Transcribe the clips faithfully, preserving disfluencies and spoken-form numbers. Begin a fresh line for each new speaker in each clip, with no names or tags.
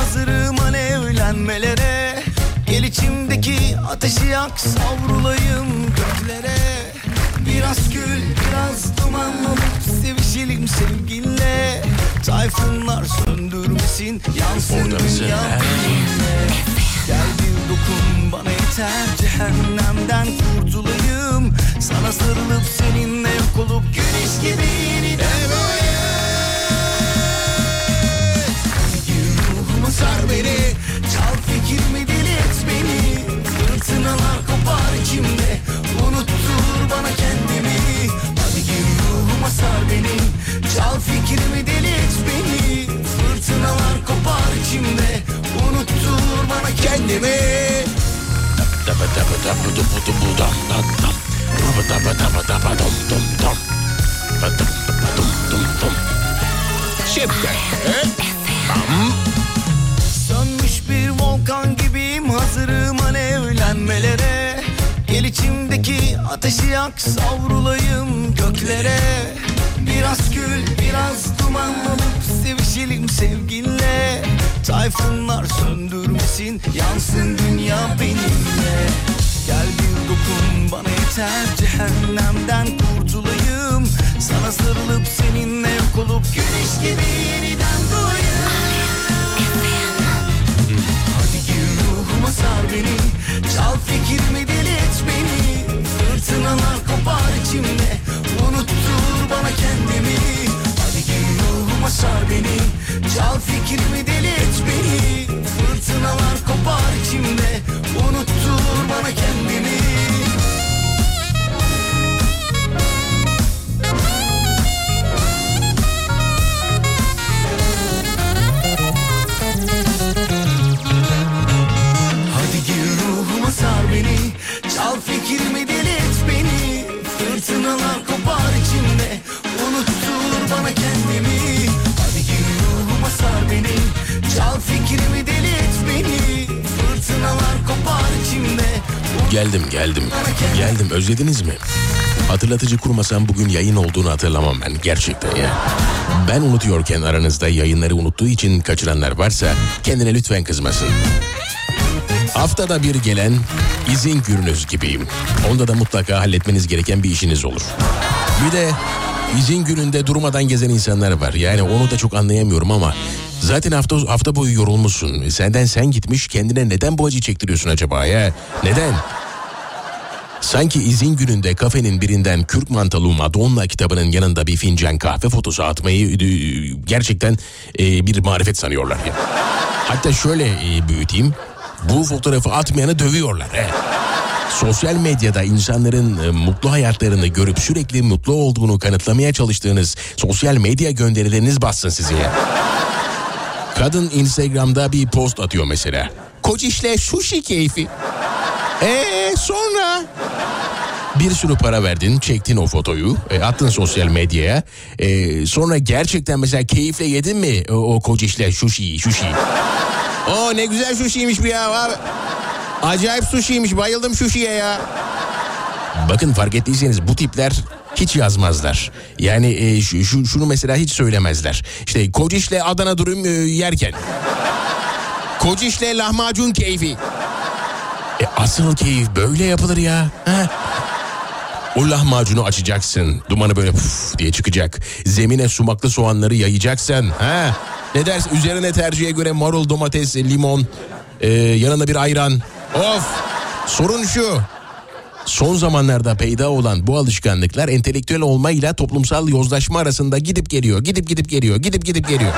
hazırım alevlenmelere. Gel içimdeki ateşi yak, savrulayım göklere. Biraz gül, biraz duman olup sevişelim sevginle. Tayfunlar söndürmesin, yansın dünya benimle. Gel bir dokun bana yeter, cehennemden kurtulayım. Sana sarılıp seninle yok olup güneş gibi yeniden doğayım. Ruhuma sar beni, çal fikrimi, deli et beni. Fırtınalar kopar içimde, unuttur bana kendimi. Hadi gir ruhuma sar beni, çal fikrimi, deli et beni. Fırtınalar kopar içimde, unuttur bana kendimi. Şimdi sönmüş bir volkan gibiyim, hazırım alevlenmelere. Gel içimdeki ateşi yak, savrulayım göklere. Biraz gül, biraz duman olup sevişelim sevginle. Tayfunlar söndürmesin, yansın dünya benimle. Gel bir dokun bana yeter, cehennemden kurtulayım. Sana sarılıp seninle yok olup güneş gibi yeniden doğayım. Hadi gir ruhuma sar beni, çal fikrimi, deli et beni. Fırtınalar kopar içimde, unuttur bana kendimi. Hadi gir ruhuma sar beni, çal fikrimi, deli et beni. Fırtınalar kopar içimde, unuttur bana kendimi. Hadi gir ruhuma sar beni, çal fikrimi, deli et beni. Fırtınalar kopar içimde, unuttur bana kendimi. Hadi gir ruhuma sar beni, çal fikrimi, deli et beni. Fırtınalar kopar içimde.
Geldim geldim geldim, özlediniz mi? Hatırlatıcı kurmasam bugün yayın olduğunu hatırlamam ben gerçekten ya. Ben unutuyorken aranızda yayınları unuttuğu için kaçıranlar varsa kendine lütfen kızmasın. Haftada bir gelen izin gününüz gibiyim. Onda da mutlaka halletmeniz gereken bir işiniz olur. Bir de izin gününde durmadan gezen insanlar var. Yani onu da çok anlayamıyorum ama zaten hafta hafta boyu yorulmuşsun. Senden sen gitmiş, kendine neden bu acıyı çektiriyorsun acaba ya? Neden? Sanki izin gününde kafenin birinden Kürk Mantalı Madonna kitabının yanında bir fincan kahve fotosu atmayı gerçekten bir marifet sanıyorlar ya. Hatta şöyle büyüteyim. Bu fotoğrafı atmayanı dövüyorlar. He. Sosyal medyada insanların e, mutlu hayatlarını görüp sürekli mutlu olduğunu kanıtlamaya çalıştığınız sosyal medya gönderileriniz bassın sizi ya. Kadın Instagram'da bir post atıyor mesela. Koçişle sushi keyfi. Eee sonra? Bir sürü para verdin, çektin o fotoyu, e, attın sosyal medyaya. E, sonra gerçekten mesela keyifle yedin mi o, o koçişle sushi, sushi? Oo ne güzel sushi'ymiş bu ya abi. Acayip sushi'ymiş, bayıldım sushi'ye ya. Bakın fark ettiyseniz bu tipler hiç yazmazlar. Yani e, şu, şu, şunu mesela hiç söylemezler. İşte Koçiş'le Adana dürüm e, yerken. Koçiş'le lahmacun keyfi. E, asıl keyif böyle yapılır ya. Ha? O lahmacunu açacaksın. Dumanı böyle puf diye çıkacak. Zemine sumaklı soğanları yayacaksın. Ha? Ne dersin? Üzerine tercihe göre marul, domates, limon, e, yanında bir ayran. Of! Sorun şu. Son zamanlarda peyda olan bu alışkanlıklar entelektüel olmayla toplumsal yozlaşma arasında gidip geliyor, gidip gidip geliyor, gidip gidip geliyor.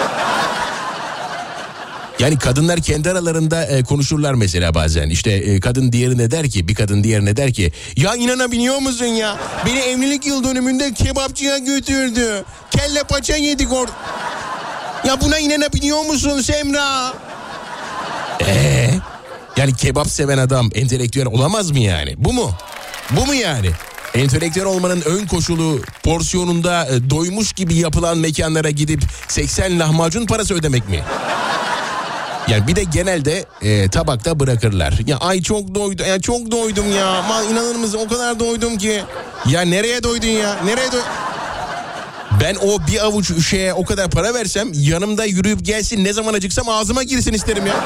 Yani kadınlar kendi aralarında e, konuşurlar mesela bazen. İşte e, kadın diğerine der ki, bir kadın diğerine der ki, ya inanabiliyor musun ya? Beni evlilik yıl dönümünde kebapçıya götürdü. Kelle paça yedik orada. Ya buna inanabiliyor musun Semra? Eee? Yani kebap seven adam entelektüel olamaz mı yani? Bu mu? Bu mu yani? Entelektüel olmanın ön koşulu porsiyonunda e, doymuş gibi yapılan mekanlara gidip seksen lahmacun parası ödemek mi? Yani bir de genelde e, tabakta bırakırlar. Ya ay çok doydum, ya çok doydum ya. Aman inanır mısın o kadar doydum ki. Ya nereye doydun ya? Nereye doydun? Ben o bir avuç şeye o kadar para versem yanımda yürüyüp gelsin, ne zaman acıksam ağzıma girsin isterim ya.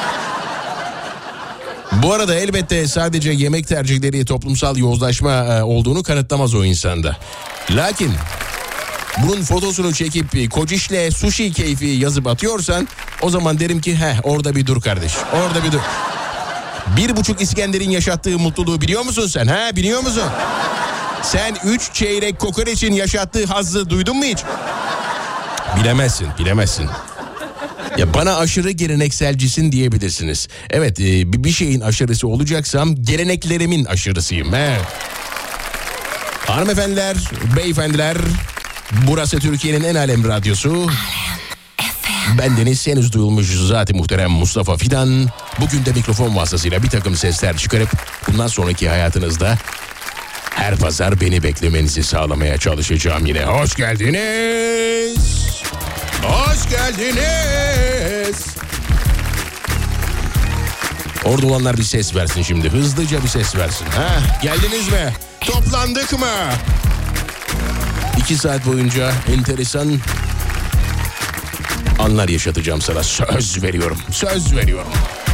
Bu arada elbette sadece yemek tercihleri toplumsal yozlaşma olduğunu kanıtlamaz o insanda. Lakin bunun fotosunu çekip Kociş'le sushi keyfi yazıp atıyorsan o zaman derim ki heh orada bir dur kardeş, orada bir dur. Bir buçuk İskender'in yaşattığı mutluluğu biliyor musun sen? Ha, biliyor musun? Sen üç çeyrek kokoreçin yaşattığı hazzı duydun mu hiç? Bilemezsin, bilemezsin. Ya bana aşırı gelenekselcisin diyebilirsiniz. Evet, e, bir şeyin aşırısı olacaksam geleneklerimin aşırısıyım. He. Hanımefendiler, beyefendiler, burası Türkiye'nin en alem radyosu. Bendeniz henüz duyulmuş zat-ı muhterem Mustafa Fidan. Bugün de mikrofon vasıtasıyla bir takım sesler çıkarıp bundan sonraki hayatınızda her pazar beni beklemenizi sağlamaya çalışacağım yine. Hoş geldiniz. Hoş geldiniz. Orada olanlar bir ses versin şimdi. Hızlıca bir ses versin. Ha, geldiniz mi? Toplandık mı? İki saat boyunca enteresan anlar yaşatacağım sana. Söz veriyorum. Söz veriyorum.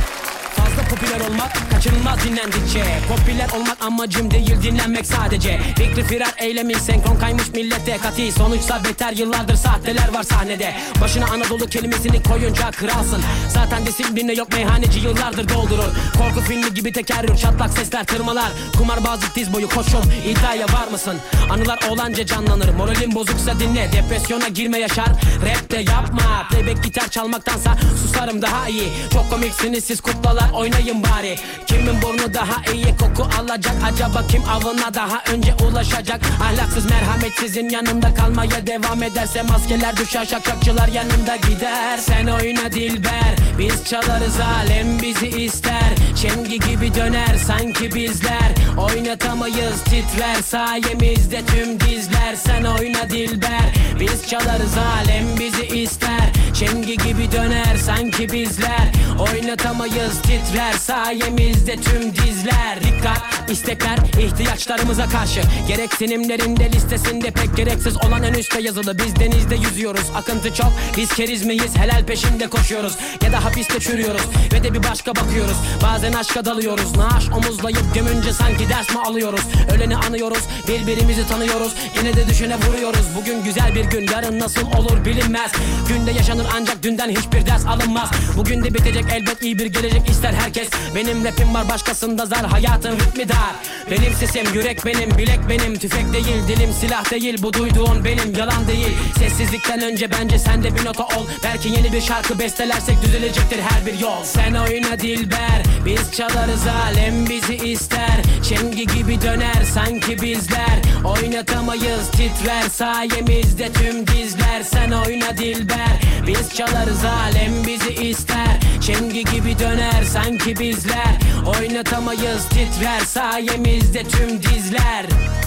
Fazla popüler olmak kaçınılmaz dinlendikçe. Popüler olmak amacım değil, dinlenmek sadece. Fikri firar eylemin senkron kaymış millete. Kati sonuçsa beter, yıllardır sahteler var sahnede. Başına Anadolu kelimesini koyunca kralsın. Zaten disipline yok, meyhaneci yıllardır doldurur. Korku filmi gibi tekerrür, çatlak sesler, tırmalar. Kumarbazlık diz boyu koşum, iddiaya var mısın? Anılar olanca canlanır, moralin bozuksa dinle. Depresyona girme yaşar, rap de yapma. Playback gitar çalmaktansa susarım daha iyi. Çok komiksiniz siz kuklalar, oynayın bari. Kimin burnu daha iyi koku alacak? Acaba kim avına daha önce ulaşacak? Ahlaksız merhametsizin yanında kalmaya devam ederse maskeler düşer, şakşakçılar yanında gider. Sen oyna dilber, biz çalarız, alem bizi ister. Çengi gibi döner sanki bizler. Oynatamayız, titrer sayemizde tüm dizler. Sen oyna dilber, biz çalarız, alem bizi ister. Çengi gibi döner sanki bizler. Oynatamayız, titrer sayemizde tüm dizler. Dikkat, istekler ihtiyaçlarımıza karşı. Gereksinimlerinde listesinde pek gereksiz olan en üstte yazılı. Biz denizde yüzüyoruz, akıntı çok, biz keriz miyiz? Helal peşinde koşuyoruz ya da hapiste çürüyoruz ve de bir başka bakıyoruz. Bazen aşka dalıyoruz, naaş omuzlayıp gömünce sanki ders mi alıyoruz? Öleni anıyoruz, birbirimizi tanıyoruz, yine de düşene vuruyoruz. Bugün güzel bir gün, yarın nasıl olur bilinmez. Günde yaşanır ancak dünden hiçbir ders alınmaz. Bugün de bitecek elbet, iyi bir gelecek ister herkes. Benim rapim var, başkasında zar, hayatın ritmi dar. Benim sesim yürek benim, bilek benim. Tüfek değil, dilim silah değil, bu duyduğun benim, yalan değil. Sessizlikten önce bence sen de bir nota ol. Belki yeni bir şarkı bestelersek düzelecektir her bir yol. Sen oyna dilber, biz çalarız, alem bizi ister. Çengi gibi döner sanki bizler. Oynatamayız, titrer sayemizde tüm dizler. Sen oyna dilber, biz çalarız, alem bizi ister. Çengi gibi döner sanki bizler. Oynatamayız, titrer sayemizde tüm dizler.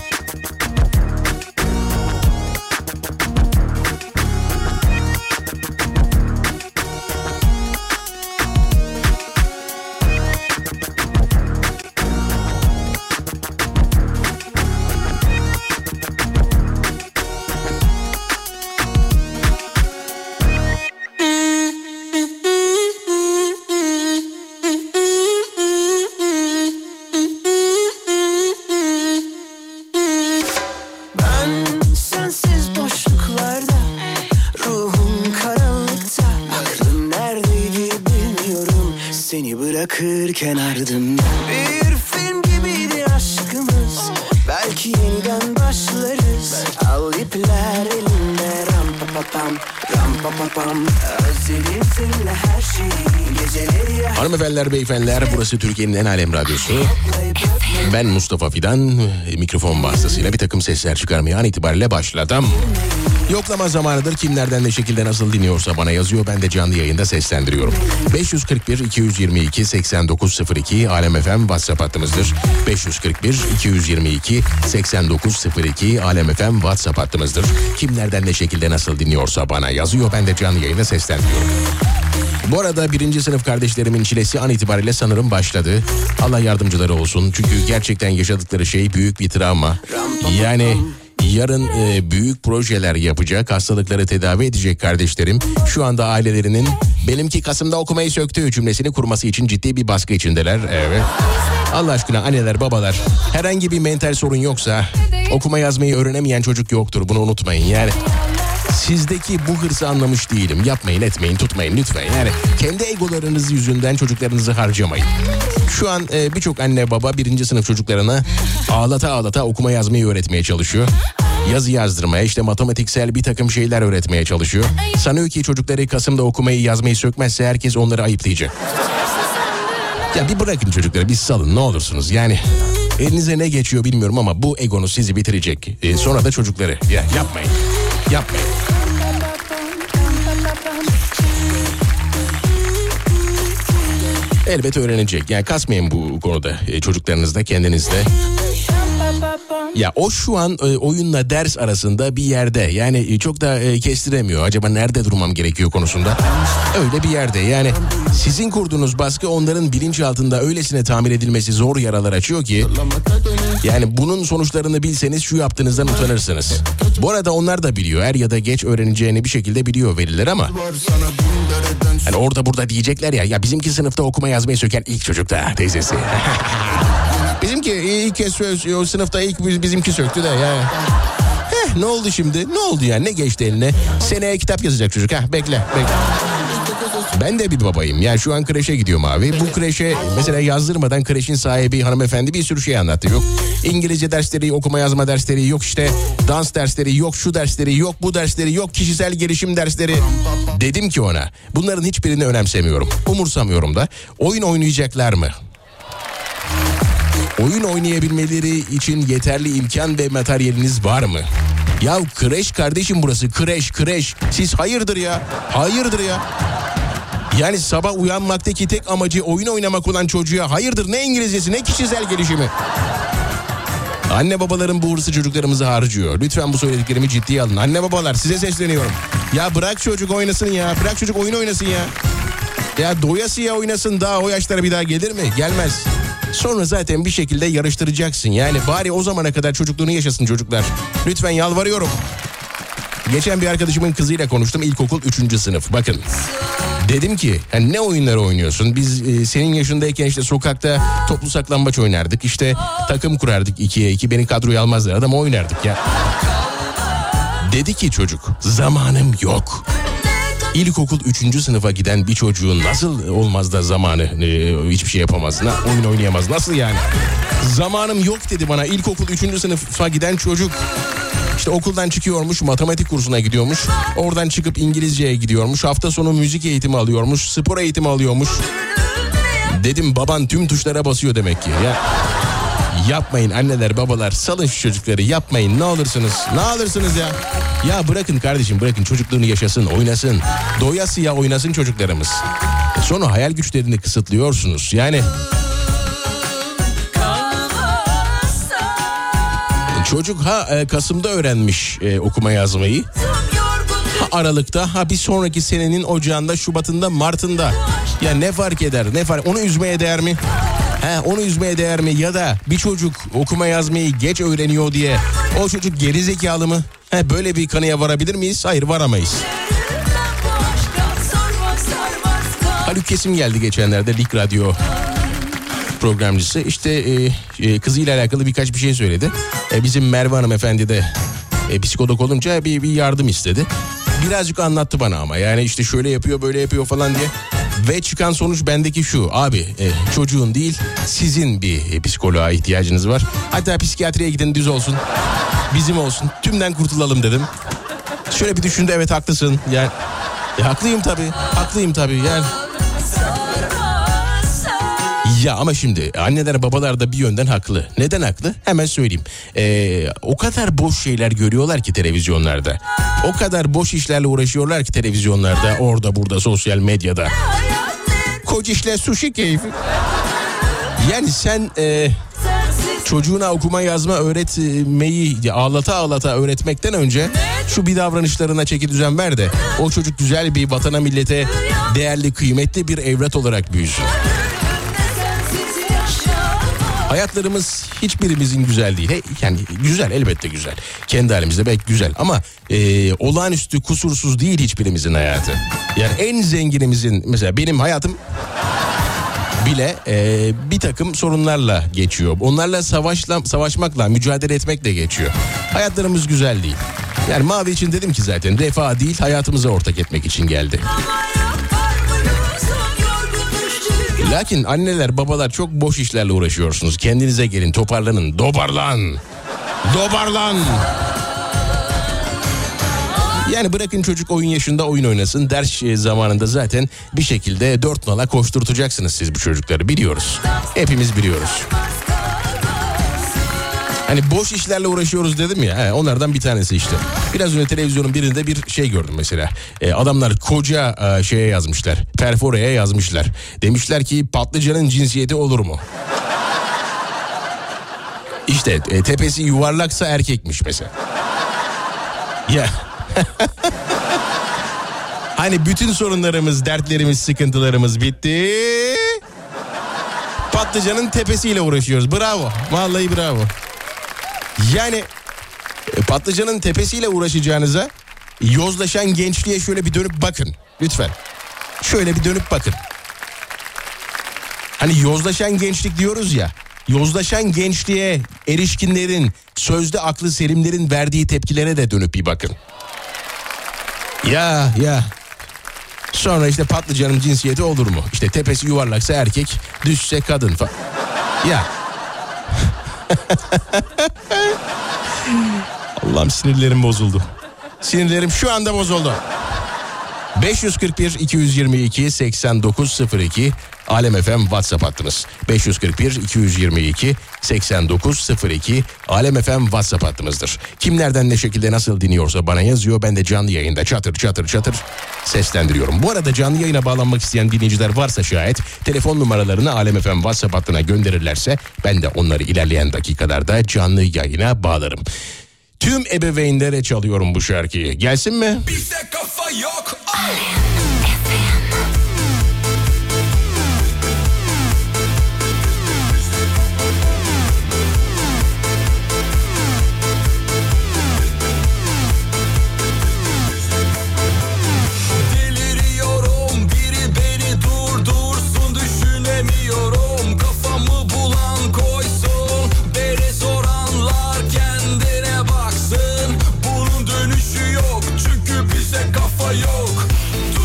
Bırakırken ardımda bir film gibiydi aşkımız. Belki yeniden başlarız. Al ipler elinde, ram pa pa pam, ram pa pa pam. Özledim seninle her şeyi, geceleri ya.
Hanımefendiler, beyefendiler, burası Türkiye'nin en alem radyosu. Ben Mustafa Fidan, mikrofon vasıtasıyla bir takım sesler çıkarmaya an itibariyle başladım. Yoklama zamanıdır, kimlerden ne şekilde nasıl dinliyorsa bana yazıyor, ben de canlı yayında seslendiriyorum. beş yüz kırk bir iki yüz yirmi iki seksen dokuz sıfır iki Alem F M WhatsApp hattımızdır. beş yüz kırk bir iki yüz yirmi iki seksen dokuz sıfır iki Alem F M WhatsApp hattımızdır. Kimlerden ne şekilde nasıl dinliyorsa bana yazıyor, ben de canlı yayında seslendiriyorum. Bu arada birinci sınıf kardeşlerimin çilesi an itibariyle sanırım başladı. Allah yardımcıları olsun, çünkü gerçekten yaşadıkları şey büyük bir travma. Yani yarın e, büyük projeler yapacak, hastalıkları tedavi edecek kardeşlerim şu anda ailelerinin benimki Kasım'da okumayı söktüğü cümlesini kurması için ciddi bir baskı içindeler. Evet. Allah aşkına anneler, babalar, herhangi bir mental sorun yoksa okuma yazmayı öğrenemeyen çocuk yoktur, bunu unutmayın. Yani sizdeki bu hırsı anlamış değilim. Yapmayın, etmeyin, tutmayın lütfen. Yani kendi egolarınız yüzünden çocuklarınızı harcamayın. Şu an e, birçok anne baba birinci sınıf çocuklarına ağlata ağlata okuma yazmayı öğretmeye çalışıyor. Yazı yazdırmaya, işte matematiksel bir takım şeyler öğretmeye çalışıyor. Sanıyor ki çocukları Kasım'da okumayı yazmayı sökmezse herkes onları ayıplayacak. Ya bir bırakın çocukları, bir salın ne olursunuz. Yani elinize ne geçiyor bilmiyorum ama bu egonuz sizi bitirecek. E, sonra da çocukları ya yapmayın. Yapmayın. Elbette öğrenecek. Yani kasmayın bu konuda e, çocuklarınızda, kendinizde. Ya o şu an e, oyunla ders arasında bir yerde. Yani e, çok da e, kestiremiyor. Acaba nerede durmam gerekiyor konusunda. Öyle bir yerde. Yani sizin kurduğunuz baskı onların bilinçaltında öylesine tamir edilmesi zor yaralar açıyor ki. Yani bunun sonuçlarını bilseniz şu yaptığınızdan utanırsınız. Bu arada onlar da biliyor. Er ya da geç öğreneceğini bir şekilde biliyor veliler ama. Hani orada burada diyecekler ya. Ya bizimki sınıfta okuma yazmayı söken ilk çocuk da teyzesi. Bizimki ilk kez o sınıfta ilk bizimki söktü de ya. Heh, ne oldu şimdi? Ne oldu yani? Ne geçti eline? Seneye kitap yazacak çocuk. Heh, bekle, bekle. Ben de bir babayım. Yani şu an kreşe gidiyorum abi. Bu kreşe mesela yazdırmadan kreşin sahibi hanımefendi bir sürü şey anlattı. Yok İngilizce dersleri, okuma yazma dersleri, yok işte dans dersleri, yok şu dersleri, yok bu dersleri, yok kişisel gelişim dersleri. Dedim ki ona, bunların hiçbirini önemsemiyorum. Umursamıyorum da. Oyun oynayacaklar mı? Oyun oynayabilmeleri için yeterli imkan ve materyaliniz var mı? Ya kreş kardeşim burası, kreş kreş. Siz hayırdır ya, hayırdır ya. Yani sabah uyanmaktaki tek amacı oyun oynamak olan çocuğa hayırdır, ne İngilizcesi ne kişisel gelişimi. Anne babaların bu hırsı çocuklarımızı harcıyor. Lütfen bu söylediklerimi ciddiye alın. Anne babalar size sesleniyorum. Ya bırak çocuk oynasın ya, bırak çocuk oyun oynasın ya. Ya doyasıya oynasın, daha o yaşlara bir daha gelir mi? Gelmez. Sonra zaten bir şekilde yarıştıracaksın. Yani bari o zamana kadar çocukluğunu yaşasın çocuklar. Lütfen yalvarıyorum. Geçen bir arkadaşımın kızıyla konuştum, ilkokul üçüncü sınıf. Bakın dedim ki hani ne oyunları oynuyorsun? Biz e, senin yaşındayken işte sokakta toplu saklambaç oynardık. İşte takım kurardık ikiye iki. Beni kadroya almazlar adam oynardık ya. Dedi ki çocuk, zamanım yok. İlkokul üçüncü sınıfa giden bir çocuğun nasıl olmaz da zamanı e, hiçbir şey yapamaz, na, oyun oynayamaz, nasıl yani? Zamanım yok dedi bana ilkokul üçüncü sınıfa giden çocuk. İşte okuldan çıkıyormuş, matematik kursuna gidiyormuş. Oradan çıkıp İngilizceye gidiyormuş. Hafta sonu müzik eğitimi alıyormuş, spor eğitimi alıyormuş. Dedim baban tüm tuşlara basıyor demek ki. Ya yapmayın anneler babalar, salın şu çocukları, yapmayın ne olursunuz. Ne alırsınız ya? Ya bırakın kardeşim, bırakın çocukluğunu yaşasın, oynasın. Doyasıya oynasın çocuklarımız. Sonra hayal güçlerini kısıtlıyorsunuz. Yani çocuk ha e, Kasım'da öğrenmiş e, okuma yazmayı. Ha Aralık'ta, ha bir sonraki senenin Ocağında, Şubat'ında, Mart'ında. Ya ne fark eder? Ne fark? Onu üzmeye değer mi? He, onu üzmeye değer mi? Ya da bir çocuk okuma yazmayı geç öğreniyor diye o çocuk geri zekalı mı? He, böyle bir kanıya varabilir miyiz? Hayır, varamayız. Haluk Kesim geldi geçenlerde, Lig Radyo programcısı. İşte e, e, kızıyla alakalı birkaç bir şey söyledi. E, bizim Merve hanımefendi de e, psikolog olunca bir, bir yardım istedi. Birazcık anlattı bana ama yani işte şöyle yapıyor böyle yapıyor falan diye. Ve çıkan sonuç bendeki şu: abi e, çocuğun değil sizin bir e, psikoloğa ihtiyacınız var. Hatta psikiyatriye gidin, düz olsun, bizim olsun, tümden kurtulalım dedim. Şöyle bir düşündü, evet haklısın yani. E, haklıyım tabii haklıyım tabii yani. Ya ama şimdi anneler babalar da bir yönden haklı. Neden haklı? Hemen söyleyeyim. Ee, o kadar boş şeyler görüyorlar ki televizyonlarda. O kadar boş işlerle uğraşıyorlar ki televizyonlarda, orada burada, sosyal medyada. Koç işler, sushi keyfi. Yani sen e, çocuğuna okuma yazma öğretmeyi ağlata ağlata öğretmekten önce şu bir davranışlarına çeki düzen ver de o çocuk güzel bir vatana millete değerli kıymetli bir evlat olarak büyüsün. Hayatlarımız hiçbirimizin güzel değil. He, yani güzel, elbette güzel. Kendi halimizde belki güzel ama e, olağanüstü, kusursuz değil hiçbirimizin hayatı. Yani en zenginimizin, mesela benim hayatım bile e, bir takım sorunlarla geçiyor. Onlarla savaşla, savaşmakla, mücadele etmekle geçiyor. Hayatlarımız güzel değil. Yani Mavi için dedim ki zaten refah değil, hayatımıza ortak etmek için geldi. Lakin anneler, babalar çok boş işlerle uğraşıyorsunuz. Kendinize gelin, toparlanın, dobarlan. Dobarlan. Yani bırakın çocuk oyun yaşında oyun oynasın. Ders zamanında zaten bir şekilde dört nala koşturtacaksınız siz bu çocukları, biliyoruz. Hepimiz biliyoruz. Hani boş işlerle uğraşıyoruz dedim ya, he, onlardan bir tanesi işte. Biraz önce televizyonun birinde bir şey gördüm mesela. E, adamlar koca e, şeye yazmışlar, perforeye yazmışlar. Demişler ki patlıcanın cinsiyeti olur mu? İşte e, tepesi yuvarlaksa erkekmiş mesela. Ya. Hani bütün sorunlarımız, dertlerimiz, sıkıntılarımız bitti. Patlıcanın tepesiyle uğraşıyoruz. Bravo. Vallahi bravo. Yani patlıcanın tepesiyle uğraşacağınıza yozlaşan gençliğe şöyle bir dönüp bakın. Lütfen. Şöyle bir dönüp bakın. Hani yozlaşan gençlik diyoruz ya. Yozlaşan gençliğe erişkinlerin, sözde aklı selimlerin verdiği tepkilere de dönüp bir bakın. Ya ya. Sonra işte patlıcanın cinsiyeti olur mu? İşte tepesi yuvarlaksa erkek, düzse kadın falan. Ya. Allah'ım sinirlerim bozuldu. Sinirlerim şu anda bozuldu. beş yüz kırk bir iki yüz yirmi iki seksen dokuz sıfır iki Alem F M WhatsApp hattımız. beş yüz kırk bir iki yüz yirmi iki seksen dokuz sıfır iki Alem F M WhatsApp hattımızdır. Kim nereden ne şekilde nasıl dinliyorsa bana yazıyor. Ben de canlı yayında çatır çatır çatır seslendiriyorum. Bu arada canlı yayına bağlanmak isteyen dinleyiciler varsa şayet telefon numaralarını Alem F M WhatsApp hattına gönderirlerse ben de onları ilerleyen dakikalarda canlı yayına bağlarım. Tüm ebeveynlere çalıyorum bu şarkıyı. Gelsin mi?
Bizde kafa yok. Deliriyorum, biri beni durdursun, düşünemiyorum. Kafamı bulan koysun, beni soranlar kendine baksın. Bunun dönüşü yok çünkü bize kafa yok.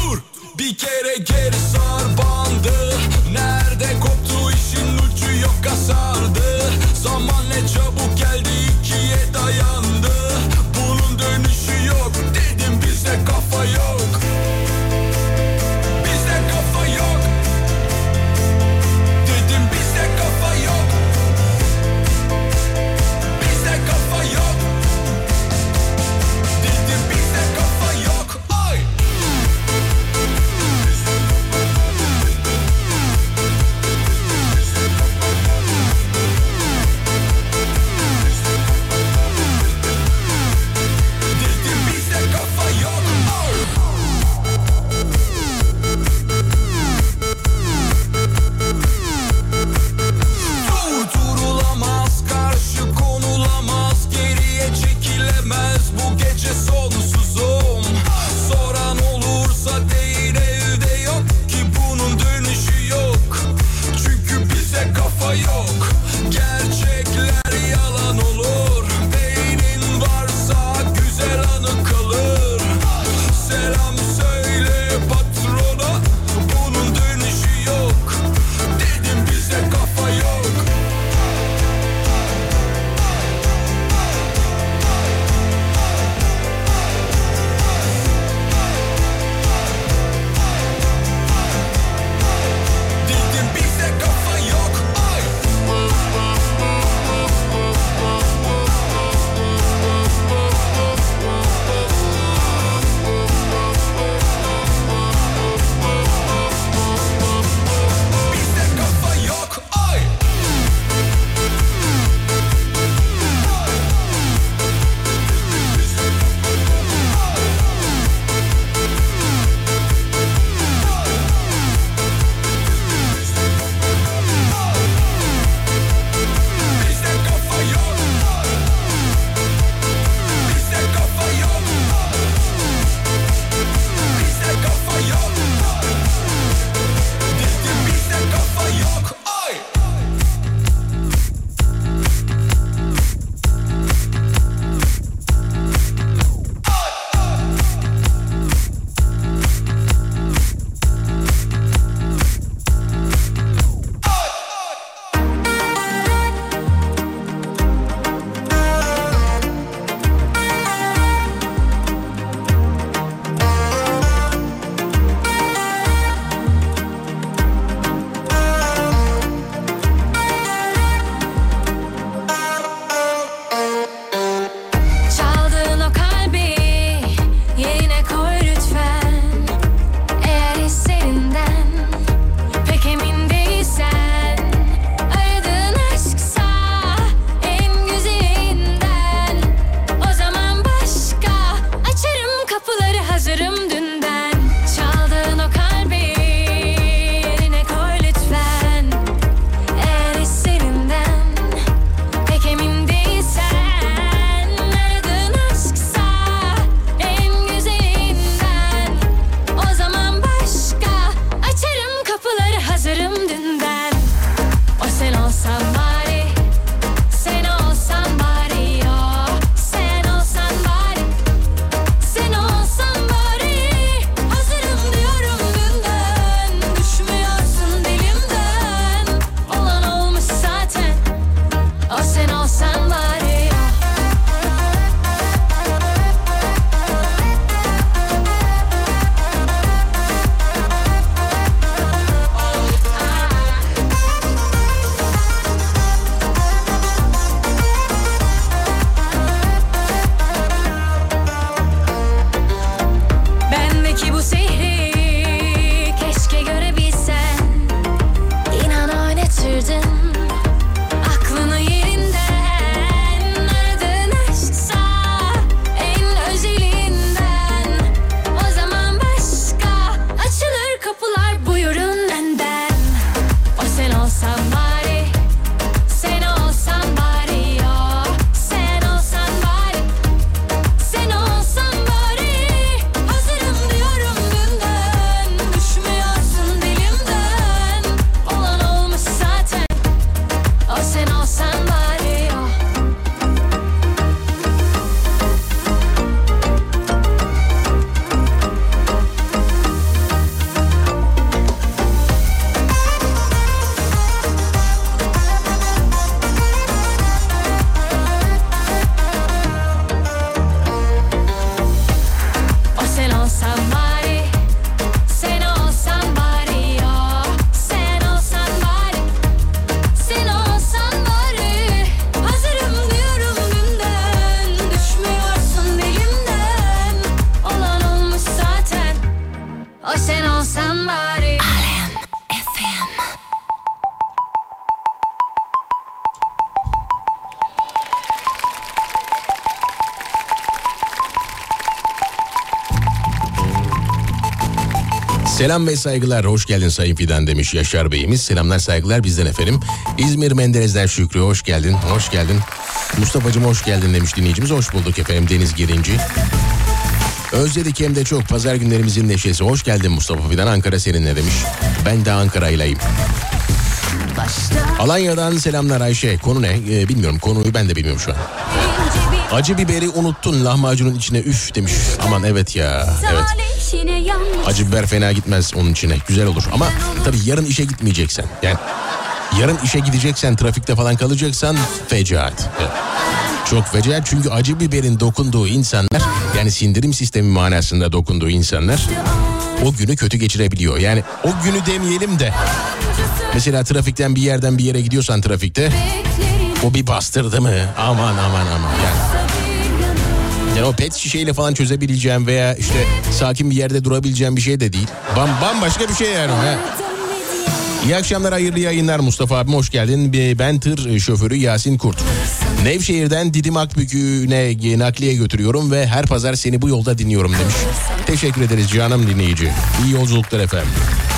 Selam ve saygılar, hoş geldin Sayın Fidan demiş Yaşar Bey'imiz. Selamlar saygılar bizden efendim. İzmir Menderes'den Şükrü, hoş geldin, hoş geldin. Mustafa'cığım hoş geldin demiş dinleyicimiz, hoş bulduk efendim Deniz Girinci. Özledik hem de çok, pazar günlerimizin neşesi. Hoş geldin Mustafa Fidan, Ankara seninle demiş. Ben de Ankara'yleyim. Alanya'dan selamlar Ayşe. Konu ne? Ee, bilmiyorum, konuyu ben de bilmiyorum şu an. Acı biberi unuttun lahmacunun içine üf demiş. Aman evet ya, evet. Acı biber fena gitmez onun içine, güzel olur. Ama tabii yarın işe gitmeyeceksen, yani yarın işe gideceksen, trafikte falan kalacaksan fecaat. Evet. Çok fecaat, çünkü acı biberin dokunduğu insanlar, yani sindirim sistemi manasında dokunduğu insanlar o günü kötü geçirebiliyor. Yani o günü demeyelim de, mesela trafikten bir yerden bir yere gidiyorsan trafikte, o bir bastırdı mı? Aman aman aman. Yani, yani o pet şişeyle falan çözebileceğim veya işte sakin bir yerde durabileceğim bir şey de değil. Bam, bambaşka bir şey yani. He. İyi akşamlar, hayırlı yayınlar Mustafa abim, hoş geldin. Ben tır şoförü Yasin Kurt. Nevşehir'den Didim Akbükü'ne nakliye götürüyorum ve her pazar seni bu yolda dinliyorum demiş. Teşekkür ederiz canım dinleyici. İyi yolculuklar efendim.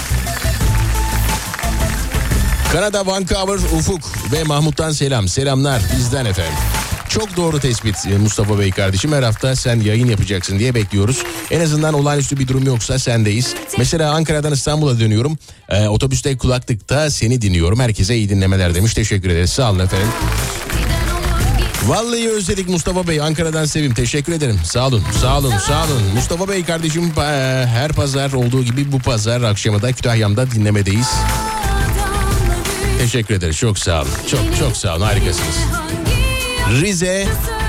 Kanada Vancouver Ufuk ve Mahmut'tan selam. Selamlar bizden efendim. Çok doğru tespit Mustafa Bey kardeşim. Her hafta sen yayın yapacaksın diye bekliyoruz. En azından olağanüstü bir durum yoksa sendeyiz. Mesela Ankara'dan İstanbul'a dönüyorum. Ee, otobüste kulaklıkta seni dinliyorum. Herkese iyi dinlemeler demiş. Teşekkür ederiz. Sağ olun efendim. Vallahi özledik Mustafa Bey. Ankara'dan Sevim. Teşekkür ederim. Sağ olun. Sağ olun. Sağ olun. Mustafa Bey kardeşim, her pazar olduğu gibi bu pazar akşamı da Kütahya'mda dinlemedeyiz. Teşekkür ederiz. Çok sağ olun. Çok çok sağ olun. Harikasınız. Rize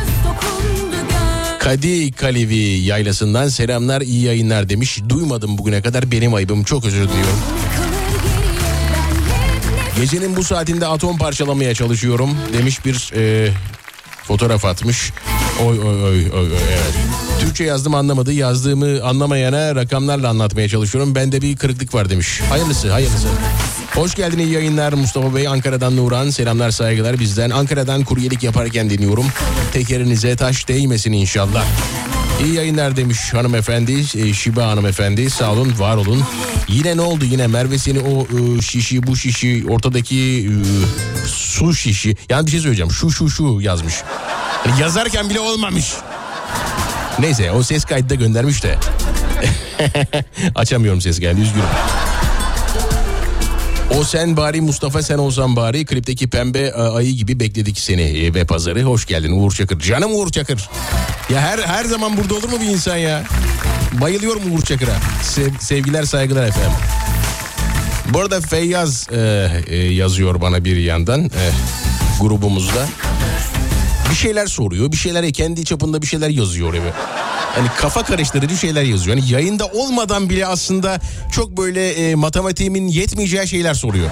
Kadi Kalevi yaylasından selamlar, iyi yayınlar demiş. Duymadım bugüne kadar, benim ayıbım, çok özür diliyorum. Gecenin bu saatinde atom parçalamaya çalışıyorum demiş, bir e, fotoğraf atmış. Oy oy oy oy evet. Türkçe yazdım anlamadı, yazdığımı anlamayana rakamlarla anlatmaya çalışıyorum. Bende bir kırıklık var demiş. Hayırlısı hayırlısı. Hoş geldin, iyi yayınlar Mustafa Bey. Ankara'dan Nuran, selamlar saygılar bizden. Ankara'dan kuryelik yaparken dinliyorum. Tekerinize taş değmesin inşallah. İyi yayınlar demiş hanımefendi, e, Şiba hanımefendi, sağ olun var olun. Yine ne oldu yine Merve, seni o e, şişi bu şişi ortadaki e, su şişi, yani bir şey söyleyeceğim, şu şu şu yazmış. Yani yazarken bile olmamış. Neyse, o ses kaydı da göndermiş de. Açamıyorum, ses geldi, üzgünüm. O sen bari Mustafa, sen olsan bari, klipteki pembe ayı gibi bekledik seni ve pazarı. Hoş geldin Uğur Çakır. Canım Uğur Çakır. Ya her her zaman burada olur mu bir insan ya? Bayılıyorum Uğur Çakır'a. Sev, sevgiler saygılar efendim. Bu arada Feyyaz e, e, yazıyor bana bir yandan e, grubumuzda. Bir şeyler soruyor, bir şeyler kendi çapında bir şeyler yazıyor gibi. Yani kafa karıştırıcı şeyler yazıyor. Yani yayında olmadan bile aslında çok böyle e, matematiğimin yetmeyeceği şeyler soruyor.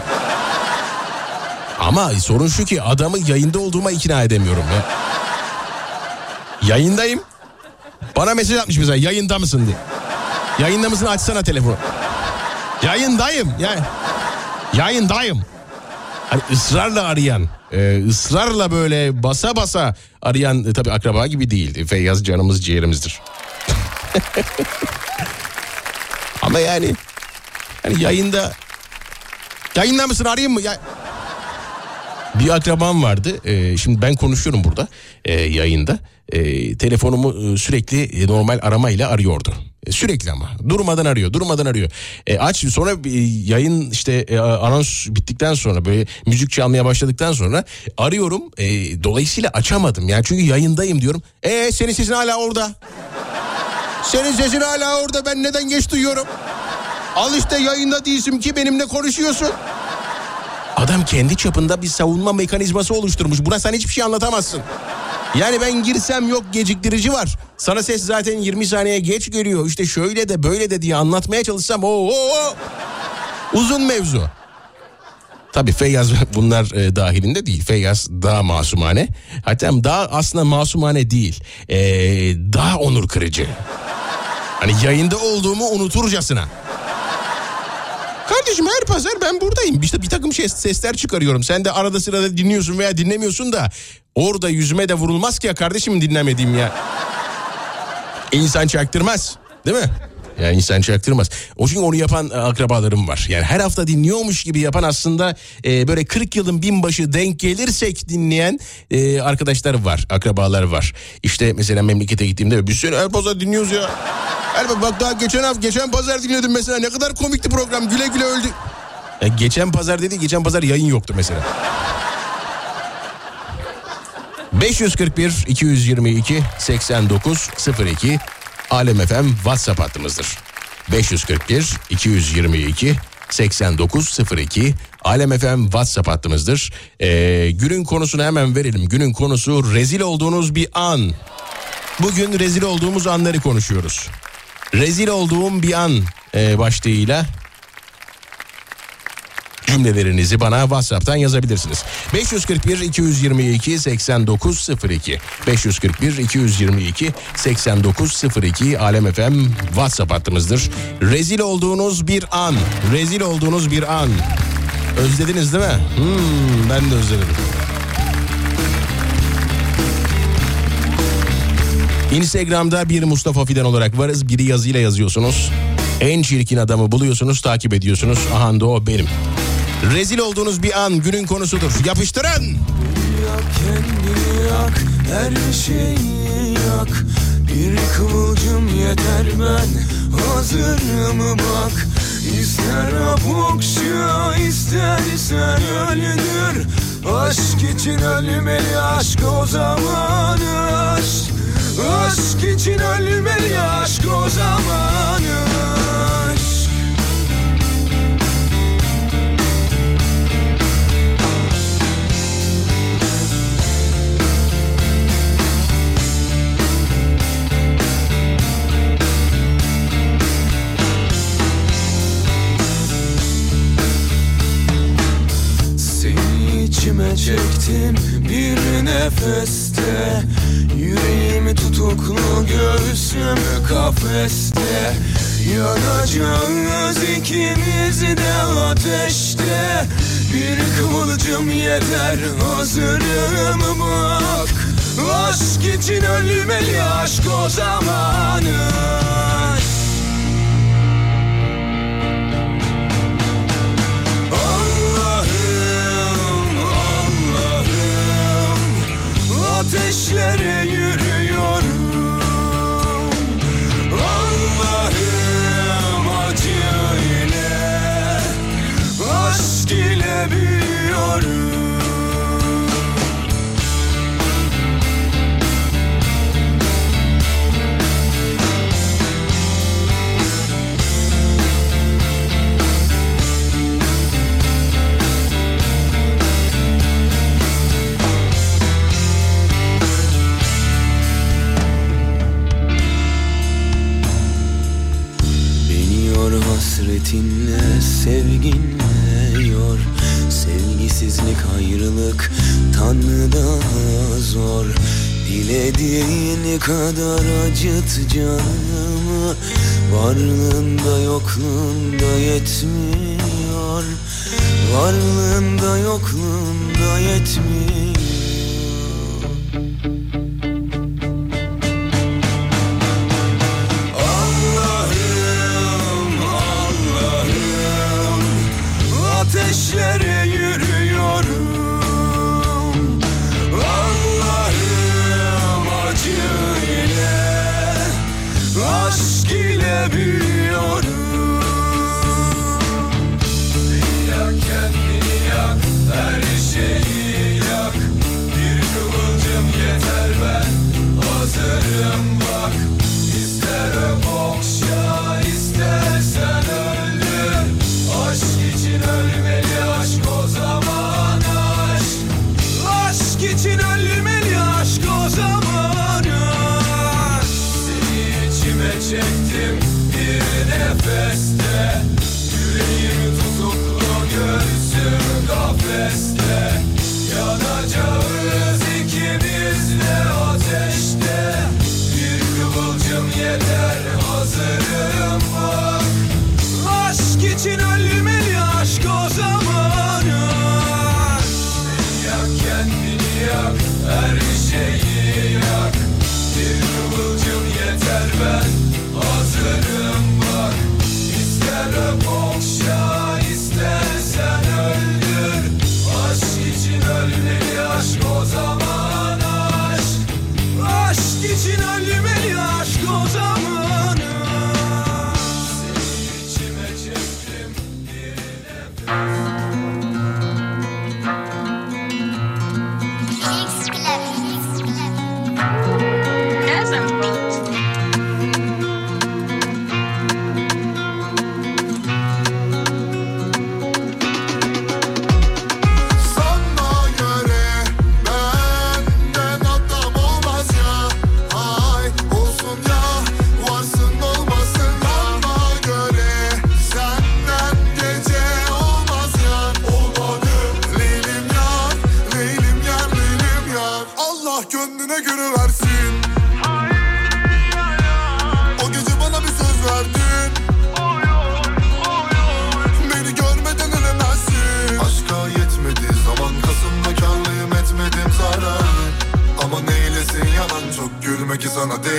Ama sorun şu ki adamı yayında olduğuma ikna edemiyorum ya. Yayındayım. Bana mesaj atmış mesela, yayında mısın diye. Yayında mısın, açsana telefonu. Yayındayım. Yani, yayındayım. Hani ısrarla arayan, e, ısrarla böyle basa basa arayan, e, tabii akraba gibi değil. Feyyaz canımız ciğerimizdir. Ama yani, hani yayında, yayında mısın, arayayım mı? Ya... Bir akrabam vardı. E, şimdi ben konuşuyorum burada e, yayında. E, telefonumu e, sürekli e, normal aramayla arıyordu. E, sürekli ama durmadan arıyor, durmadan arıyor. E, aç sonra e, yayın işte e, anons bittikten sonra, böyle müzik çalmaya başladıktan sonra arıyorum. E, dolayısıyla açamadım. Yani çünkü yayındayım diyorum. E senin sesin hala orada. Senin sesin hala orada. Ben neden geç duyuyorum? Al işte, yayında değilsin ki benimle konuşuyorsun. Adam kendi çapında bir savunma mekanizması oluşturmuş. Buna sen hiçbir şey anlatamazsın. Yani ben girsem yok geciktirici var. Sana ses zaten yirmi saniye geç geliyor. İşte şöyle de böyle de diye anlatmaya çalışsam o o o uzun mevzu. Tabii Feyyaz bunlar e, dahilinde değil. Feyyaz daha masumane. Hatta daha aslında masumane değil. E, daha onur kırıcı. Hani yayında olduğumu unuturcasına. Kardeşim her pazar ben buradayım. İşte bir takım şey, sesler çıkarıyorum. Sen de arada sırada dinliyorsun veya dinlemiyorsun da orada yüzüme de vurulmaz ki ya kardeşim dinlemediğim ya. İnsan çaktırmaz, değil mi? Yani insan çaktırmaz. O çünkü onu yapan akrabalarım var. Yani her hafta dinliyormuş gibi yapan aslında e, böyle kırk yılın binbaşı denk gelirsek dinleyen e, arkadaşlar var, akrabalar var. İşte mesela memlekete gittiğimde biz seni her pazar dinliyoruz ya. Her bak daha geçen hafta geçen pazar dinliyordum mesela, ne kadar komikti program, güle güle öldü. Yani geçen pazar dedi, geçen pazar yayın yoktu mesela. beş yüz kırk bir iki yüz yirmi iki seksen dokuz sıfır iki Alem F M WhatsApp hattımızdır. beş yüz kırk bir iki yüz yirmi iki seksen dokuz sıfır iki Alem F M WhatsApp hattımızdır. Ee, günün konusunu hemen verelim. Günün konusu rezil olduğunuz bir an. Bugün rezil olduğumuz anları konuşuyoruz. Rezil olduğum bir an e, başlığıyla cümlelerinizi bana WhatsApp'tan yazabilirsiniz. beş yüz kırk bir iki yüz yirmi iki seksen dokuz sıfır iki beş yüz kırk bir iki yüz yirmi iki seksen dokuz sıfır iki Alem F M WhatsApp hattımızdır. Rezil olduğunuz bir an, rezil olduğunuz bir an. Özlediniz değil mi? Hmm, ben de özledim. Instagram'da bir Mustafa Fidan olarak varız. Biri yazıyla yazıyorsunuz. En çirkin adamı buluyorsunuz, takip ediyorsunuz. Aha da o benim. Rezil olduğunuz bir an günün konusudur. Yapıştırın.
Yak kendini yak, her şeyi yak. Bir kıvılcım yeter, ben hazırım bak. İster apokşa, istersen öldür. Aşk için ölmeli aşk, o zaman aşk. Aşk için ölmeli aşk, o zaman aşk. Seni içime çektim bir nefeste. Yüreğimi tutuklu, göğsüm kafeste. Yanacağız ikimiz de ateşte. Bir kıvılcım yeter, hazırım bak. Aşk için ölmeli aşk, o zaman aşk. Ateşlere yürüyorum. Allah'ım acı ile, aşk ile büyüyorum. Hasretinle, sevginle yor. Sevgisizlik, ayrılık Tanrı'dan zor. Dilediğin kadar acıt canımı. Varlığında yokluğunda yetmiyor. Varlığında yokluğunda yetmiyor. Ateşlere yürüyorum. Allah'ım acı ile, aşk ile büyüyorum. Yak kendini yak, her şeyi yak. Bir kıvılcım yeter, ben hazırım bak. İster okşa, istersen öldür. Aşk için ölmeli aşk, o zaman aşk. Aşk için ölmeli aşk, o zaman aşk. Seni içime çektim bir nefeste. Yüreğim tutuklu, göğsüm kafeste. Yanacağız ikimiz de ateşte. Bir kıvılcım yeter, hazırım bak. Aşk için ölmeli aşk, o zaman aşk. Yak kendini yak, her şeyi yak. Bir kıvılcım yeter, ben hazırım bak.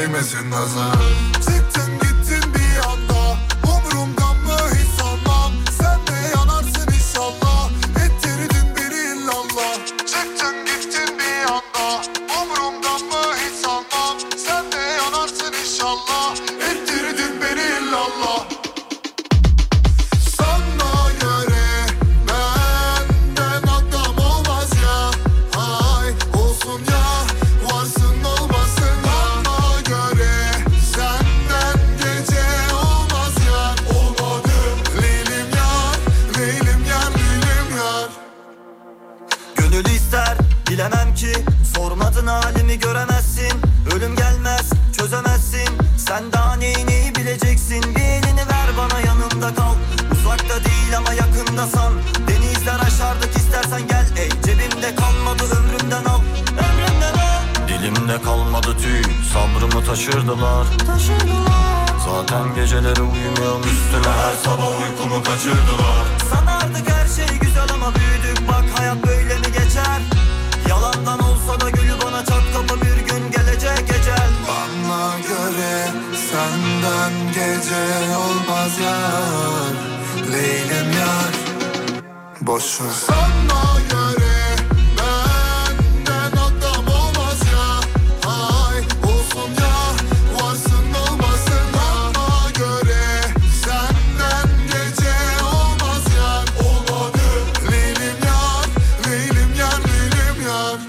değmesin nazar. Çıktın gittin bir anda, umurumdan mı hiç sanmam. Sen de yanarsın inşallah, ettirdin beni illallah. Çıktın gittin bir anda, umurumdan mı hiç sanmam. Sen de yanarsın inşallah, ettirdin beni illallah. Sana göre benden adam olmaz ya. Hay olsun ya, varsın olmasın ya. Bana göre senden gece olmaz ya. Olmadı Leylim yar, Leylim yar, Leylim yar.
Gönül ister bilemem ki, sormadın halimi göremezsin. Ölüm gelmez çözemezsin, sen daha neyi neyi bileceksin. Bir elini ver bana yanımda kal, uzakta değil ama yakındasan. Denizler aşardık istersen gel ey, cebimde kalmadı ömrümden al, ömrümden al. Dilimde kalmadı tüy, sabrımı taşırdılar, taşırdılar. Zaten geceleri uyumuyorum üstüne, her sabah uykumu kaçırdılar. Sanardık her şey güzel ama büyüdük, bak hayat böyle mi geçer? Yalandan olsa da gülü bana çat kapı, bir gün gelecek ecel.
Bana göre senden gece olmaz yar, Leylim yar. Boş ver. Sana göre benden adam olmaz ya. Hay olsun ya, varsın olmasın ya. Bana göre senden gece olmaz yar. Olmadı Leylim yar, Leylim yar, Leylim yar.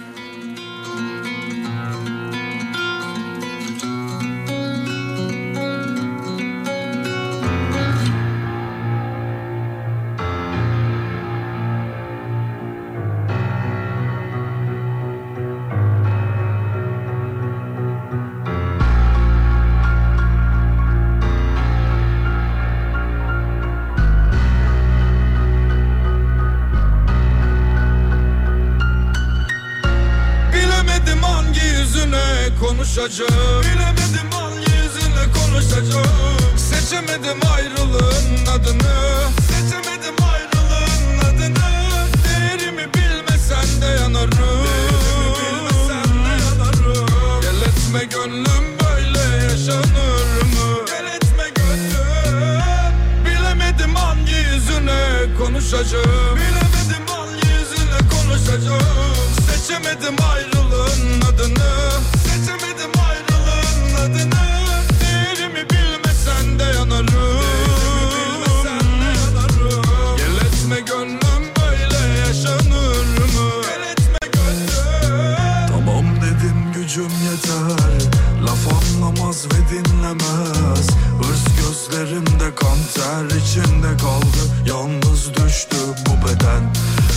Bilemedim hangi yüzüne konuşacağım, bilemedim hangi yüzüne konuşacağım. Seçemedim ayrılığın adını, seçemedim ayrılığın adını. Değerimi bilmesen de yanarım, değerimi bilmesen de yanarım. Gel etme gönlüm böyle yaşanır mı? Gel etme gönlüm. Bilemedim hangi yüzüne konuşacağım, bilemedim hangi yüzüne konuşacağım. Seçemedim ayrılığın adını, seçemedim ayrılığın adını. Değerimi bilmesen de yanarım, değerimi bilmesen de yanarım. Gel etme gönlüm böyle yaşanır mı? Gel etme gönlüm.
Tamam dedim gücüm yeter, laf anlamaz ve dinlemez. Hırs gözlerimde, kan ter içinde kaldı. Yalnız düştü bu beden.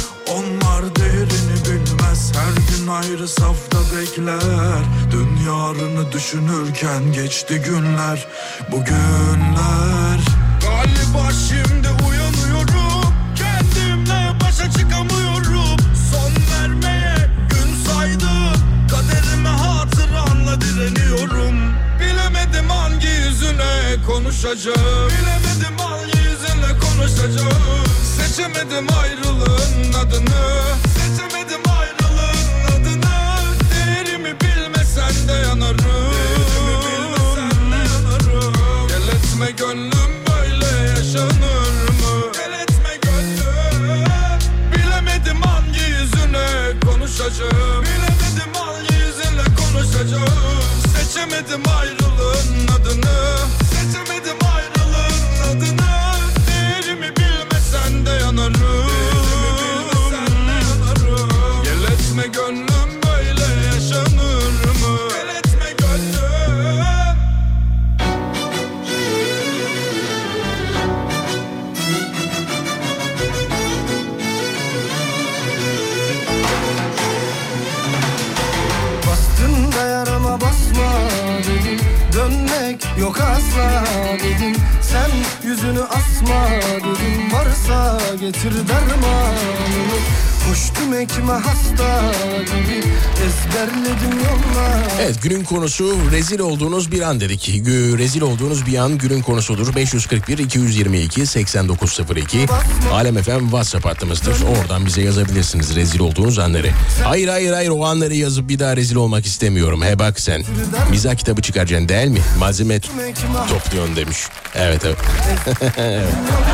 Onlar değerini bilmez, her gün ayrı safta bekler. Dün yarını düşünürken geçti günler, bu günler.
Galiba şimdi uyanıyorum, kendimle başa çıkamıyorum. Son vermeye gün saydım, kaderime hatıranla direniyorum. Bilemedim hangi yüzüne konuşacağım, bilemedim hangi yüzüne konuşacağım. Seçemedim ayrılığın adını, seçemedim ayrılığın adını. Değerimi bilmesen de yanarım, değerimi bilmesen de yanarım. Gel etme gönlüm böyle yaşanır mı? Gel etme gönlüm. Bilemedim hangi yüzüne konuşacağım, bilemedim hangi yüzüne konuşacağım. Seçemedim ayrılığın adını, seçemedim ayrılığın adını. Değerimi bilmesen de yanarım, değerimi bilmesen de yanarım. Gel etme gönlüm böyle yaşanır mı? Gel etme gönlüm.
Bastın da yarama basma dedim, dönmek yok asla dedim. Sen yüzünü asma dedim, varsa getir dermanını. Koştum ekme hasta gibi ezberledim yollar.
Evet, günün konusu rezil olduğunuz bir an dedik. Gü- Rezil olduğunuz bir an günün konusudur. beş yüz kırk bir iki yüz yirmi iki seksen dokuz sıfır iki Alem F M WhatsApp hattımızdır. Oradan bize yazabilirsiniz rezil olduğunuz anları. Hayır hayır hayır o anları yazıp bir daha rezil olmak istemiyorum. He bak sen mizah kitabı çıkaracaksın değil mi? Malzeme t- topluyorsun demiş. Evet evet. Evet.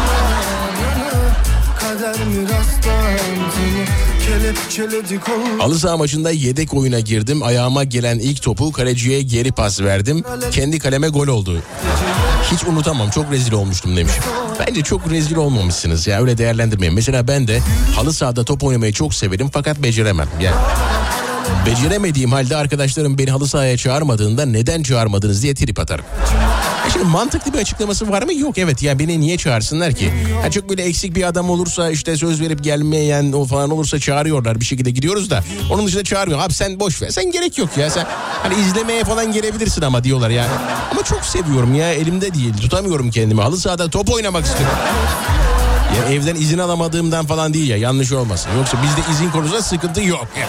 Halı saha maçında yedek oyuna girdim. Ayağıma gelen ilk topu kaleciye geri pas verdim. Kendi kaleme gol oldu. Hiç unutamam, çok rezil olmuştum demiş. Bence çok rezil olmamışsınız ya, öyle değerlendirmeyin. Mesela ben de halı sahada top oynamayı çok severim fakat beceremem. Yani beceremediğim halde arkadaşlarım beni halı sahaya çağırmadığında neden çağırmadınız diye trip atarım. Ya şimdi mantıklı bir açıklaması var mı? Yok, evet ya, beni niye çağırsınlar ki? Ha, çok böyle eksik bir adam olursa, işte söz verip gelmeyen o falan olursa çağırıyorlar, bir şekilde gidiyoruz da onun dışında çağırmıyor. Abi sen boş ver, sen gerek yok ya, sen hani izlemeye falan gelebilirsin ama diyorlar yani. Ama çok seviyorum ya, elimde değil, tutamıyorum kendimi, halı sahada top oynamak istiyorum. Ya evden izin alamadığımdan falan değil ya, yanlış olmasın. Yoksa bizde izin konusunda sıkıntı yok ya.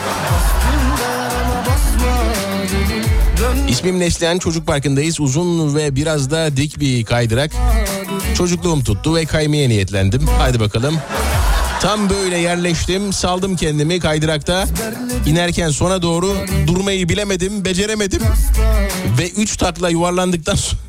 İsmim Neslihan, çocuk parkındayız. Uzun ve biraz da dik bir kaydırak. Çocukluğum tuttu ve kaymaya niyetlendim. Haydi bakalım. Tam böyle yerleştim, saldım kendimi kaydırakta. İnerken sona doğru durmayı bilemedim, beceremedim. Ve üç takla yuvarlandıktan sonra...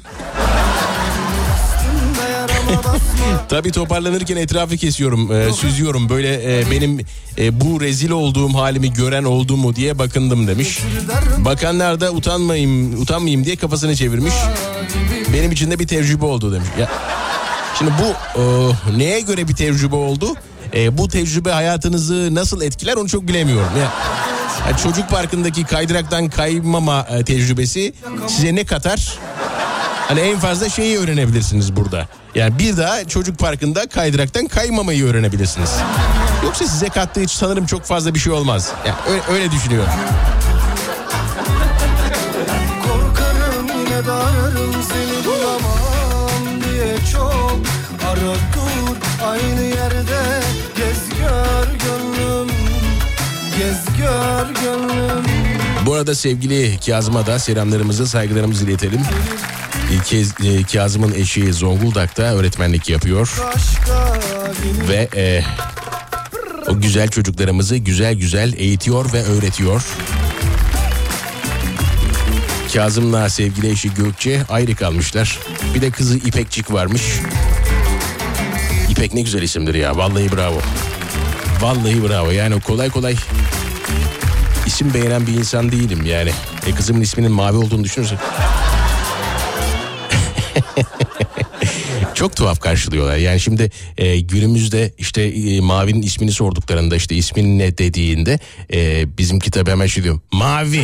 Tabii toparlanırken etrafı kesiyorum, e, süzüyorum. Böyle e, benim e, bu rezil olduğum halimi gören oldu mu diye bakındım demiş. Bakanlar da utanmayayım, utanmayayım diye kafasını çevirmiş. Benim için de bir tecrübe oldu demiş. Ya, şimdi bu e, neye göre bir tecrübe oldu? E, bu tecrübe hayatınızı nasıl etkiler onu çok bilemiyorum. Ya, yani çocuk parkındaki kaydıraktan kaymama e, tecrübesi size ne katar? Hani en fazla şeyi öğrenebilirsiniz burada. Yani bir daha çocuk parkında kaydıraktan kaymamayı öğrenebilirsiniz. Yoksa size kattığı hiç sanırım çok fazla bir şey olmaz. Yani öyle, öyle düşünüyorum.
Korkarım yine de ararım seni bulamam diye çok ara dur aynı yerde gez gör gönlüm gez gör gönlüm.
Bu arada sevgili Kazım'a da selamlarımızı, saygılarımızı iletelim. Kez, e, Kazım'ın eşi Zonguldak'ta öğretmenlik yapıyor. Ve e, o güzel çocuklarımızı güzel güzel eğitiyor ve öğretiyor. Kazım'la sevgili eşi Gökçe ayrı kalmışlar. Bir de kızı İpekçik varmış. İpek ne güzel isimdir ya, vallahi bravo. Vallahi bravo, yani kolay kolay isim beğenen bir insan değilim yani. E, kızımın isminin Mavi olduğunu düşünürsün. Çok tuhaf karşılıyorlar. Yani şimdi e, günümüzde işte e, Mavi'nin ismini sorduklarında, işte ismin ne dediğinde e, bizimki tabii hemen şey diyor. Mavi.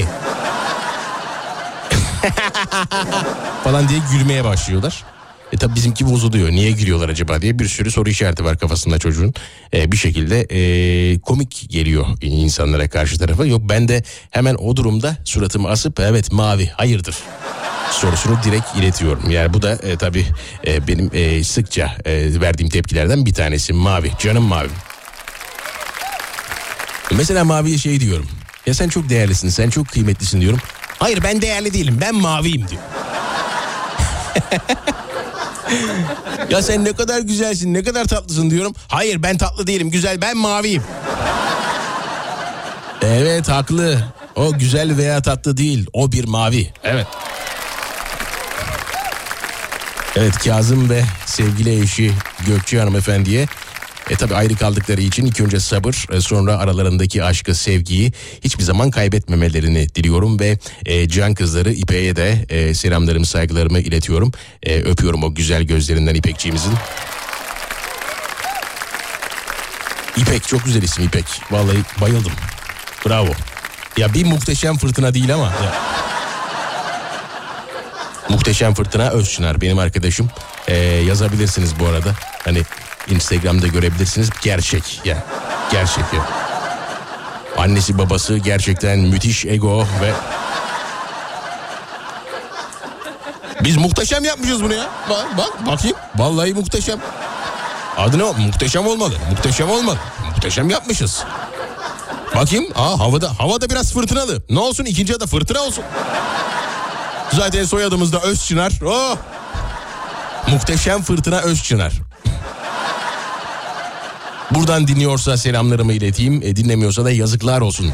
falan diye gülmeye başlıyorlar. E tabii bizimki bozuluyor. Niye gülüyorlar acaba diye bir sürü soru işareti var kafasında çocuğun. E, bir şekilde e, komik geliyor insanlara, karşı tarafa. Yok, ben de hemen o durumda suratımı asıp evet Mavi hayırdır sorusunu direkt iletiyorum. Yani bu da e, tabii e, benim e, sıkça e, verdiğim tepkilerden bir tanesi. Mavi, canım Mavi. Mesela Mavi'ye şey diyorum. Ya sen çok değerlisin, sen çok kıymetlisin diyorum. Hayır, ben değerli değilim, ben maviyim diyor. Ya sen ne kadar güzelsin, ne kadar tatlısın diyorum. Hayır, ben tatlı değilim, güzel, ben maviyim. Evet, haklı. O güzel veya tatlı değil, o bir mavi. Evet. Evet, Kazım ve sevgili eşi Gökçe hanımefendiye e tabi ayrı kaldıkları için ilk önce sabır, sonra aralarındaki aşkı, sevgiyi hiçbir zaman kaybetmemelerini diliyorum ve e, can kızları İpek'e de e, selamlarımı, saygılarımı iletiyorum. E, öpüyorum o güzel gözlerinden İpekçiğimizin. İpek çok güzel isim, İpek. Vallahi bayıldım. Bravo. Ya bir muhteşem fırtına değil ama. Ya. Muhteşem Fırtına Özçınar benim arkadaşım. Ee, yazabilirsiniz bu arada. Hani Instagram'da görebilirsiniz. Gerçek ya. Gerçek ya. Annesi babası gerçekten müthiş ego ve... Biz muhteşem yapmışız bunu ya. Bak, bak bakayım. Vallahi muhteşem. Adı ne o? Muhteşem olmalı. Muhteşem olmalı. Muhteşem yapmışız. Bakayım. Aa, havada havada biraz fırtınalı. Ne olsun, ikinci ada fırtına olsun. Zaten soyadımız da Özçınar. Oh! Muhteşem fırtına Özçınar. Buradan dinliyorsa selamlarımı ileteyim. E, dinlemiyorsa da yazıklar olsun.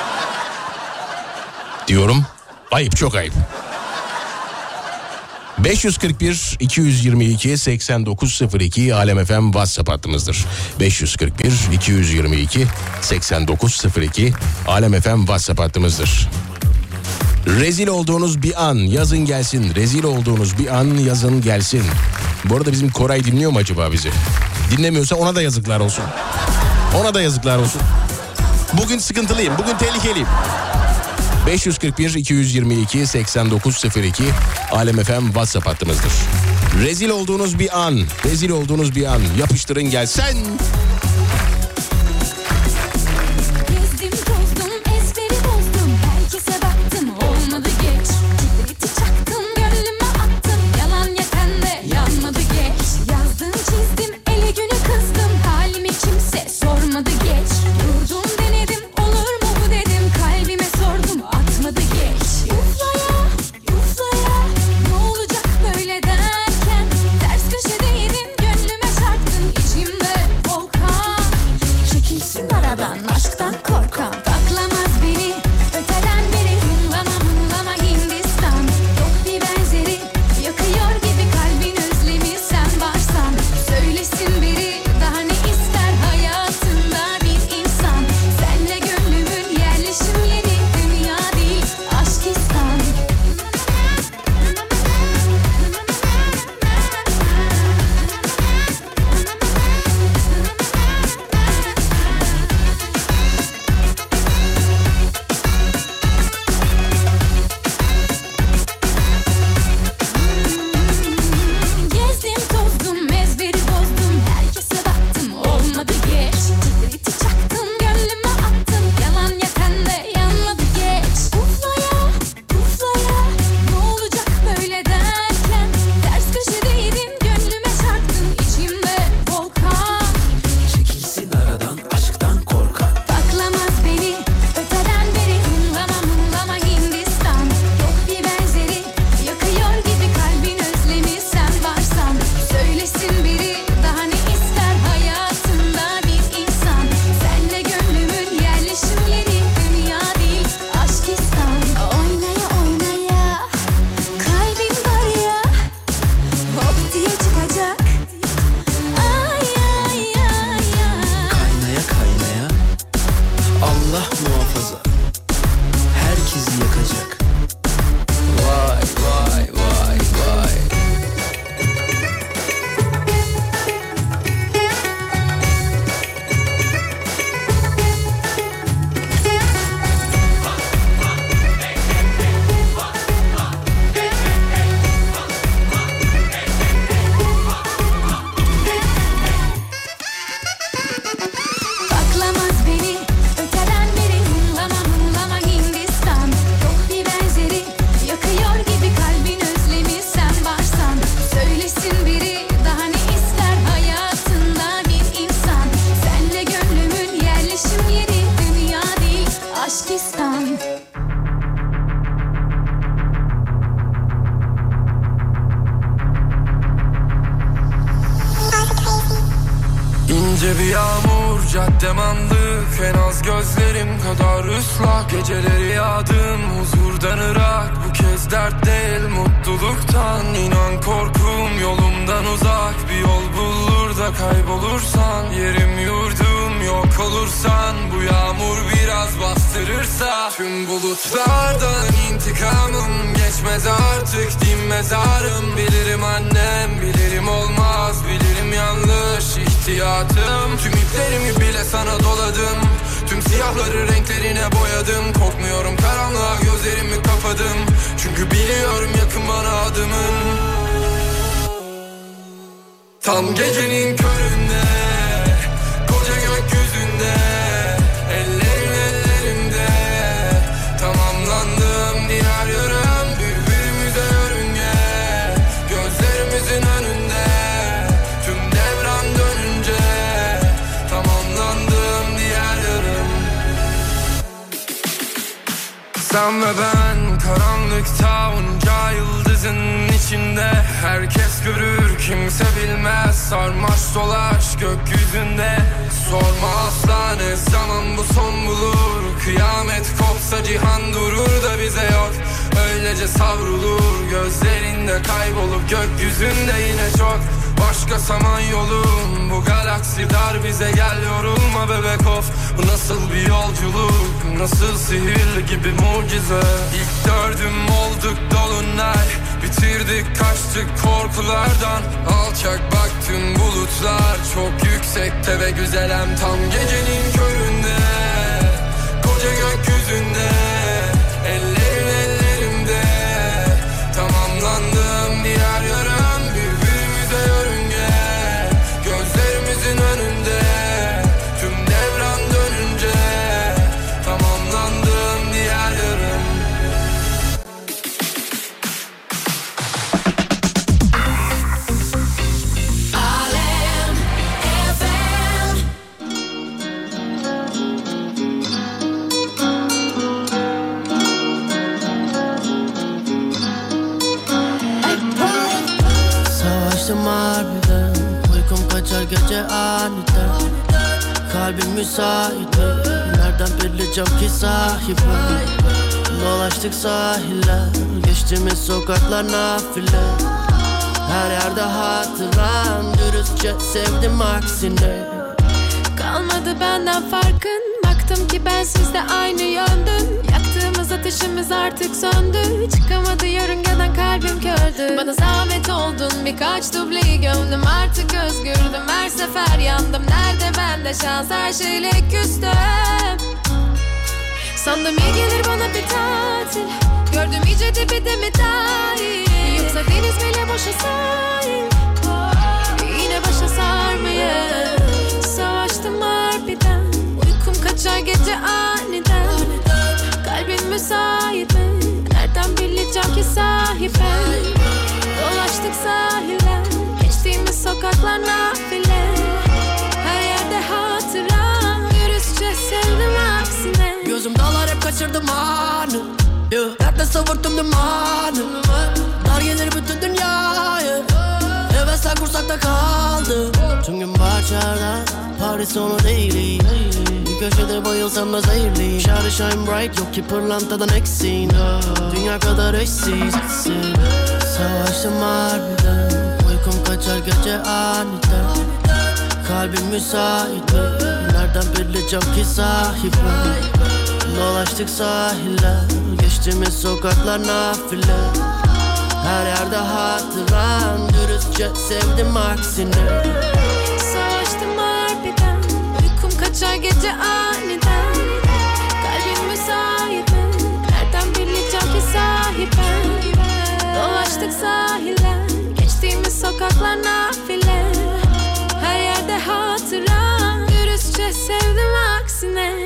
Diyorum. Ayıp, çok ayıp. beş yüz kırk bir iki yüz yirmi iki seksen dokuz sıfır iki Alem F M WhatsApp hattımızdır. beş yüz kırk bir iki yüz yirmi iki seksen dokuz sıfır iki Alem F M WhatsApp hattımızdır. Rezil olduğunuz bir an yazın gelsin. Rezil olduğunuz bir an yazın gelsin. Bu arada bizim Koray dinliyor mu acaba bizi? Dinlemiyorsa ona da yazıklar olsun. Ona da yazıklar olsun. Bugün sıkıntılıyım. Bugün tehlikeliyim. beş yüz kırk bir iki yüz yirmi iki seksen dokuz sıfır iki Alem F M WhatsApp hattımızdır. Rezil olduğunuz bir an, rezil olduğunuz bir an yapıştırın gelsin.
Gezdim tozdum ezberi bozdum, herkese baktım olmadı geç. Kibriti çaktım gönlüme attım, yalan yeten de yanmadı geç. Yazdım çizdim ele güne kızdım, halimi kimse sormadı geç. Durdum denedim olur mu bu dedim, kalbime sordum atmadı geç. Uflaya uflaya ne olacak böyle derken, ters köşedeydim gönlüme çarptın, içimde volkan. Çekilsin aradan aşktan korkan, baklamaz beni öteden beri, hınlama hınlama Hindistan. Yok bir benzeri yakıyor gibi kalbin özlemi, sen varsan söylesin biri, daha ne ister hayatında bir insan. Senle gönlümün yerleşim yeri, dünya değil aşkistan. Gezdim tozdum ezberi bozdum, herkese baktım olmadı geç. Kibriti çaktım gönlüme attım, yalan yeten de yanmadı geç. Uflaya uflaya ne olacak böyle derken, ters köşedeydim gönlüme çarptın, içimde volkan.
Çekilsin aradan aşktan korkan.
Baklamaz beni öteden beri, hınlama hınlama Hindistan. Yok bir benzeri yakıyor gibi kalbin özlemi, sen varsan söylesin biri, daha ne ister hayatında bir insan. Senle gönlümün yerleşim yeri, dünya değil aşkistan. Oynaya oynaya kalbim var ya, hop diye çıkacak. Ay ay ay ay.
Kaynaya kaynaya Allah muhafaza, herkesi yakacak. Vay vay vay vay.
Baklamaz beni öteden beri, hınlama hınlama Hindistan. Yok bir benzeri yakıyor gibi kalbin özlemi, sen varsan söylesin biri, daha ne ister hayatında bir insan. Senle gönlümün yerleşim yeri, dünya değil aşkistan.
İnce bir yağmur, caddem anlık, en az gözlerim kadar ıslak. Geceleri yağdım huzurdan ırak, bu kez dert değil mutluluktan. İnan korkum yolumdan uzak, bir yol bulur da kaybolursan. Yerim yurdum yok olursan, bu yağmur biraz bastırırsa. Tüm bulutlardan intikamım geçmez artık, dinmez ağrım. Bilirim annem, bilirim olmaz, bilirim yanlış ihtiyatım. Tüm iplerimi bile sana doladım, tüm siyahları renklerine boyadım. Korkmuyorum karanlığa, gözlerimi kapadım, çünkü biliyorum yakın bana adımın. Tam gecenin köründe, koca gökyüzünde, ellerin ellerimde. Tamamlandım diğer yarım, birbirimize yörünge. Gözlerimizin önünde, tüm devran dönünce. Tamamlandım diğer yarım. Sen ve ben karanlıkta onca yıldızın içinde. Herkes görür kimse bilmez, sarmaş dolaş gökyüzünde. Sorma asla ne zaman bu son bulur. Kıyamet kopsa cihan durur da bize yok. Öylece savrulur gözlerinde, kaybolup gökyüzünde yine çok. Başka samanyolum, bu galaksi dar bize, gel yorulma bebek of. Bu nasıl bir yolculuk, nasıl sihirli gibi mucize. İlk dördüm olduk dolunay, bitirdik kaçtık korkulardan. Alçak baktım bulutlar çok yüksekte ve güzelem tam gecenin köründe. Koca gökyüzünde ellerin ellerimde, tamamlandım diğer yarım birbirimize yörünge. Gözlerimizin önünde tüm devran dönünce, tamamlandım diğer yarım.
Savaştım harbiden, uykum kaçar gece aniden. Kalbim müsait mi? Nereden bileceğim ki sahibim? Dolaştık sahiller, geçtiğimiz sokaklar nafile. Her yerde hatıran, dürüstçe sevdim aksine.
Kalmadı benden farkın, baktım ki ben sizde aynı yöndüm. Yaktığımız ateşimiz artık söndü, çıkamadı yörüngeden kalbim kördü. Bana zahmet oldun, birkaç dubleyi gömdüm. Artık özgürdüm, her sefer yandım. Nerede bende şans, her şeyle küstüm. Sandım iyi gelir bana bir tatil, gördüm iyice dibi de mi dahil. Yoksa deniz bile boşa sahil, yine başa sarmayın. Savaştım harbiden, uykum kaçar gece aniden. Kalbim müsait mi? Nereden bileceğim ki sahibim? Dolaştık sahiller, geçtiğimiz sokaklar nafile. Her yerde hatıra, dürüstçe sevdim aksine.
Gözüm dağlar hep kaçırdım anı, yeah. Nerede savurttum dumanı, dar gelir bütün dünyayı. Hevesler kursakta kaldı, tüm gün bahçede Paris sonu değil. Bir köşede bayılsam da zehirliyim. Shine shine bright, yok ki pırlantadan eksin. Dünya kadar eşsizsin. Savaştım harbiden, uykum kaçar gece aniden. Kalbim müsait mi? Nereden bileceğim ki sahibim? Dolaştık sahiller, geçtiğimiz sokaklar nafile. Her yerde hatıran, dürüstçe sevdim aksine.
Savaştım harbiden, uykum kaçar gece aniden. Kalbim müsait mi? Nereden bileceğim ki sahibim? Dolaştık sahiller, geçtiğimiz sokaklar nafile. Her yerde hatıra, dürüstçe sevdim aksine.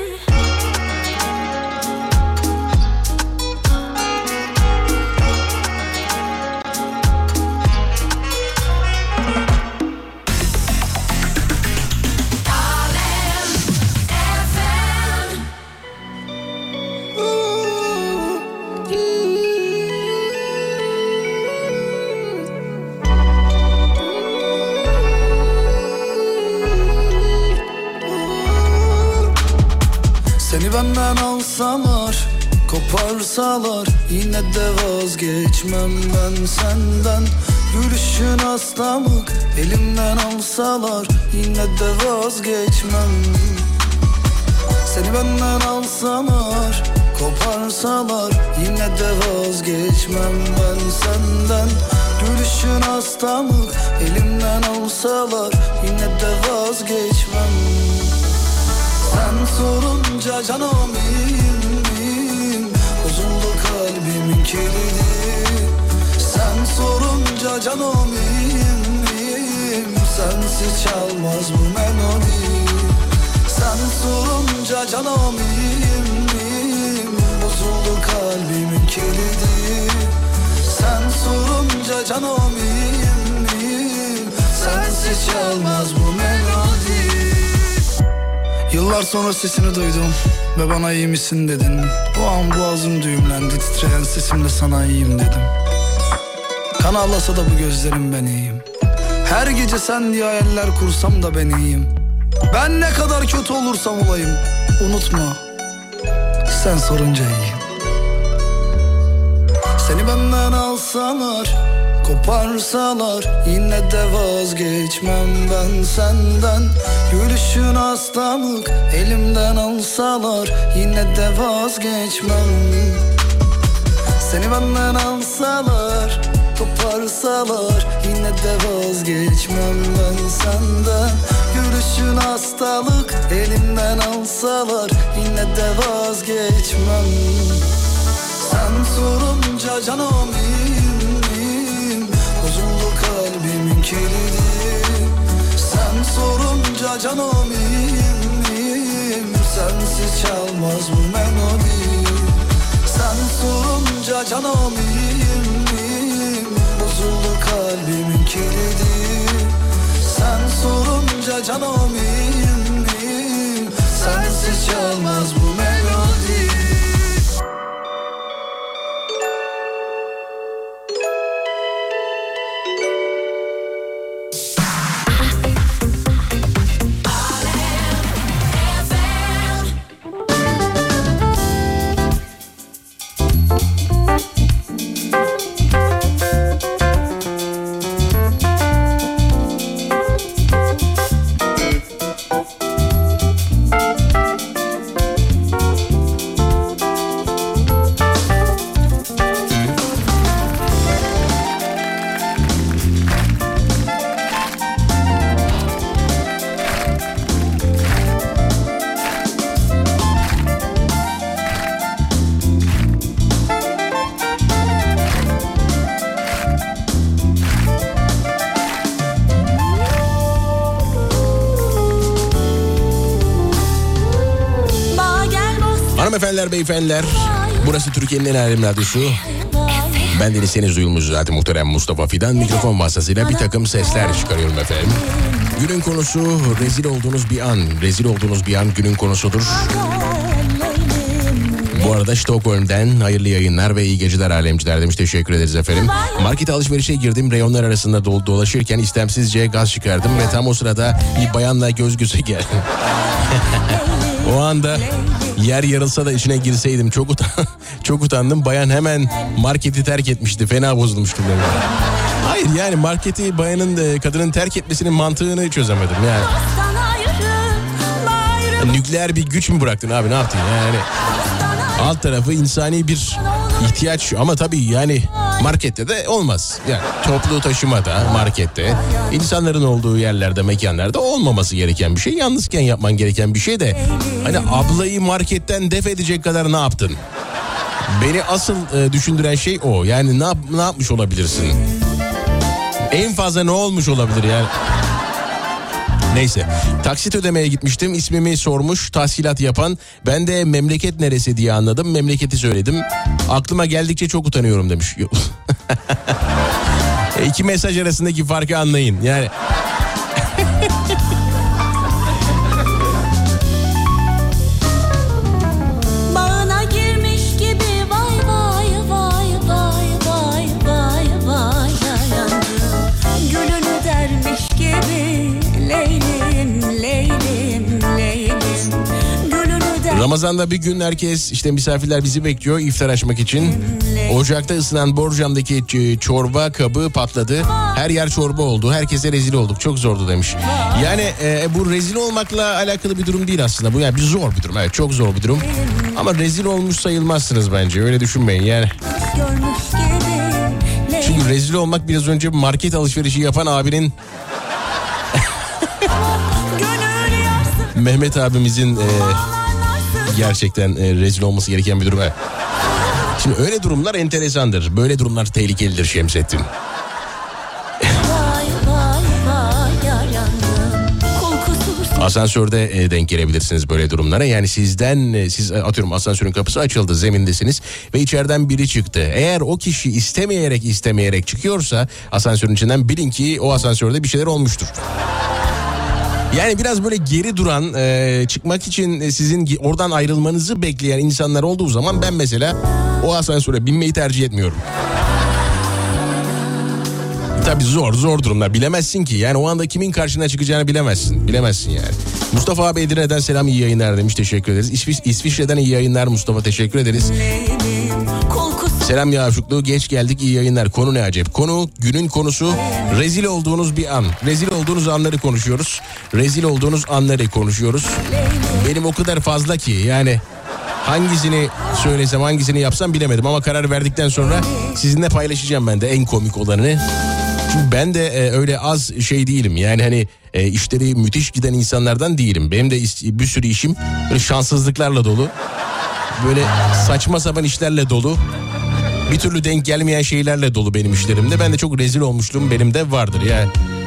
Seni benden alsalar, koparsalar, yine de vazgeçmem ben senden. Gülüşün hastalık, elimden alsalar, yine de vazgeçmem. Seni benden alsalar, koparsalar, yine de vazgeçmem ben senden. Gülüşün hastalık, elimden alsalar, yine de vazgeçmem. Sen sorunca canım iyiyim, iyiyim. Bozuldu kalbimin kilidi. Sen sorunca canım iyiyim, iyiyim. Sensiz çalmaz bu melodi. Sen sorunca canım iyiyim, iyiyim. Bozuldu kalbimin kilidi. Sen sorunca canım iyiyim, iyiyim. Sensiz çalmaz bu melodi. Yıllar sonra sesini duydum ve bana iyi misin dedin. O an boğazım düğümlendi, titreyen sesimle sana iyiyim dedim. Kan ağlasa da bu gözlerim ben iyiyim. Her gece sen diye hayaller kursam da ben iyiyim. Ben ne kadar kötü olursam olayım, unutma, sen sorunca iyiyim. Seni benden alsalar, koparsalar, yine de vazgeçmem ben senden. Gülüşün hastalık, elimden alsalar, yine de vazgeçmem. Seni benden alsalar, koparsalar, yine de vazgeçmem ben senden. Gülüşün hastalık, elimden alsalar, yine de vazgeçmem. Sen sorunca canım iyiyim, bozuldu kalbimin kilidi. Sen sorunca canım iyiyim, sensiz çalmaz bu melodi. Sen sorunca canım iyiyim, bozuldu kalbimin kilidi. Sen sorunca canım iyiyim, sensiz çalmaz bu melodi.
Hanımefendiler, beyefendiler, burası Türkiye'nin en alem radyosu. Ben Deniz Seniz Duyulmuş zaten muhterem Mustafa Fidan. Mikrofon vasıtasıyla bir takım sesler çıkarıyorum efendim. Günün konusu rezil olduğunuz bir an. Rezil olduğunuz bir an günün konusudur. Bu arada Stockholm'den hayırlı yayınlar ve iyi geceler alemciler demiş. Teşekkür ederiz efendim. Market alışverişe girdim. Reyonlar arasında do- dolaşırken istemsizce gaz çıkardım ve tam o sırada bir bayanla göz göze geldim. O anda yer yarılsa da içine girseydim, çok utan çok utandım. Bayan hemen marketi terk etmişti. Fena bozulmuştum dedim. Hayır, yani marketi bayanın, kadının terk etmesinin mantığını çözemedim yani. Nükleer bir güç mü bıraktın abi, ne yaptın yani? Alt tarafı insani bir ihtiyaç ama tabii yani markette de olmaz. Yani toplu taşımada, markette, insanların olduğu yerlerde, mekanlarda olmaması gereken bir şey. Yalnızken yapman gereken bir şey de hani ablayı marketten def edecek kadar ne yaptın? Beni asıl e, düşündüren şey o. Yani ne, yap, ne yapmış olabilirsin? En fazla ne olmuş olabilir yani? Neyse, taksit ödemeye gitmiştim, ismimi sormuş tahsilat yapan. Ben de memleket neresi diye anladım, memleketi söyledim. Aklıma geldikçe çok utanıyorum demiş. İki mesaj arasındaki farkı anlayın yani.
Bağına girmiş gibi vay vay vay vay vay vay vay yandım. Gülünü dermiş gibi Leylim, leylim, leylim.
Ramazan'da bir gün herkes, işte misafirler bizi bekliyor iftar açmak için. Ocakta ısınan borcamdaki çorba kabı patladı. Her yer çorba oldu. Herkese rezil olduk. Çok zordu demiş. Yani e, bu rezil olmakla alakalı bir durum değil aslında. Bu yani bir zor bir durum. Evet, çok zor bir durum. Ama rezil olmuş sayılmazsınız bence. Öyle düşünmeyin yani. Çünkü rezil olmak biraz önce market alışverişi yapan abinin Mehmet abimizin e, gerçekten e, rezil olması gereken bir durum. Evet. Şimdi öyle durumlar enteresandır. Böyle durumlar tehlikelidir Şemsettin. Asansörde e, denk gelebilirsiniz böyle durumlara. Yani sizden e, siz atıyorum asansörün kapısı açıldı, zemindesiniz ve içeriden biri çıktı. Eğer o kişi istemeyerek istemeyerek çıkıyorsa asansörün içinden, bilin ki o asansörde bir şeyler olmuştur. Yani biraz böyle geri duran, e, çıkmak için sizin oradan ayrılmanızı bekleyen insanlar olduğu zaman ben mesela o asansöre binmeyi tercih etmiyorum. Tabii zor zor durumlar, bilemezsin ki yani o anda kimin karşına çıkacağını bilemezsin bilemezsin yani. Mustafa abi Edirne'den selam, iyi yayınlar demiş, teşekkür ederiz. İsviç, İsviçre'den iyi yayınlar Mustafa, teşekkür ederiz. Selam ya Aşıklığı, geç geldik, iyi yayınlar. Konu ne acep? Konu, günün konusu rezil olduğunuz bir an. Rezil olduğunuz anları konuşuyoruz. Rezil olduğunuz anları konuşuyoruz. Benim o kadar fazla ki yani hangisini söylesem hangisini yapsam bilemedim. Ama karar verdikten sonra sizinle paylaşacağım ben de en komik olanını. Çünkü ben de e, öyle az şey değilim yani hani e, işleri müthiş giden insanlardan değilim. Benim de is- bir sürü işim böyle şanssızlıklarla dolu. Böyle saçma sapan işlerle dolu. Bir türlü denk gelmeyen şeylerle dolu benim işlerimde. Ben de çok rezil olmuşluğum benim de vardır yani.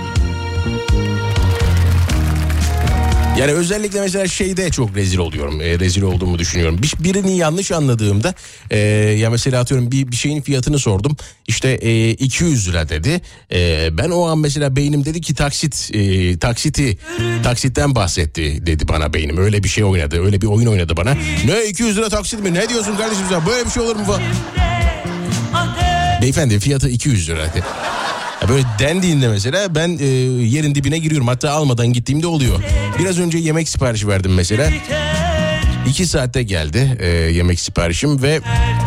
Yani özellikle mesela şeyde çok rezil oluyorum. E, rezil olduğumu düşünüyorum. Bir, birini yanlış anladığımda e, ya mesela atıyorum bir, bir şeyin fiyatını sordum. İşte e, iki yüz lira dedi. E, ben o an mesela beynim dedi ki taksit e, taksiti taksitten bahsetti dedi bana beynim. Öyle bir şey oynadı. Öyle bir oyun oynadı bana. Ne iki yüz lira taksit mi? Ne diyorsun kardeşim sen? Böyle bir şey olur mu falan? Beyefendi fiyatı iki yüz lira. Böyle dendiğinde mesela ben e, yerin dibine giriyorum. Hatta almadan gittiğimde oluyor. Biraz önce yemek siparişi verdim mesela. İki saatte geldi e, yemek siparişim ve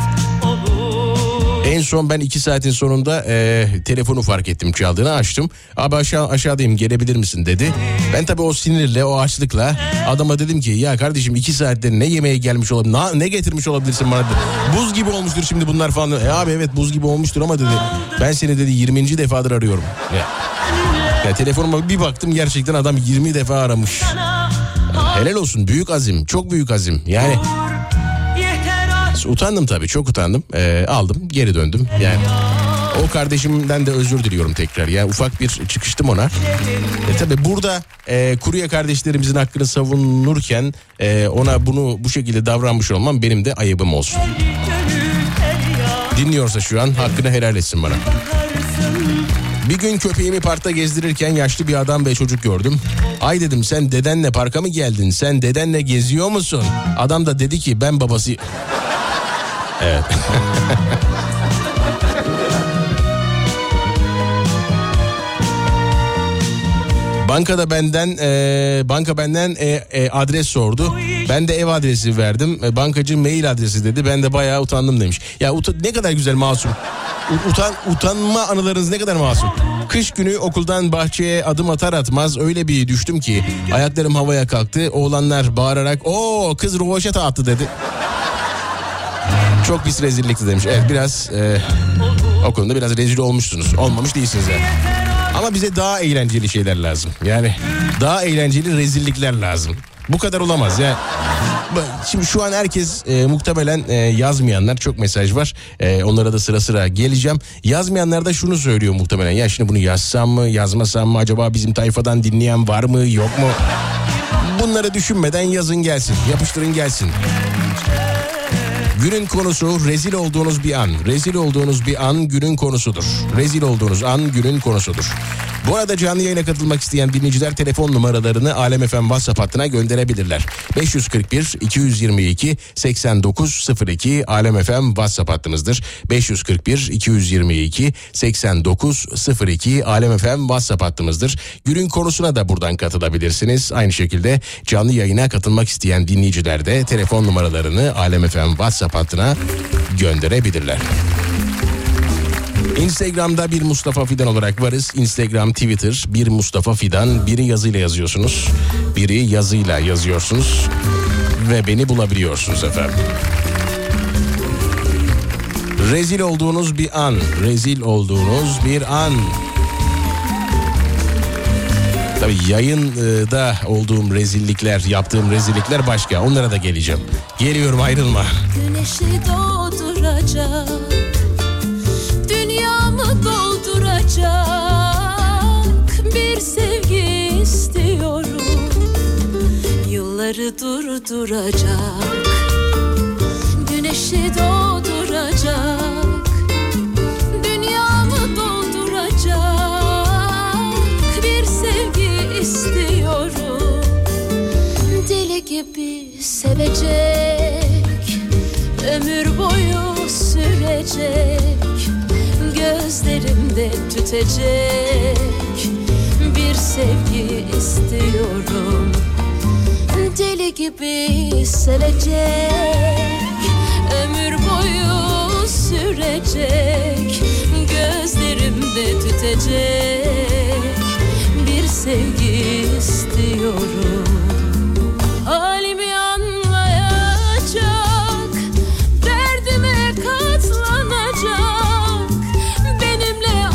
en son ben iki saatin sonunda e, telefonu fark ettim, çaldığını açtım. Abi aşağı aşağıdayım, gelebilir misin dedi. Ben tabii o sinirle, o açlıkla adama dedim ki ya kardeşim iki saatte ne yemeğe gelmiş olabilir, ne, ne getirmiş olabilirsin bana dedi. Buz gibi olmuştur şimdi bunlar falan. E abi evet buz gibi olmuştur ama dedi ben seni dedi yirminci defadır arıyorum. Ya, ya telefonuma bir baktım, gerçekten adam yirmi defa aramış. Helal olsun, büyük azim, çok büyük azim yani. Utandım tabii, çok utandım. Ee, aldım, geri döndüm. Yani o kardeşimden de özür diliyorum tekrar. Yani ufak bir çıkıştım ona. E, tabii burada e, kurye kardeşlerimizin hakkını savunurken e, ona bunu bu şekilde davranmış olmam benim de ayıbım olsun. Dinliyorsa şu an hakkını helal etsin bana. Bir gün köpeğimi parkta gezdirirken yaşlı bir adam ve çocuk gördüm. Ay dedim, sen dedenle parka mı geldin? Sen dedenle geziyor musun? Adam da dedi ki ben babası... Evet. Bankada benden e, banka benden e, e, adres sordu. Ben de ev adresi verdim. E, bankacı mail adresi dedi. Ben de bayağı utandım demiş. Ya uta, ne kadar güzel, masum. Utan utanma anılarınız ne kadar masum. Kış günü okuldan bahçeye adım atar atmaz öyle bir düştüm ki ayaklarım havaya kalktı. Oğlanlar bağırarak "Oo, kız rovaşata attı" dedi. Çok pis rezillikti demiş. Evet, biraz e, o konuda biraz rezil olmuşsunuz. Olmamış değilsiniz yani. Ama bize daha eğlenceli şeyler lazım. Yani daha eğlenceli rezillikler lazım. Bu kadar olamaz ya. Şimdi şu an herkes e, muhtemelen e, yazmayanlar, çok mesaj var. E, onlara da sıra sıra geleceğim. Yazmayanlar da şunu söylüyor muhtemelen. Ya şimdi bunu yazsam mı, yazmasam mı? Acaba bizim tayfadan dinleyen var mı, yok mu? Bunları düşünmeden yazın gelsin. Yapıştırın gelsin. Günün konusu rezil olduğunuz bir an. Rezil olduğunuz bir an günün konusudur. Rezil olduğunuz an günün konusudur. Bu arada canlı yayına katılmak isteyen dinleyiciler telefon numaralarını Alem F M WhatsApp hattına gönderebilirler. beş yüz kırk bir iki yüz yirmi iki seksen dokuz sıfır iki Alem F M WhatsApp hattımızdır. beş yüz kırk bir iki yüz yirmi iki seksen dokuz sıfır iki Alem F M WhatsApp hattımızdır. Günün konusuna da buradan katılabilirsiniz. Aynı şekilde canlı yayına katılmak isteyen dinleyiciler de telefon numaralarını Alem F M WhatsApp hattına gönderebilirler. Instagram'da bir Mustafa Fidan olarak varız. Instagram, Twitter, bir Mustafa Fidan. Biri yazıyla yazıyorsunuz, biri yazıyla yazıyorsunuz ve beni bulabiliyorsunuz efendim. Rezil olduğunuz bir an, rezil olduğunuz bir an. Tabii yayında olduğum rezillikler, yaptığım rezillikler başka. Onlara da geleceğim. Geliyorum, ayrılma.
Güneşi doğduracak, dünyamı dolduracak bir sevgi istiyorum. Yılları durduracak, güneşi doğduracak, dünyamı dolduracak bir sevgi istiyorum. sevecek, ömür boyu sürecek, gözlerimde tütecek bir sevgi istiyorum. Deli gibi sevecek, ömür boyu sürecek, gözlerimde tütecek bir sevgi istiyorum. Halimi anlayacak, derdime katlanacak, benimle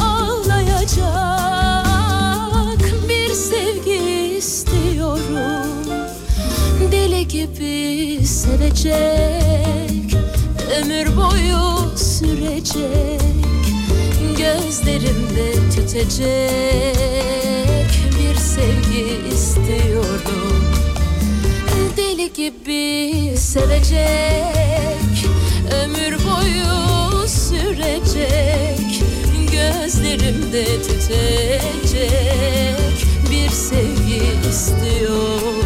ağlayacak bir sevgi istiyorum. Deli gibi sevecek, ömür boyu sürecek, gözlerimde tütecek bir sevgi istiyorum. Deli gibi sevecek, ömür boyu sürecek, gözlerimde tütecek bir sevgi istiyorum.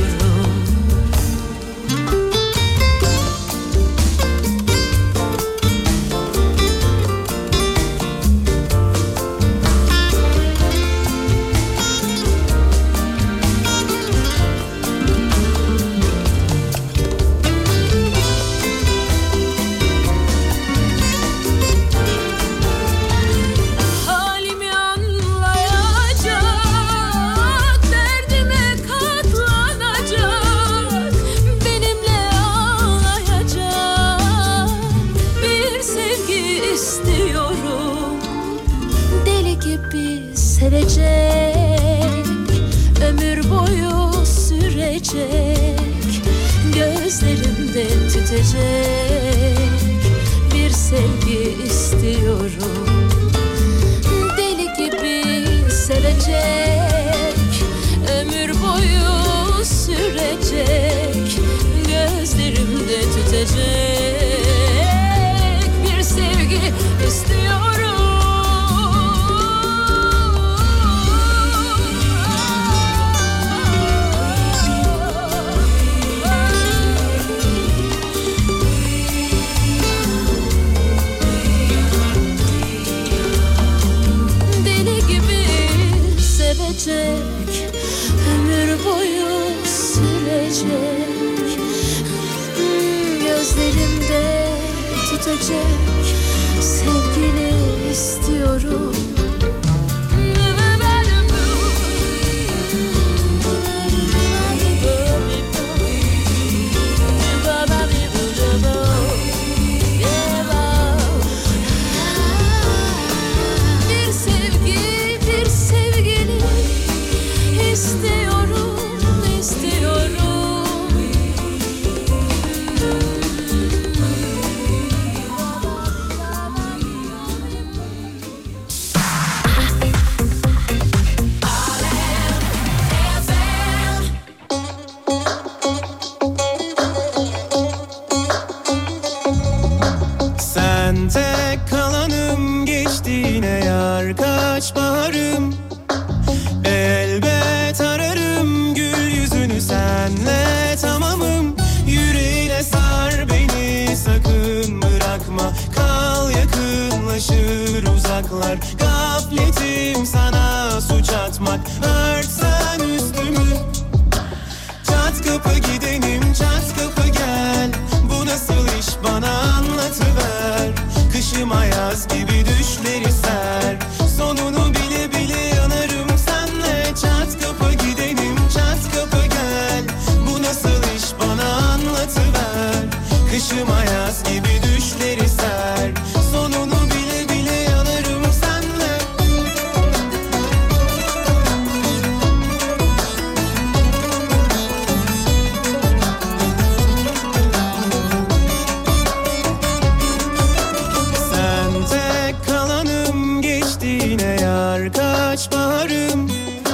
Sevecek, ömür boyu sürecek, gözlerimde tütecek bir sevgi istiyorum. Deli gibi sevecek, ömür boyu sürecek, gözlerimde tütecek bir sevgi istiyorum. Ömür boyu sürecek, gözlerimde tutacak sevgili istiyorum. Bir sevgi, bir sevgili İstiyorum, istiyorum.
Sen tek kalanım, geçtiğine yar kaç baharım. Elbet ararım gül yüzünü, senle tamamım. Yüreğine sar beni, sakın bırakma. Kal yakınlaşır uzaklar. Gafletim sana suç atmak. Örtsen üstümü. Çat kapı gidenim, çat kapı gel. Bu nasıl iş bana anlatıver. Kışıma yaz gibi düşleri ser. Sonunu bile bile yanarım senle. Çat kapı gidenim, çat kapı gel. Bu nasıl iş bana anlatıver. Kışıma yaz gibi düşleri ser. Sonunu bile bile yanarım senle. Sen tek kalanım, geçtiğine yar kaç baharım.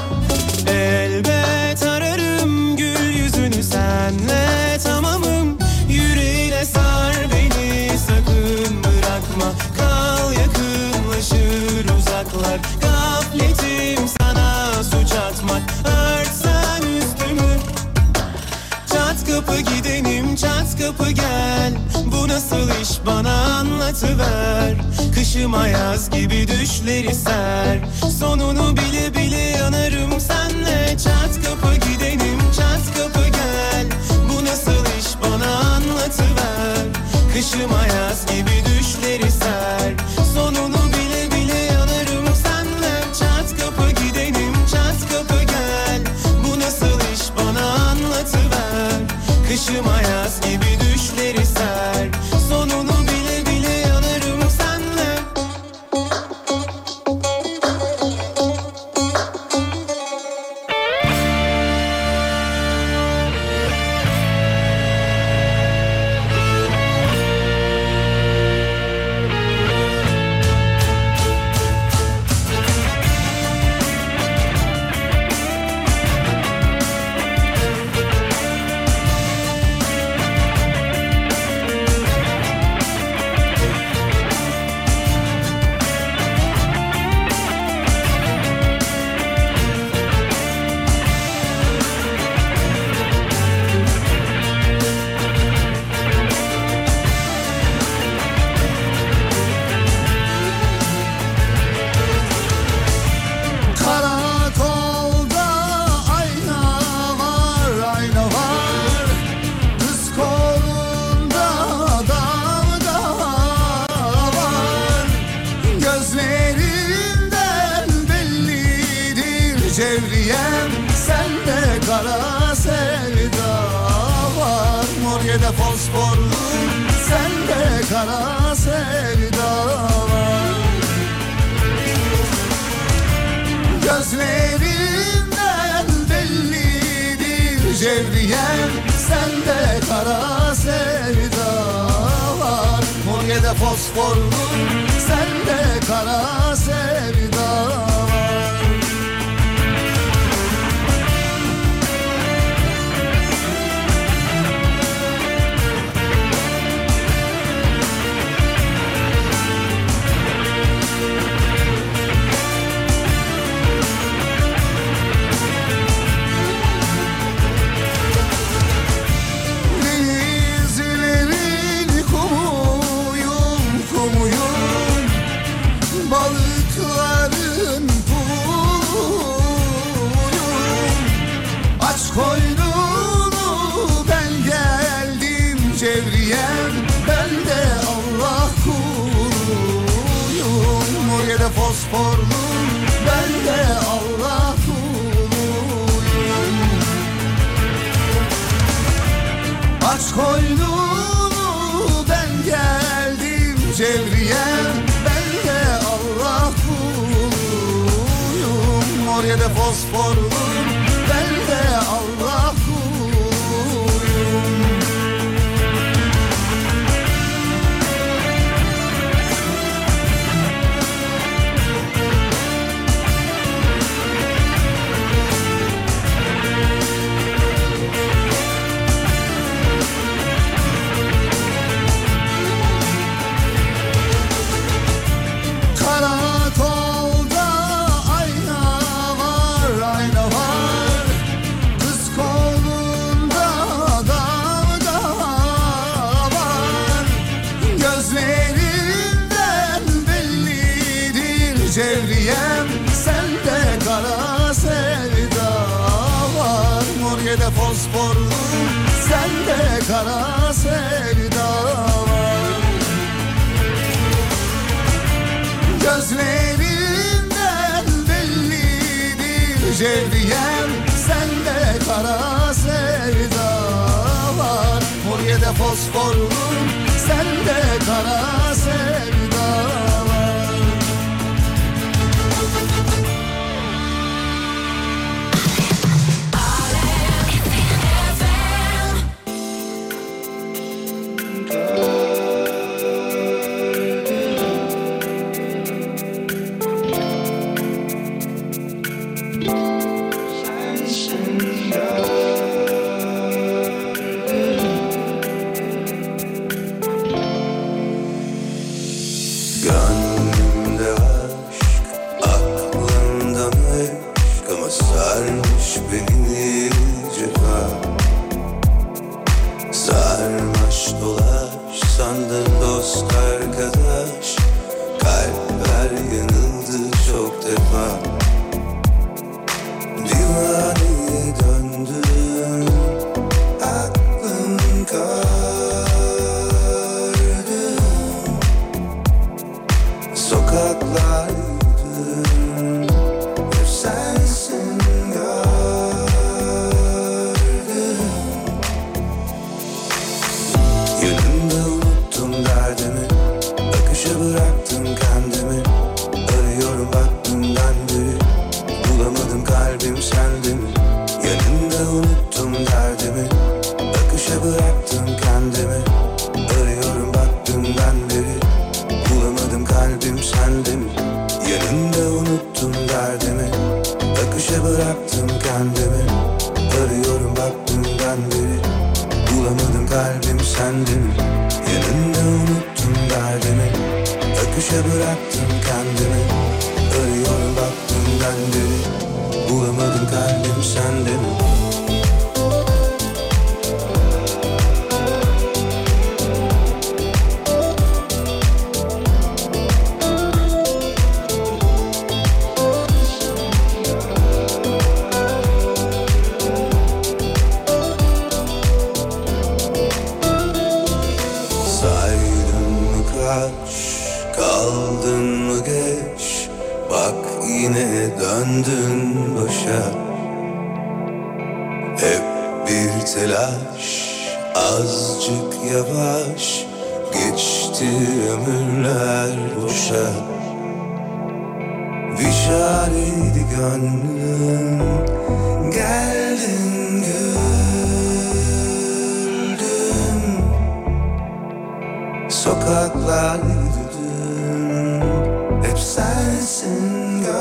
Elbet ararım gül yüzünü, senle tamamım. Yüreğine sar beni, sakın bırakma. Kal yakınlaşır uzaklar. Gafletim sana suç atmak. Örtsen üstümü. Çat kapı gidenim, çat kapı gel. Bu nasıl iş bana anlatıver. Kışıma yaz gibi düşleri ser. Sonunu bile bile yanarım senle. Çat kapı gidelim çat kapı gel. Bu nasıl iş bana anlatıver. Kışıma yaz gibi düşleri ser. Sonunu bile bile yanarım senle. Çat kapı gidelim çat kapı gel. Bu nasıl iş bana anlatıver. Kışıma yaz gibi düşleri ser. Sonunu bile bile yanarım senle.
Karakolda ayna var, ayna var. Kız kolunda dalga var. Gözlerinden bellidir cevriyem. Sende kara sevda var. Morgede fosforlu, sende kara sevda var. Gözlerinden bellidir cevriyem. Sende kara sevda var. Morgede fosforlu, sende kara sevda var. Denizlerin kumuyum, kumuyum. Balıkların puluyum. Aç koynunu ben geldim cevriyem. Ben de Allah kuluyum. Morgede fosforlu, ben de Allah kuluyum. Aç koynunu ben geldim cevriyem. Ben de Allah kuluyum. Morgede fosforlu, ben de Allah kuluyum. Karakolda ayna var, ayna var. Kız kolunda dalga var. Gözlerinden bellidir cevriyem. Sende kara sevda var. Morgede fosforlu, sende kara sevda var. Gözlerinden bellidir cevriyem. Sende kara sevda var. Morgede fosforlu, sende kara sevda var.
kendimin. Yanında unuttum derdimi, akışa bıraktım kendimi. Arıyorum baktığımdan beri, bulamadım kalbim sende mi? Kaldın mı geç, bak yine döndün başa. Hep bir telaş, azıcık yavaş, geçti ömürler boşa. Bir şareydi gönlüm, geldin güldün. Sokaklar hep sensin gördüm.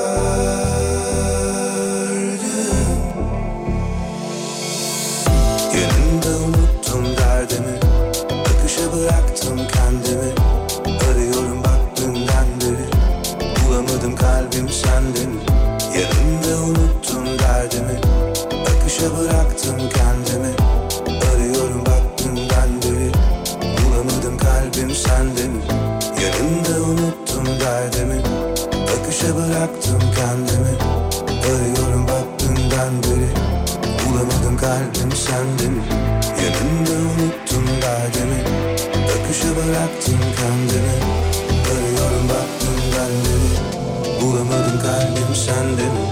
Yanında unuttum derdimi, akışa bıraktım kendimi. Arıyorum baktığımdan beri, bulamadım kalbim sende mi? Yanında unuttum derdimi, akışa bıraktım kendimi. Arıyorum baktığımdan beri, bulamadım kalbim sende mi? Yanında unuttum derdimi, akışa bıraktım kendimi. Arıyorum baktığımdan beri, bulamadım kalbim sende mi? Yanında unuttum derdimi, akışa bıraktım kendimi. Arıyorum baktığımdan beri, bulamadım kalbim sende mi?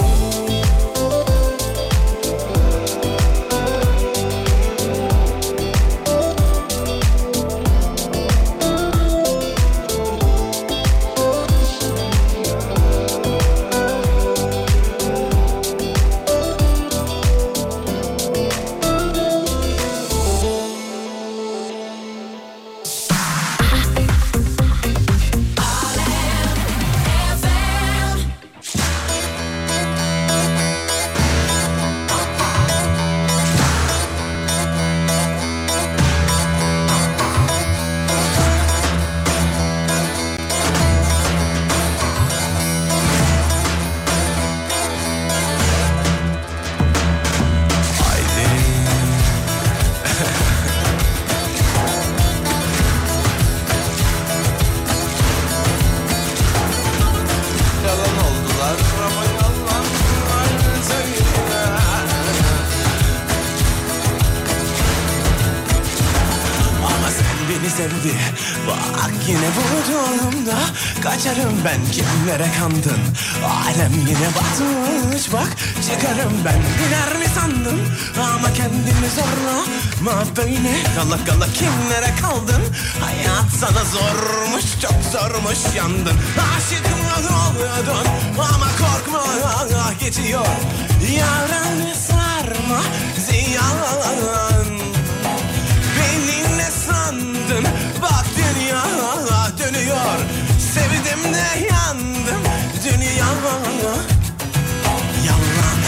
Kaçarım ben kimlere kandın, alem yine batmış bak. Çıkarım ben biner mi sandın, ama kendimi zorlama böyle. Kala kala kimlere kaldın, hayat sana zormuş, çok zormuş, yandın. Aşık mı oluyordun, ama korkma geçiyor. Yaranı sarma ziyan. Beni ne sandın, bak dünya dönüyor. Sevdim de yandım dünya yalan.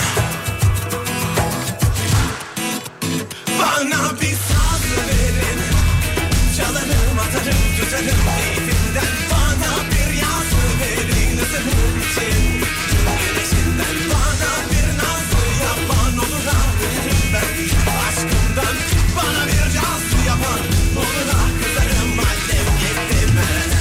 Bana bir saz verin, çalarım atarım tutarım keyfimden. Bana bir yaz verin ısınım için güneşinden. Bana bir naz yapan olur ağlarım ben aşkımdan. Bana bir caz yapan olur ah kızarım alev gittim ben.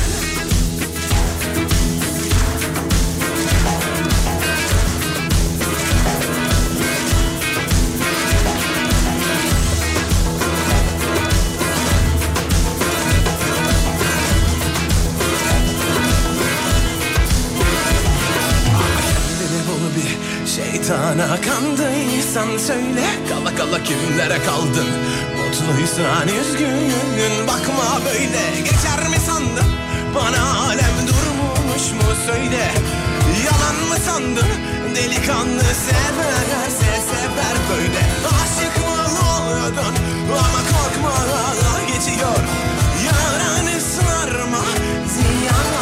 Şeytana kandıysan söyle, kala kala kimlere kaldın? Mutluysan üzgün, bakma böyle. Geçer mi sandın, bana alem durmuş mu söyle. Yalan mı sandın, delikanlı severse sever böyle. Aşık mı oluyordun, ama korkma geçiyor. Yaranı sarma ziyan.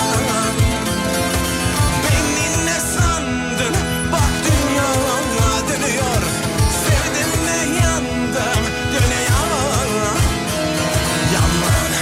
Beni ne sandın, bak dünya dönüyor. Sevdim de yandım, döne yalan. Yalan.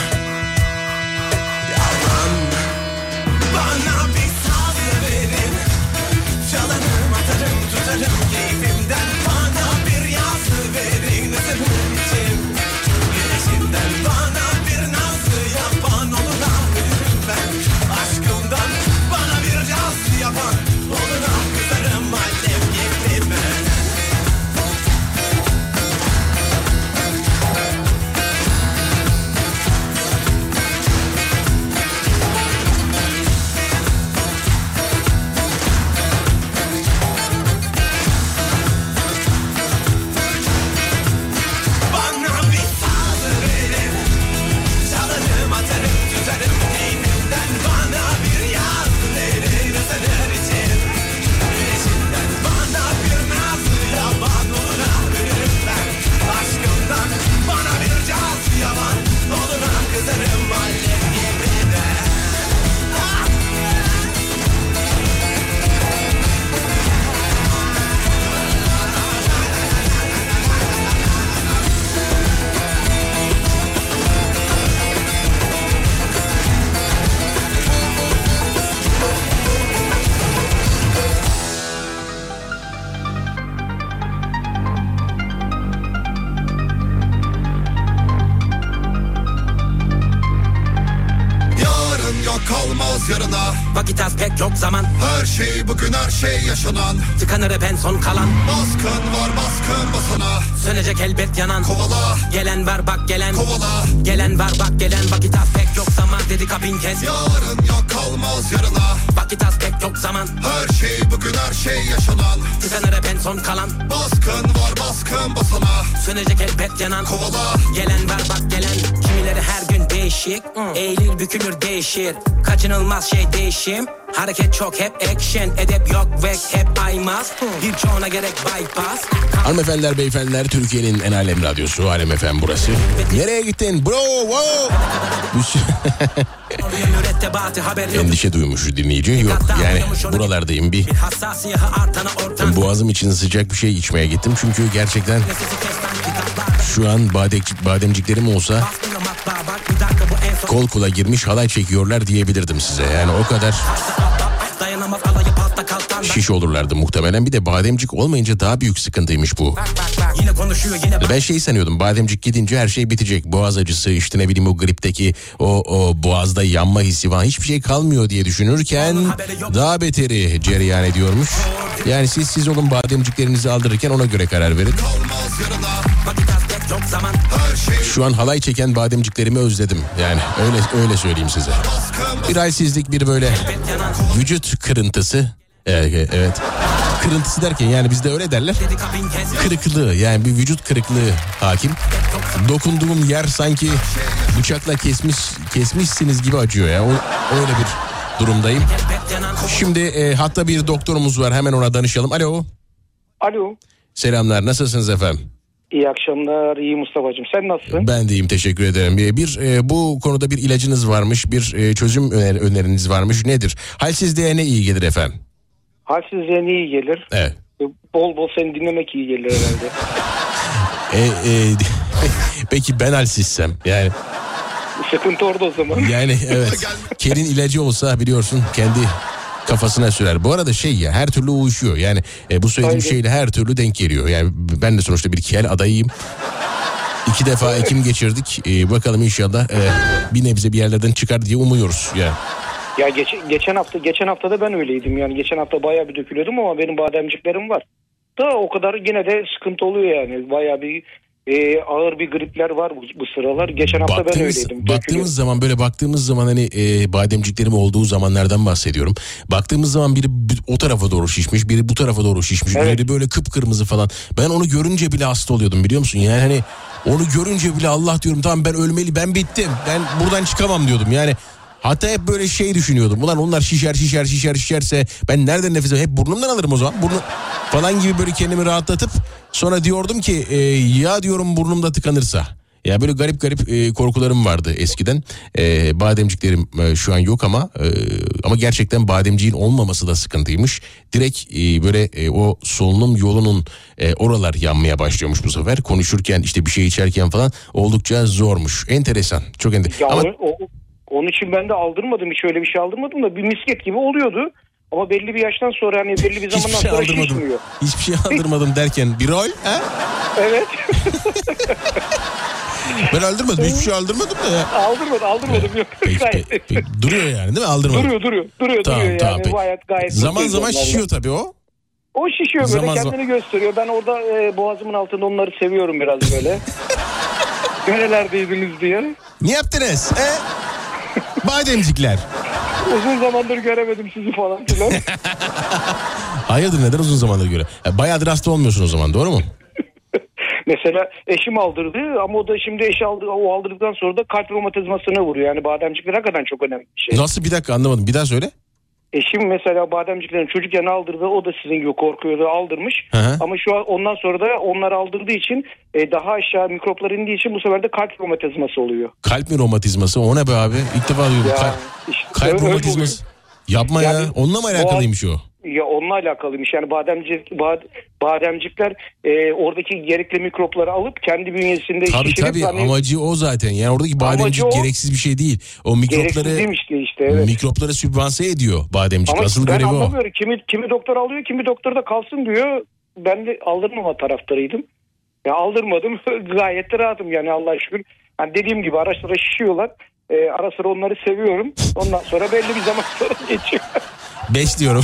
Hazırım alev gibi ben.
Kalmaz yarına,
vakit az pek çok zaman.
Her şey bugün, her şey yaşanan.
Tıkanır hep en son kalan.
Baskın var, baskın basana.
Sönecek elbet yanan.
Kovala,
gelen var bak gelen.
Kovala,
gelen var bak gelen. Vakit az pek yok zaman dedik ha bin kez.
Yarın yok kalmaz yarına.
Vakit az pek çok zaman.
Her şey bugün, her şey yaşanan.
Tıkanır hep en son kalan.
Baskın var, baskın basana.
Sönecek elbet yanan.
Kovala,
gelen var bak gelen. Kimileri her gün değişik, eğilir bükülür değişir. Kaçınılmaz şey değişim. Hareket çok hep action. Edep yok ve hep aymaz. Birçoğuna gerek bypass.
Hanımefendiler, beyefendiler, Türkiye'nin en alem radyosu Alem F M burası. Nereye gittin bro? Wow. Endişe duymuş dinleyici. Yok yani buralardayım bir. Boğazım için sıcak bir şey içmeye gittim. Çünkü gerçekten şu an bademcik, bademciklerim olsa kol kola girmiş halay çekiyorlar diyebilirdim size. Yani o kadar şiş olurlardı muhtemelen. Bir de bademcik olmayınca daha büyük sıkıntıymış bu. Ben şey sanıyordum, bademcik gidince her şey bitecek. Boğaz acısı, işte ne bileyim o gripteki o, o boğazda yanma hissi falan, hiçbir şey kalmıyor diye düşünürken daha beteri cereyan ediyormuş. Yani siz siz olun, bademciklerinizi aldırırken ona göre karar verin. Şu an halay çeken bademciklerimi özledim. Yani öyle öyle söyleyeyim size. Bir halsizlik, bir böyle vücut kırıntısı. Evet, evet. Kırıntısı derken yani bizde öyle derler. Kırıklığı, yani bir vücut kırıklığı hakim. Dokunduğum yer sanki bıçakla kesmiş kesmişsiniz gibi acıyor ya. O, öyle bir durumdayım. Şimdi e, hatta bir doktorumuz var, hemen ona danışalım. Alo.
Alo.
Selamlar, nasılsınız efendim?
İyi akşamlar, iyi Mustafa'cığım. Sen nasılsın?
Ben de iyiyim, teşekkür ederim. Bir, bir e, bu konuda bir ilacınız varmış, bir e, çözüm öner- öneriniz varmış. Nedir? Halsizliğe ne iyi gelir efendim?
Halsizliğe ne iyi gelir?
Evet.
Bol bol seni dinlemek iyi gelir herhalde.
e, e, peki ben halsizsem yani?
Sıkıntı orada o zaman.
Yani evet. Kerin ilacı olsa biliyorsun kendi kafasına sürer. Bu arada şey ya, her türlü uyuşuyor. Yani e, bu söylediğim Aynen. şeyle her türlü denk geliyor. Yani ben de sonuçta bir kel adayıyım. İki defa ekim geçirdik. E, bakalım inşallah e, bir nebze bir yerlerden çıkar diye umuyoruz. Yani.
Ya geç, geçen hafta geçen hafta da ben öyleydim. Yani geçen hafta bayağı bir dökülüyordum ama benim bademciklerim var. Da o kadar yine de sıkıntı oluyor yani. Bayağı bir e, ağır bir gripler var bu, bu sıralar. Geçen hafta baktığımız, ben öyleydim.
Baktığımız zaman böyle baktığımız zaman hani e, bademciklerim olduğu zamanlardan bahsediyorum. Baktığımız zaman biri o tarafa doğru şişmiş, biri bu tarafa doğru şişmiş. Evet. Biri böyle kıpkırmızı falan. Ben onu görünce bile hasta oluyordum, biliyor musun? Yani hani onu görünce bile Allah diyorum, tamam ben ölmeli, ben bittim. Ben buradan çıkamam diyordum. Yani hatta hep böyle şey düşünüyordum. Ulan onlar şişer şişer şişer şişerse ben nereden nefes alayım? Hep burnumdan alırım o zaman. Burnu falan gibi böyle kendimi rahatlatıp sonra diyordum ki e, ya diyorum burnumda tıkanırsa. Ya böyle garip garip e, korkularım vardı eskiden. E, bademciklerim e, şu an yok ama e, ama gerçekten bademciğin olmaması da sıkıntıymış. Direkt e, böyle e, o solunum yolunun e, oralar yanmaya başlıyormuş bu sefer. Konuşurken işte bir şey içerken falan oldukça zormuş. Enteresan. Çok enteresan. Ama...
O, o... Onun için ben de aldırmadım, hiç öyle bir şey aldırmadım da bir misket gibi oluyordu. Ama belli bir yaştan sonra, hani belli bir zamandan
şey
sonra
şişmiyor. Hiçbir şey aldırmadım derken bir rol he?
Evet.
Ben aldırmadım, hiçbir şey aldırmadım da ya.
Aldırmadım, aldırmadım yok.
Peki, peki, peki. Duruyor yani değil mi? Aldırmadım.
Duruyor, duruyor, duruyor,
tamam,
duruyor
tamam,
yani.
peki.
Gayet, gayet
zaman zaman şişiyor tabii o.
O şişiyor böyle, zaman kendini zaman... gösteriyor. Ben orada e, boğazımın altında onları seviyorum biraz böyle. Nerelerdeydiniz diye.
Ne yaptınız? E? Bademcikler.
Uzun zamandır göremedim sizi falan filan.
Hayırdır, neden uzun zamandır göre? Bayağıdır hasta olmuyorsun o zaman, doğru mu?
Mesela eşim aldırdı ama o da şimdi eşi aldı, o aldırdıktan sonra da kalp romatizmasına vuruyor. Yani bademcikler hakikaten çok önemli bir şey.
Nasıl, bir dakika anlamadım, bir daha söyle.
Eşim mesela bademciklerini çocukken aldırdı. O da sizin gibi korkuyordu, aldırmış.
Hı-hı.
Ama şu an ondan sonra da onlar aldırdığı için e, daha aşağı mikroplar indiği için bu sefer de kalp romatizması oluyor.
Kalp mi romatizması? O ne be abi? İlk defa duydum.
Ya,
Kalp,
işte
kalp
öyle
romatizması. Yapma
Yani
ya. Onunla mı alakalıymış o?
Ya onunla alakalıymış. Yani bademcik, bad, bademcikler e, oradaki gerekli mikropları alıp kendi bünyesinde
Tabii
şişirip...
tabii
hani,
amacı o zaten. Yani oradaki bademcik
o.
gereksiz bir şey değil. O
Gereksiz
mikropları
değilmiş de işte, evet.
mikropları sübvanse ediyor bademcik.
Ama
Asıl
ben
görevi o.
anlamıyorum. Kimi, kimi doktor alıyor, kimi doktor da kalsın diyor. Ben de aldırmama taraftarıydım. Ya aldırmadım. Gayet de rahatım yani, Allah'a şükür. Hani dediğim gibi ara sıra şişiyorlar. Ee, ara sıra onları seviyorum. Ondan sonra belli bir zaman sonra geçiyor.
Beş diyorum.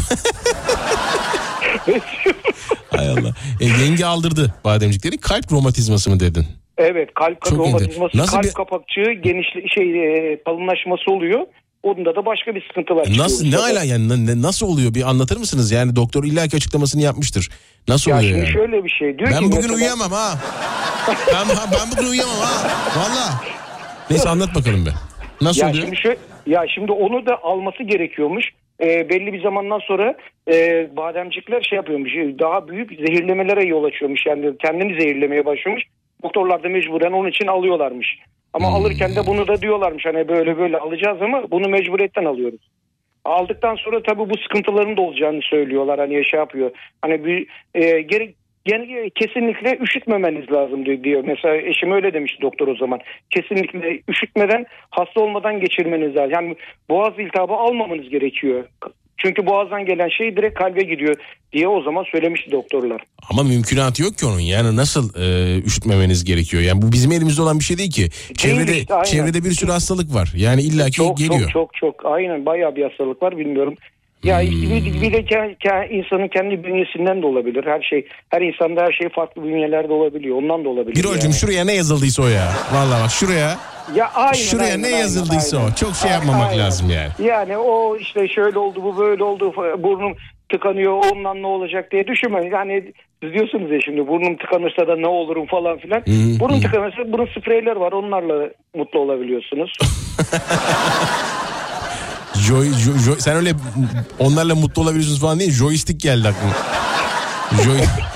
Hay Allah. E, yenge aldırdı bademcikleri. Kalp romatizması mı dedin?
Evet, kalp
Çok
romatizması,
Nasıl
kalp
bir-
kapakçığı genişli şey e, kalınlaşması oluyor. Onda da başka bir sıkıntılar çıkıyor.
Nasıl ne ala yani ne- nasıl oluyor bir anlatır mısınız? Yani doktor illaki açıklamasını yapmıştır. Nasıl
Ya
oluyor
şimdi
yani?
şöyle bir şey diyor
Ben
ki
bugün
mesela-
uyuyamam ha. ben, ben bugün uyuyamam ha. Valla. Neyse anlat bakalım be. Nasıl
ya
oluyor?
Şimdi şu, ya şimdi onu da alması gerekiyormuş. E, belli bir zamandan sonra e, bademcikler şey yapıyormuş. Daha büyük zehirlemelere yol açıyormuş. Yani kendini zehirlemeye başlıyormuş. Doktorlar da mecburen onun için alıyorlarmış. Ama
Hmm.
alırken de bunu da diyorlarmış. Hani böyle böyle alacağız ama bunu mecburiyetten alıyoruz. Aldıktan sonra tabii bu sıkıntıların da olacağını söylüyorlar. Hani şey yapıyor. Hani bir e, geri yani kesinlikle üşütmemeniz lazım diyor. Mesela eşim öyle demişti doktor o zaman. Kesinlikle üşütmeden, hasta olmadan geçirmeniz lazım. Yani boğaz iltihabı almamanız gerekiyor. Çünkü boğazdan gelen şey direkt kalbe gidiyor diye o zaman söylemişti doktorlar.
Ama mümkünatı yok ki onun. Yani nasıl e, üşütmemeniz gerekiyor? Yani bu bizim elimizde olan bir şey değil ki. Çevrede
işte, aynen.
çevrede bir sürü hastalık var. Yani illaki
Çok
geliyor.
çok çok çok aynen, bayağı bir hastalık var, bilmiyorum. Ya
Hmm.
işte bir, bir de ke- ke- insanın kendi bünyesinden de olabilir. Her şey, her insanda her şey farklı bünyelerde olabiliyor. Ondan da olabilir.
Bir hocam
yani.
şuraya ne yazıldıysa o ya. Vallahi bak şuraya.
Ya aynen,
Şuraya
aynen,
ne
aynen,
yazıldıysa
aynen.
o. Çok şey
A-
yapmamak
aynen.
lazım yani.
Yani o işte şöyle oldu, bu böyle oldu, burnum tıkanıyor, ondan ne olacak diye düşünmeyin. Yani siz diyorsunuz ya şimdi burnum tıkanırsa da ne olurum falan filan.
Hı,
Burun
hı.
tıkanırsa burun spreyler var, onlarla mutlu olabiliyorsunuz.
Joy, joy, joy- sen öyle onlarla mutlu olabiliyorsunuz falan değil. Joystick geldi aklıma. Joy...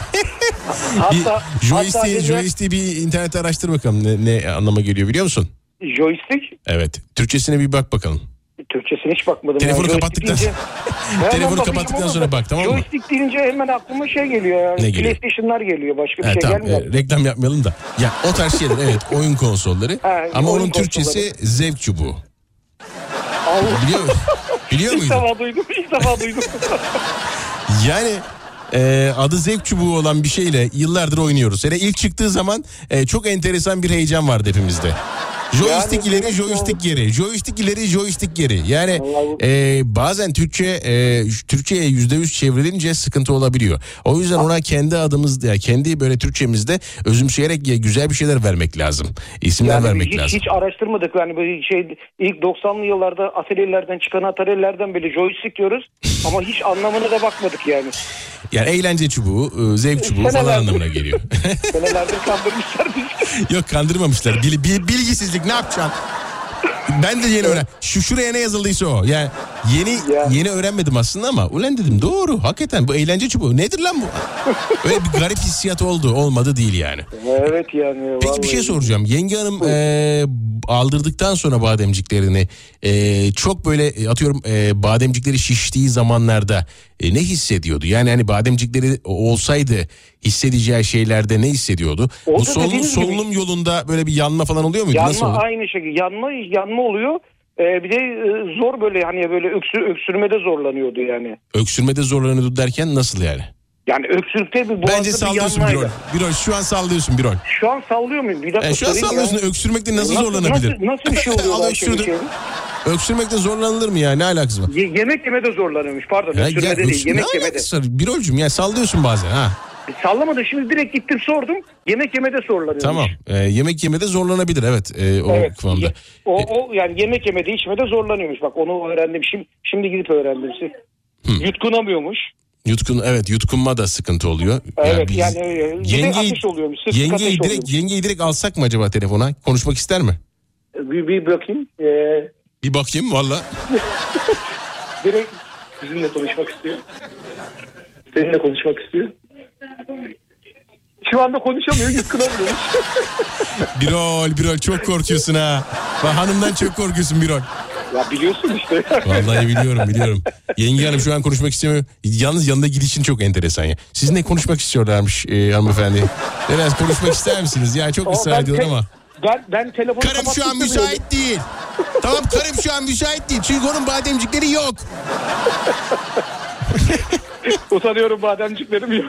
Hatta,
bir joystick,
hatta
joystick bir internette araştır bakalım ne, ne anlama geliyor biliyor musun?
joystick,
Evet. Türkçesine bir bak bakalım.
Türkçesine hiç bakmadım.
Telefonu
yani.
kapattıktan
Joystick deyince-
Telefonu
Hemen
kapattıktan
bakacağım
sonra
ama
bak, tamam mı?
Joystick deyince hemen aklıma şey geliyor. Yani.
Ne geliyor?
PlayStation'lar geliyor. Başka bir
He,
şey
tamam,
gelmiyor.
e, reklam yapmayalım da. Ya o tarz şeyler evet, oyun konsolları.
Ha,
Ama
oyun
onun Türkçesi
konsolları.
zevk çubuğu.
Allah.
Biliyor, biliyor
İlk
muydun?
defa duydum. İlk defa duydum.
Yani e, adı zevk çubuğu olan bir şeyle yıllardır oynuyoruz. Hele ilk çıktığı zaman e, çok enteresan bir heyecan vardı hepimizde. Joystick
Yani-
ileri, joystick geri. Joystick ileri, joystick geri. Yani
Vallahi-
e, bazen Türkçe e, Türkçe'ye yüzde yüz çevrilince sıkıntı olabiliyor. O yüzden ona kendi adımızda, kendi böyle Türkçemizde özümseyerek ya, güzel bir şeyler vermek lazım. İsimler
Yani
vermek
hiç,
lazım.
hiç araştırmadık. Yani böyle şey, ilk doksanlı yıllarda atölyelerden çıkan atölyelerden bile joystick diyoruz. Ama hiç anlamına da bakmadık yani.
Yani eğlence çubuğu, e, zevk çubuğu falan
Senelerdir-
anlamına geliyor.
Senelerdir kandırmışlar bizi.
Yok kandırmamışlar. Bil, bil- bilgisizlik ne yapacaksın? Ben de yeni öğren. Şu şuraya ne yazıldıysa o. Yani yeni
Ya.
yeni öğrenmedim aslında ama ulan dedim doğru. Hakikaten bu eğlence çubuğu. Nedir lan bu? Öyle bir garip hissiyat oldu. Olmadı değil yani.
Evet yani.
Peki bir şey
vallahi.
soracağım. Yenge Hanım e, aldırdıktan sonra bademciklerini e, çok böyle e, atıyorum e, bademcikleri şiştiği zamanlarda e, ne hissediyordu? Yani hani bademcikleri olsaydı hissedeceği şeylerde ne hissediyordu?
O
Bu
da
solunum,
dediğiniz gibi-
solunum yolunda böyle bir yanma falan oluyor muydu? Nasıl
Yanma
oldu?
aynı şekilde. Yanma yanma oluyor. Ee, bir de e, zor böyle hani böyle öksür, öksürmede zorlanıyordu yani.
Öksürmede zorlanıyordu derken nasıl yani?
Yani öksürükte bir boğazda
Bence
bir
sallıyorsun bir rol.
yanmaydı.
Bir rol. Şu an sallıyorsun bir rol.
Şu an sallıyor muyum? Bir dakika
E, şu an
sorayım
sallıyorsun.
ya.
Öksürmekte nasıl,
Nasıl-
zorlanabilir?
Nasıl, nasıl bir şey oluyor?
Al
ben
öksürdüm.
şimdi şey-
Öksürmekte zorlanılır mı ya? Ne alakası var?
Ye- yemek yemede zorlanıyormuş. Pardon,
Ya,
öksürmede
ya,
değil.
öksür-
Yemek
ne
yemede.
alakası var? Bir rolcüm ya sallıyorsun bazen ha.
Sallamadı. Şimdi direkt gittim sordum. Yemek yemede zorlanıyormuş.
Tamam. Ee, yemek yemede zorlanabilir evet e, o
Evet.
kıvamda.
Ye- O, o yani yemek yemede içmede zorlanıyormuş. Bak onu öğrendim. Şimdi, şimdi gidip öğrendim. Yutkunamıyormuş.
Yutkun evet yutkunma da sıkıntı oluyor.
Evet
biz-
yani e, bir de
yengeyi,
ateş oluyormuş. Sık sık
yengeyi
ateş
direkt
oluyormuş.
yengeyi direkt alsak mı acaba telefona? Konuşmak ister mi?
Bir, bir bakayım. Ee,
Bir bakayım valla.
direkt Sizinle konuşmak istiyor. Seninle konuşmak istiyor. Şu anda konuşamıyor, yıkılamıyormuş.
Birol, Birol çok korkuyorsun ha. Bak hanımdan çok korkuyorsun Birol.
Ya biliyorsun işte.
Vallahi biliyorum biliyorum. Yenge hanım şu an konuşmak istemiyor. Yalnız yanında gidişin çok enteresan ya. Sizinle konuşmak istiyorlarmış e, hanımefendi. Biraz konuşmak ister misiniz? Ya çok ısrar ediyorlar ama.
Ben, ben telefonu
Karım şu an müsait değil. Tamam karım şu an müsait değil. Çünkü onun bademcikleri yok.
Utanıyorum, bademciklerim yok.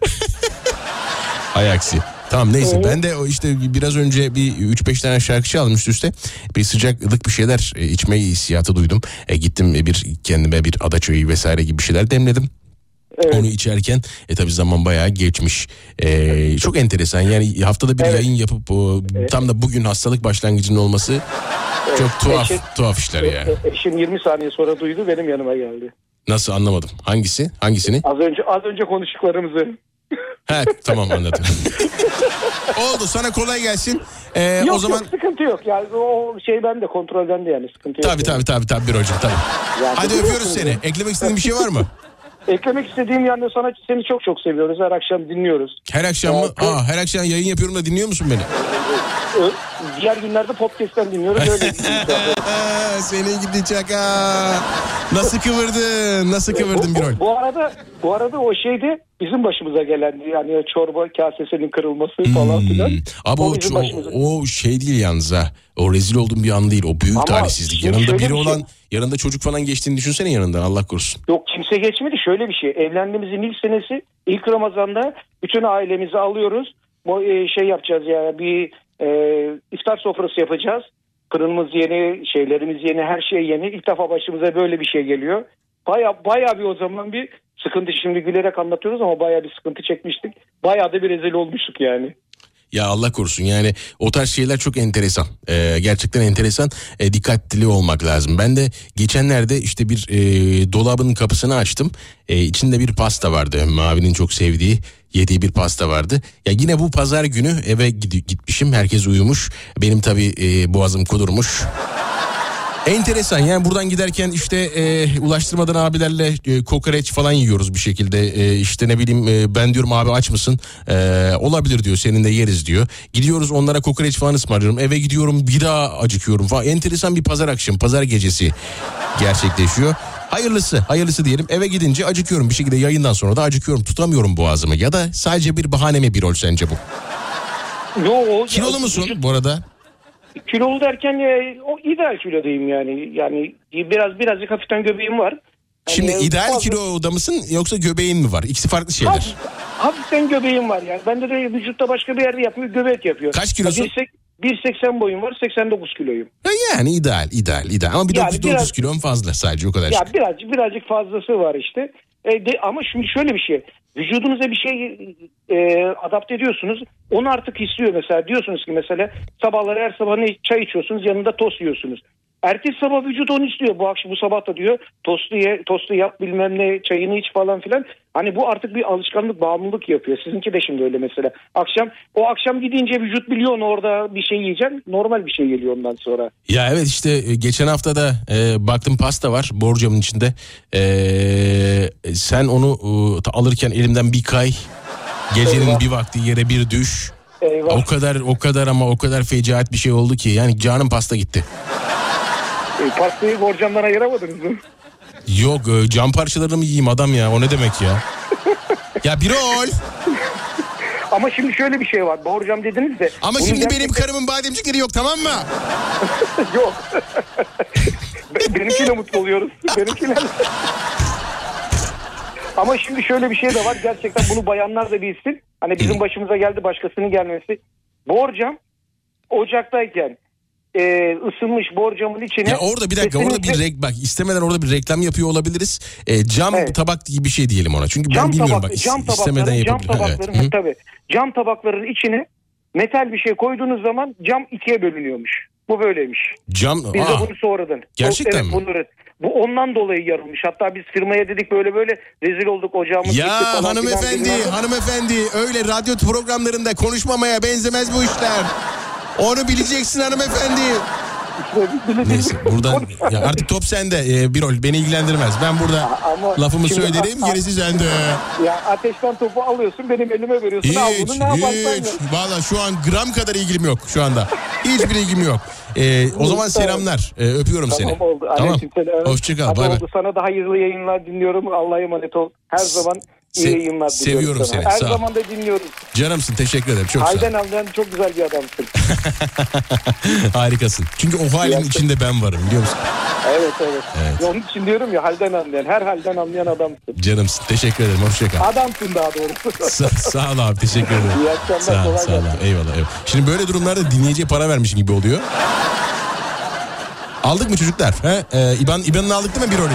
Hay aksi. Tamam neyse ben de işte biraz önce bir üç beş tane şarkı çaldım üst üste. Bir sıcaklık bir şeyler içmeyi hissiyatı duydum. E, gittim bir kendime bir adaçayı vesaire gibi bir şeyler demledim. Evet. Onu içerken e tabi zaman bayağı geçmiş. E, çok enteresan yani haftada bir evet. yayın yapıp o, evet. tam da bugün hastalık başlangıcının olması evet. çok tuhaf eşim, tuhaf işler yani.
Eşim yirmi saniye sonra duydu, benim yanıma geldi.
Nasıl, anlamadım. Hangisi? Hangisini?
Az önce az önce konuştuklarımızı.
He tamam anladım. Oldu, sana kolay gelsin. Ee,
yok
o zaman
yok, sıkıntı yok. Yani o şey bende, kontrol bende yani, sıkıntı yok.
Tabii tabii tabii tabii bir hocam tabii. Yani hadi öpüyoruz seni. Ya. Eklemek istediğin bir şey var mı?
Eklemek istediğim yani sana, seni çok çok seviyoruz. Her akşam dinliyoruz.
Her akşam mı? Ee, Aa, her akşam yayın yapıyorum da dinliyor musun beni?
Diğer günlerde podcast'ten dinliyoruz. Öyle
Senin gidi çaka. Nasıl kıvırdın? Nasıl kıvırdın
bu,
Birol?
Bu arada bu arada o şeyde bizim başımıza gelen yani çorba kasesinin kırılması hmm. falan filan.
Abi o, o, o şey değil yalnız ha. O rezil olduğum bir an değil. O büyük ama talihsizlik. Yanında biri olan, şey, yanında çocuk falan geçtiğini düşünsene yanından, Allah korusun.
Yok, kimse geçmedi. Şöyle bir şey. Evlendiğimizin ilk senesi, ilk Ramazan'da bütün ailemizi alıyoruz. Bu şey yapacağız ya, bir e, iftar sofrası yapacağız. Fırınımız yeni, şeylerimiz yeni, her şey yeni. İlk defa başımıza böyle bir şey geliyor. Baya baya bir o zaman bir sıkıntı, şimdi gülerek anlatıyoruz ama baya bir sıkıntı çekmiştik. Baya da bir rezil olmuştuk yani.
Ya Allah korusun, yani o tarz şeyler çok enteresan. Ee, gerçekten enteresan. Ee, dikkatli olmak lazım. Ben de geçenlerde işte bir e, dolabın kapısını açtım. E, içinde bir pasta vardı. Mavi'nin çok sevdiği, yediği bir pasta vardı. Ya yine bu pazar günü eve gitmişim. Herkes uyumuş. Benim tabii e, boğazım kudurmuş. Enteresan yani, buradan giderken işte e, ulaştırmadan abilerle e, kokoreç falan yiyoruz bir şekilde. E, işte ne bileyim e, ben diyorum abi aç mısın? E, olabilir diyor, senin de yeriz diyor. Gidiyoruz onlara kokoreç falan ısmarlıyorum. Eve gidiyorum bir daha acıkıyorum falan. Enteresan bir pazar akşamı, pazar gecesi gerçekleşiyor. Hayırlısı, hayırlısı diyelim. Eve gidince acıkıyorum bir şekilde, yayından sonra da acıkıyorum. Tutamıyorum boğazımı, ya da sadece bir bahane mi Birol sence bu?
Yo, o,
Kilolu musun
vücut...
bu arada?
Kilolu derken e, o ideal kilodayım yani. Yani biraz birazcık hafiften göbeğim var. Yani
şimdi ideal fazla... kiloda mısın yoksa göbeğin mi var? İkisi farklı şeyler.
Hafif, hafiften göbeğim var yani. Bende de vücutta başka bir yerde yapmıyor, göbek yapıyor.
Kaç kilosun?
bir seksen boyum var, seksen dokuz kiloyum.
Yani ideal, ideal, ideal. Ama bir yani dokuz biraz, kilom fazla sadece, o kadar.
Ya birazcık birazcık fazlası var işte. E, de, ama şimdi şöyle bir şey. Vücudunuza bir şey e, adapte ediyorsunuz. Onu artık istiyor mesela. Diyorsunuz ki mesela sabahları her sabah ne çay içiyorsunuz, yanında tost yiyorsunuz. Ertesi sabah vücut onu istiyor. Bu akşam, bu sabah da diyor tostu ye, tostu yap, bilmem ne, çayını iç falan filan. Hani bu artık bir alışkanlık, bağımlılık yapıyor. Sizinki de şimdi öyle mesela. Akşam, o akşam gidince vücut biliyor onu, orada bir şey yiyeceksin. Normal bir şey geliyor ondan sonra.
Ya evet, işte geçen hafta da e, baktım pasta var borcamın içinde. E, sen onu e, alırken elimden bir kay. Gecenin Eyvah. bir vakti yere bir düş. Eyvah. O kadar o kadar ama o kadar fecaat bir şey oldu ki. Yani canım pasta gitti.
E, pastayı borcamdan ayıramadınız mı?
Yok, cam parçalarını mı yiyeyim adam ya, o ne demek ya? Ya Birol.
Ama şimdi şöyle bir şey var, borcam dediniz de.
Ama şimdi gerçekten... benim karımın bademcikleri yok, tamam mı?
Yok. Benimkiyle mutlu oluyoruz. Benimkiyle. Ama şimdi şöyle bir şey de var, gerçekten bunu bayanlar da bilsin. Hani bizim başımıza geldi, başkasının gelmesi. Borcam Ocak'tayken e, ısınmış borcamın içine.
Ya orada bir dakika, orada bir rek, bak istemeden orada bir reklam yapıyor olabiliriz. E, cam evet. tabak gibi bir şey diyelim ona. Çünkü
cam
ben bilmiyorum
tabak,
bak
cam
istemeden yapabilir.
Cam tabakların evet. tabii. Cam tabakların içine metal bir şey koyduğunuz zaman cam ikiye bölünüyormuş. Bu böyleymiş.
Cam.
Biz Aa, de bunu sonradan.
Gerçekten
evet,
mi?
Bunu, bu ondan dolayı yarılmış. Hatta biz firmaya dedik böyle böyle, rezil olduk, ocağımız
ya
gitti falan.
Ya hanımefendi, hanımefendi öyle radyo programlarında konuşmamaya benzemez bu işler. Onu bileceksin hanımefendi. Neyse buradan ya artık top sende ee, bir rol beni ilgilendirmez. Ben burada ama lafımı söylerim a- gerisi sende.
Ya ateşten topu alıyorsun benim elime veriyorsun.
Hiç
Al bunu, ne
hiç. Valla şu an gram kadar ilgim yok şu anda. Hiçbir ilgim yok. Ee, o zaman selamlar. Ee, öpüyorum
tamam,
seni.
Oldu.
Tamam. Hoşçakal. Bay bay.
Sana da hayırlı yayınlar dinliyorum. Allah'a emanet ol. Her zaman iyi Se- yayınlar diliyorum.
Seviyorum
sana.
seni.
Her
sağ
zaman da dinliyoruz.
Canımsın, teşekkür ederim. Çok
Halden
sağ ol.
Halden çok güzel bir adamsın.
Harikasın. Çünkü o halin içinde ben varım biliyor musun?
Evet evet.
evet.
Onun için diyorum ya halden anlayan, her halden anlayan adamsın.
Canımsın, teşekkür ederim. Hoşçakal.
Adamsın daha doğrusu.
Sa- sağ ol abi, teşekkür ederim.
İyi akşamlar.
Sağ ol, sağ ol abi. Eyvallah, eyvallah. Şimdi böyle durumlarda dinleyiciye para vermişim gibi oluyor. Aldık mı çocuklar? He? Ee, İban, İban'ını aldık değil mi bir rolü?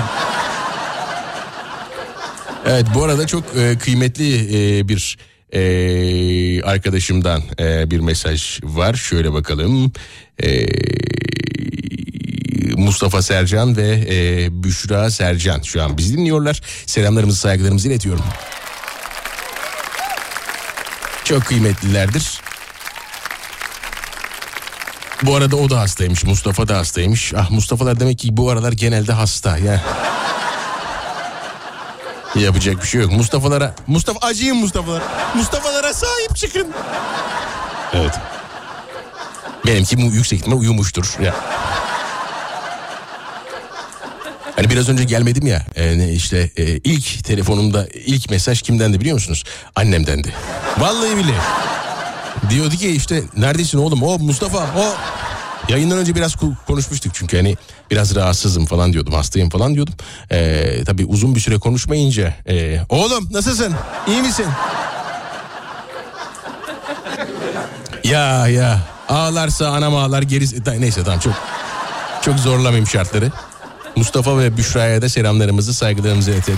Evet, bu arada çok e, kıymetli e, bir e, arkadaşımdan e, bir mesaj var. Şöyle bakalım. E, Mustafa Sercan ve e, Büşra Sercan şu an bizi dinliyorlar. Selamlarımızı, saygılarımızı iletiyorum. Çok kıymetlilerdir. Bu arada o da hastaymış. Mustafa da hastaymış. Ah, Mustafa'lar demek ki bu aralar genelde hasta ya. Yapacak bir şey yok. Mustafa'lara, Mustafa acıyın Mustafa'lara. Mustafa'lara sahip çıkın. Evet. Benimki yüksek ihtimal uyumuştur ya. Hani biraz önce gelmedim ya. E, işte e, ilk telefonumda ilk mesaj kimdendi biliyor musunuz? Annemdendi. Vallahi bile. Diyordu ki işte neredesin oğlum? O Mustafa o. Yayından önce biraz konuşmuştuk çünkü hani biraz rahatsızım falan diyordum, hastayım falan diyordum. Ee, tabii uzun bir süre konuşmayınca e, oğlum nasılsın, iyi misin? ya ya ağlarsa anam ağlar gerisi, neyse tamam çok çok zorlamayayım şartları. Mustafa ve Büşra'ya da selamlarımızı, saygılarımızı iletelim.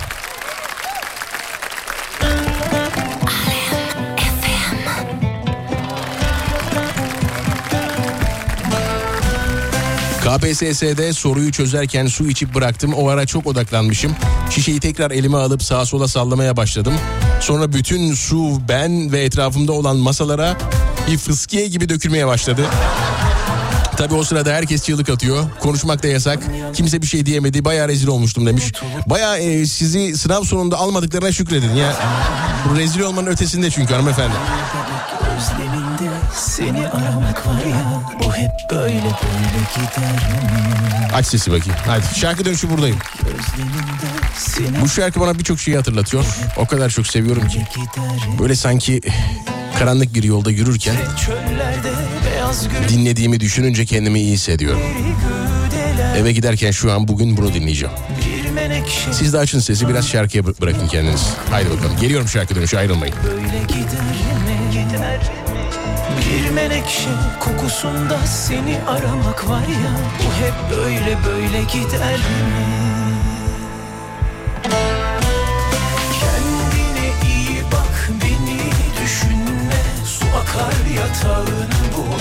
K P S S'de soruyu çözerken su içip bıraktım. O ara çok odaklanmışım. Şişeyi tekrar elime alıp sağa sola sallamaya başladım. Sonra bütün su ben ve etrafımda olan masalara bir fıskiye gibi dökülmeye başladı. Tabii o sırada herkes çığlık atıyor. Konuşmak da yasak. Kimse bir şey diyemedi. Bayağı rezil olmuştum demiş. Bayağı e, sizi sınav sonunda almadıklarına şükredin. Ya, bu rezil olmanın ötesinde çünkü hanımefendi.
Özleminde seni aramak var ya, bu hep böyle böyle gider mi?
Aç sesi bakayım. Hadi şarkı dönüşü buradayım. Bu şarkı bana birçok şeyi hatırlatıyor. O kadar çok seviyorum ki. Böyle sanki karanlık bir yolda yürürken dinlediğimi düşününce kendimi iyi hissediyorum. Eve giderken şu an bugün bunu dinleyeceğim. Siz de açın sesi, biraz şarkıya bırakın kendiniz. Haydi bakalım, geliyorum şarkı dönüşü, ayrılmayın.
Böyle gider mi? Gider mi? Bir menekşe kokusunda seni aramak var ya, bu hep böyle böyle gider mi? Kendine iyi bak, beni düşünme, su akar yatağını bul.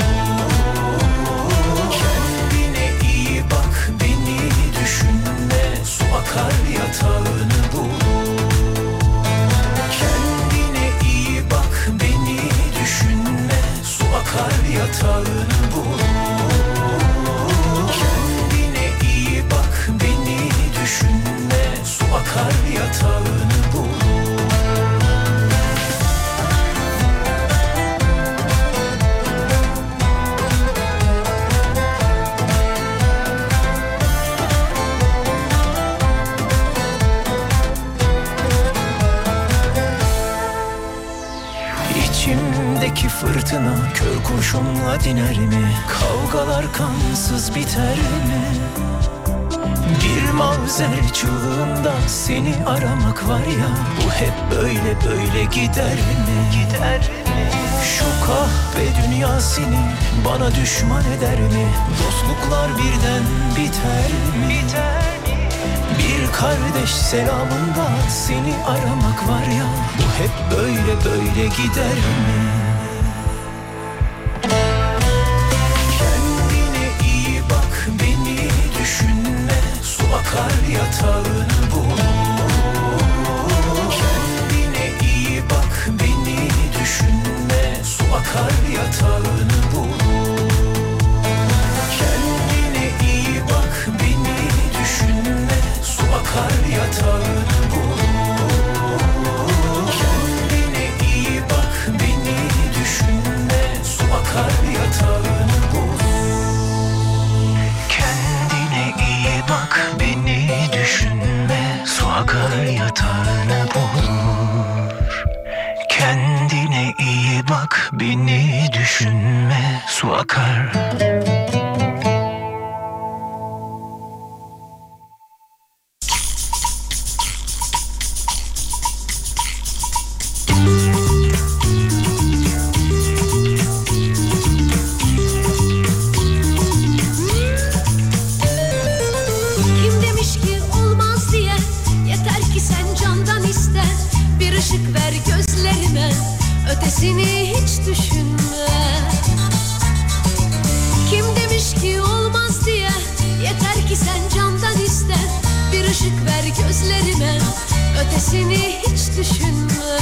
Kendine iyi bak, beni düşünme, su akar yatağını bul. Kendine iyi bak, beni düşünme, su akar yatağını bul. Kendine iyi bak, beni düşünme, su akar yatağını bul. İçimdeki fırtına kör kurşunla diner mi? Kavgalar kansız biter mi? Bir mavzer çığlığında seni aramak var ya, bu hep böyle böyle gider mi? Gider mi? Şu kahve dünya seni bana düşman eder mi? Dostluklar birden biter mi? Biter mi? Bir kardeş selamında seni aramak var ya, bu hep böyle böyle gider mi? Kendine iyi bak, beni düşünme, su akar yatağını bul. Kendine iyi bak, beni düşünme, su akar yatağını bul. Kendine
ötesini hiç düşünme. Kim demiş ki olmaz diye, yeter ki sen candan iste. Bir ışık ver gözlerime, ötesini hiç düşünme.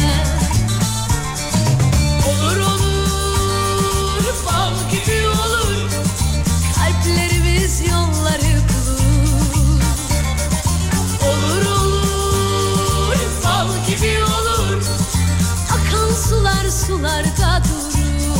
Olur olur, bal gibi olur, kalplerimiz yolları bulur. Olur olur, bal gibi olur, akan sular sularda durur.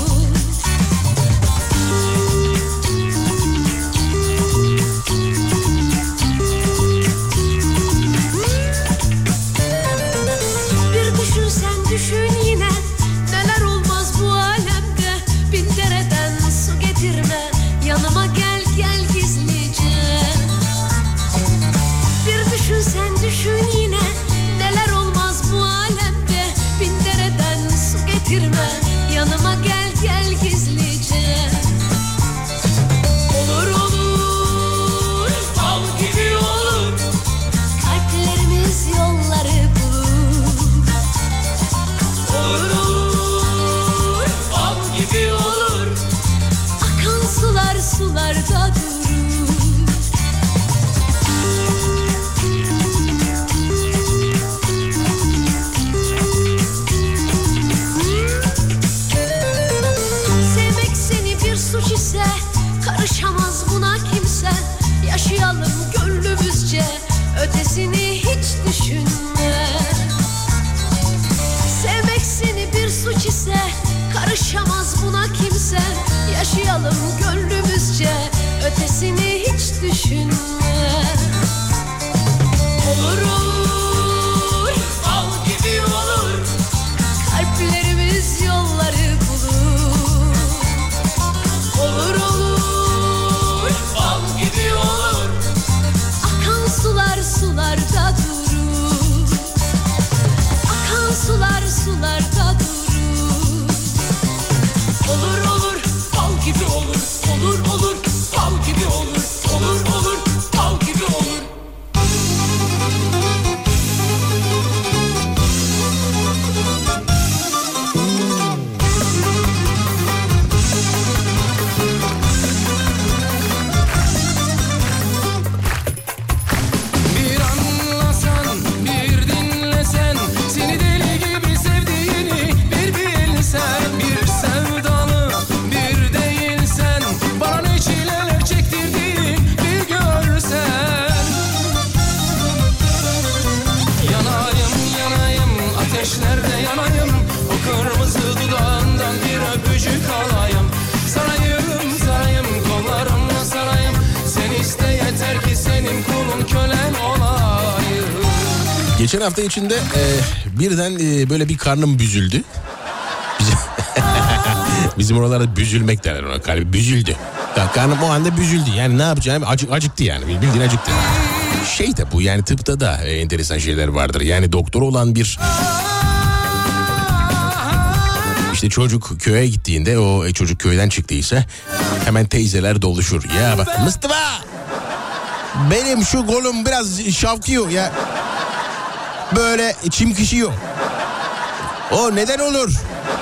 Bir düşün sen düşün yine, neler olmaz bu alemde. Bin dereden su getirme, yanıma gel gel gizlice. Bir düşün sen düşün yine, neler olmaz bu alemde. Bin dereden su getirme, yanıma gel gel gizlice. Olur olur, bal gibi olur, kalplerimiz yolları bulur. Olur olur, bal gibi olur, akan sular sularda durur. Sevmek seni bir suç ise, karışamaz buna kimse. Yaşayalım gönlümüzce, ötesini hiç düşünme. Sevmek seni bir suç ise, karışamaz buna kimse. Yaşayalım gönlümüzce, ötesini hiç düşünme. Olur olur, bal gibi olur, kalplerimiz yolları bulur. Olur olur, bal gibi olur, akan sular sularda durur. Akan sular sularda durur. Olur olur, bal gibi olur. Olur olur, bal gibi olur. Olur olur, bal gibi olur.
Bir anlasan, bir dinlesen, seni deli gibi sevdiğini bir bilsen. Bir sevdalı, bir değilsen, bana ne çileler çektirdiğini bir görsen. Yanayım yanayım, ateşlerde yanayım, o kırmızı dudağından bir öpücük alayım. Sarayım sarayım, kollarımla sarayım, sen iste yeter ki senin kulun kölen olayım.
Geçen hafta içinde e, birden e, böyle bir karnım büzüldü. Bizim, bizim oralarda büzülmek derler ona. Kalbi büzüldü. Ya, karnım o anda büzüldü. Yani ne yapacağım? Acık, acıktı yani. Bildiğin acıktı. Şey de bu, yani tıpta da e, enteresan şeyler vardır. Yani doktor olan bir... İşte çocuk köye gittiğinde, o e, çocuk köyden çıktıysa hemen teyzeler doluşur. Ya bak Mustafa, benim şu kolum biraz şavkıyor ya. Böyle çimkişiyor. O neden olur?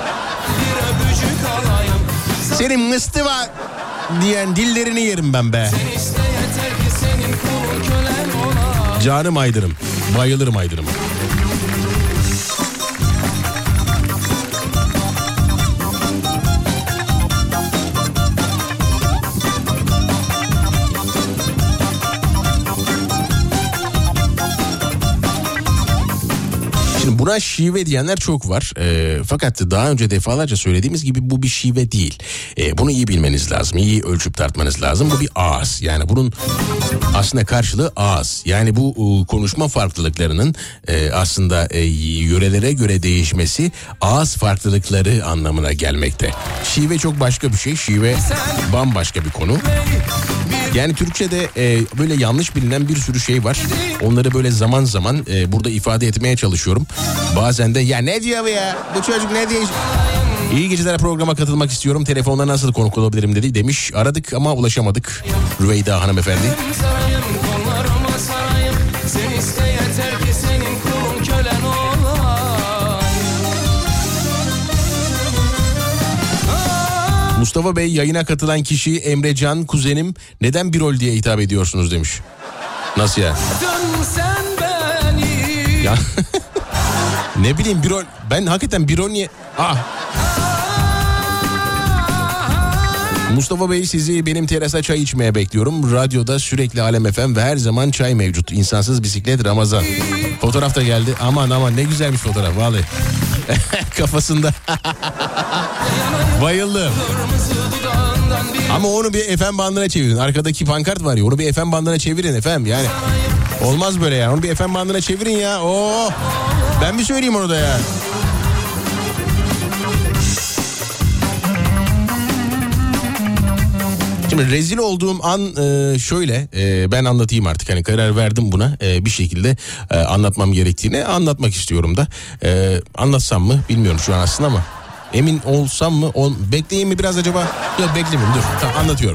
Senin Mustafa diyen dillerini yerim ben be. Canım Aydın'ım. Bayılırım Aydın'ım. Şimdi buna şive diyenler çok var. E, fakat daha önce defalarca söylediğimiz gibi bu bir şive değil. E, bunu iyi bilmeniz lazım. İyi ölçüp tartmanız lazım. Bu bir ağız. Yani bunun aslında karşılığı ağız. Yani bu e, konuşma farklılıklarının e, aslında e, yörelere göre değişmesi ağız farklılıkları anlamına gelmekte. Şive çok başka bir şey. Şive bambaşka bir konu. Yani Türkçe'de e, böyle yanlış bilinen bir sürü şey var. Onları böyle zaman zaman e, burada ifade etmeye çalışıyorum. Bazen de ya ne diyor bu ya? Bu çocuk ne diyor? İyi geceler, programa katılmak istiyorum. Telefonda nasıl konuk olabilirim dedi demiş. Aradık ama ulaşamadık. Rüveyda hanımefendi.
Sarayım, kollarıma sarayım, sen iste yeter ki senin kulun kölen olayım.
Mustafa Bey, yayına katılan kişi Emrecan kuzenim, neden Birol diye hitap ediyorsunuz demiş. Nasıl ya?
Sen beni.
Ya ne bileyim Birol, ben hakikaten Birol niye? Ah. Mustafa Bey, sizi benim terasa çay içmeye bekliyorum. Radyoda sürekli Alem F M ve her zaman çay mevcut. İnsansız bisiklet Ramazan. Fotoğraf da geldi. Aman aman ne güzelmiş fotoğraf vallahi. Kafasında. Bayıldım. Ama onu bir F M bandına çevirin. Arkadaki pankart var ya, onu bir F M bandına çevirin efendim yani. Olmaz böyle yani. Onu bir F M bandına çevirin ya. Oo. Ben bir söyleyeyim onu da ya. Şimdi rezil olduğum an e, şöyle e, ben anlatayım artık, hani karar verdim buna e, bir şekilde e, anlatmam gerektiğini anlatmak istiyorum da e, anlatsam mı bilmiyorum şu an aslında ama emin olsam mı ol, bekleyeyim mi biraz acaba? Yok beklemeyeyim, dur tamam anlatıyorum.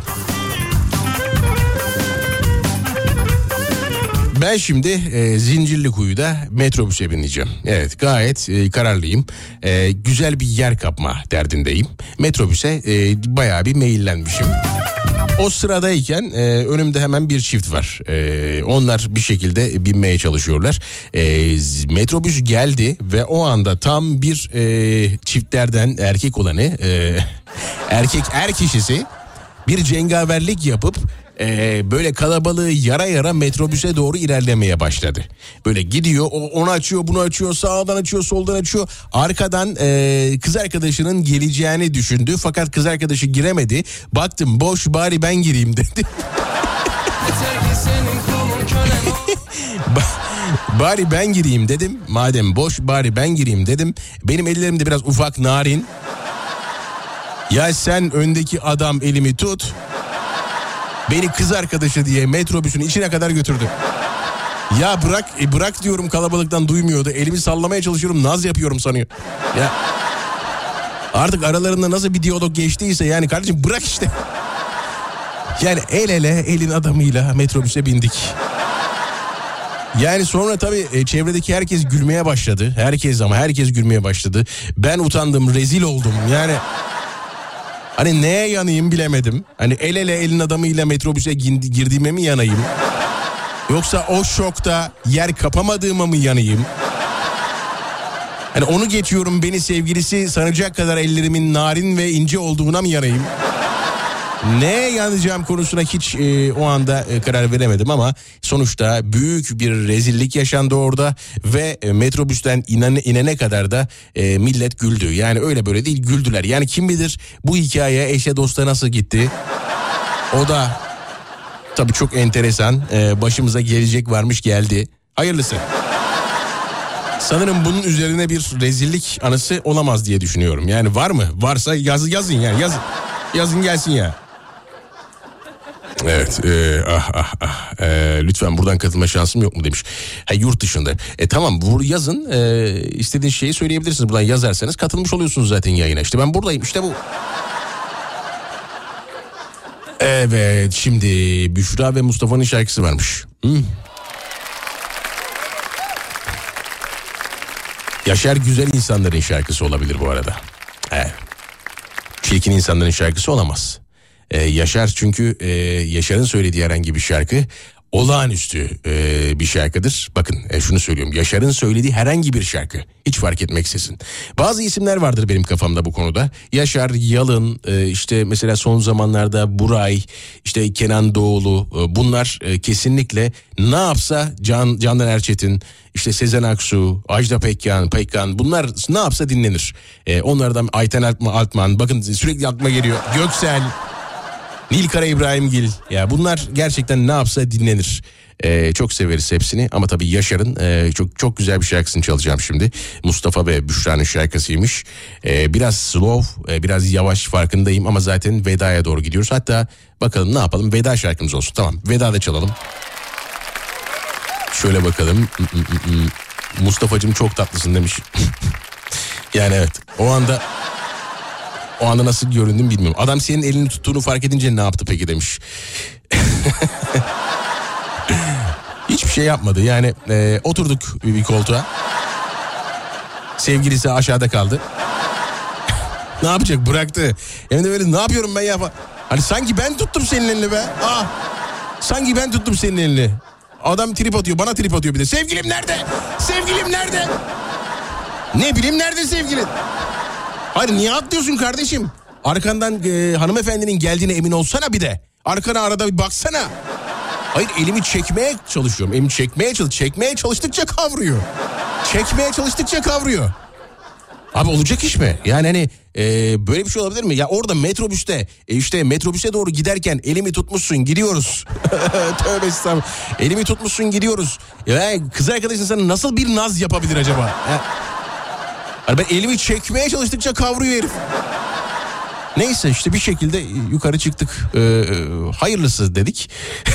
Ben şimdi e, Zincirlikuyu'da metrobüse bineceğim. Evet, gayet e, kararlıyım. E, güzel bir yer kapma derdindeyim. Metrobüse e, bayağı bir meyillenmişim. O sıradayken e, önümde hemen bir çift var. E, onlar bir şekilde binmeye çalışıyorlar. E, metrobüs geldi ve o anda tam bir e, çiftlerden erkek olanı, e, erkek er kişisi bir cengaverlik yapıp Ee, böyle kalabalığı yara yara metrobüse doğru ilerlemeye başladı. Böyle gidiyor, o onu açıyor, bunu açıyor, sağdan açıyor, soldan açıyor. Arkadan e, kız arkadaşının geleceğini düşündü fakat kız arkadaşı giremedi. Baktım boş, bari ben gireyim dedi. Bari ben gireyim dedim. Madem boş, bari ben gireyim dedim. Benim ellerim de biraz ufak, narin. Ya sen öndeki adam elimi tut. Beni kız arkadaşı diye metrobüsün içine kadar götürdü. Ya bırak e bırak diyorum, kalabalıktan duymuyordu. Elimi sallamaya çalışıyorum, naz yapıyorum sanıyor. Ya artık aralarında nasıl bir diyalog geçtiyse yani kardeşim bırak işte. Yani el ele elin adamıyla metrobüse bindik. Yani sonra tabii e, çevredeki herkes gülmeye başladı. Herkes ama herkes gülmeye başladı. Ben utandım, rezil oldum yani. Hani neye yanayım bilemedim. Hani el ele elin adamıyla metrobüse girdiğime mi yanayım? Yoksa o şokta yer kapamadığıma mı yanayım? Hani onu geçiyorum, beni sevgilisi sanacak kadar ellerimin narin ve ince olduğuna mı yanayım? Neye yanacağım konusuna hiç e, o anda e, karar veremedim ama sonuçta büyük bir rezillik yaşandı orada ve e, metrobüsten inene, inene kadar da e, millet güldü. Yani öyle böyle değil, güldüler. Yani kim bilir bu hikaye eşe dosta nasıl gitti? O da tabii çok enteresan. E, başımıza gelecek varmış, geldi. Hayırlısı. Sanırım bunun üzerine bir rezillik anısı olamaz diye düşünüyorum. Yani var mı? Varsa yaz, yazın yani yazın. Yazın gelsin ya. Evet, e, ah ah ah, e, lütfen buradan katılma şansım yok mu demiş. Ha, yurt dışında. E tamam, bu yazın e, istediğiniz şeyi söyleyebilirsiniz. Buradan yazarsanız katılmış oluyorsunuz zaten yayına. İşte ben buradayım, işte bu. Evet, şimdi Büşra ve Mustafa'nın şarkısı varmış. Hı? Yaşar güzel insanların şarkısı olabilir bu arada. Evet. Çirkin insanların şarkısı olamaz. Ee, Yaşar çünkü e, Yaşar'ın söylediği herhangi bir şarkı olağanüstü e, bir şarkıdır. Bakın e, şunu söylüyorum, Yaşar'ın söylediği herhangi bir şarkı, hiç fark etmeksizin. Bazı isimler vardır benim kafamda bu konuda. Yaşar, Yalın, e, işte mesela son zamanlarda Buray, işte Kenan Doğulu, e, bunlar e, kesinlikle ne yapsa Can, Candan Erçetin, işte Sezen Aksu, Ajda Pekkan, Pekkan, bunlar ne yapsa dinlenir. E, onlardan Ayten Altman, Altman, bakın sürekli aklıma geliyor. Göksel, Nilkara İbrahimgil, ya bunlar gerçekten ne yapsa dinlenir. Ee, çok severiz hepsini ama tabii Yaşar'ın e, çok çok güzel bir şarkısını çalacağım şimdi. Mustafa ve Büşra'nın şarkısıymış. Ee, biraz slow, e, biraz yavaş, farkındayım ama zaten vedaya doğru gidiyoruz. Hatta bakalım ne yapalım, veda şarkımız olsun. Tamam, veda da çalalım. Şöyle bakalım. Mustafa'cığım çok tatlısın demiş. Yani evet, o anda... O anda nasıl göründüm bilmiyorum. Adam senin elini tuttuğunu fark edince ne yaptı peki demiş. Hiçbir şey yapmadı. Yani e, oturduk bir koltuğa. Sevgilisi aşağıda kaldı. Ne yapacak? Bıraktı. Hem de böyle ne yapıyorum ben ya? Hani sanki ben tuttum senin elini be. Ah. Sanki ben tuttum senin elini. Adam trip atıyor, bana trip atıyor bir de. Sevgilim nerede? Sevgilim nerede? Ne bileyim nerede sevgilin? Hayır, niye atlıyorsun kardeşim? Arkandan e, hanımefendinin geldiğine emin olsana bir de. Arkana arada bir baksana. Hayır, elimi çekmeye çalışıyorum. Elimi çekmeye çalış, çekmeye çalıştıkça kavruyor. Çekmeye çalıştıkça kavruyor. Abi olacak iş mi? Yani hani e, böyle bir şey olabilir mi? Ya orada metrobüste e, işte metrobüse doğru giderken elimi tutmuşsun gidiyoruz. Tövbe estağfurullah. Elimi tutmuşsun gidiyoruz. Ya kız arkadaşın sana nasıl bir naz yapabilir acaba? Ya, hani ben elimi çekmeye çalıştıkça kavruyor herif. Neyse işte bir şekilde yukarı çıktık. Ee, hayırlısı dedik.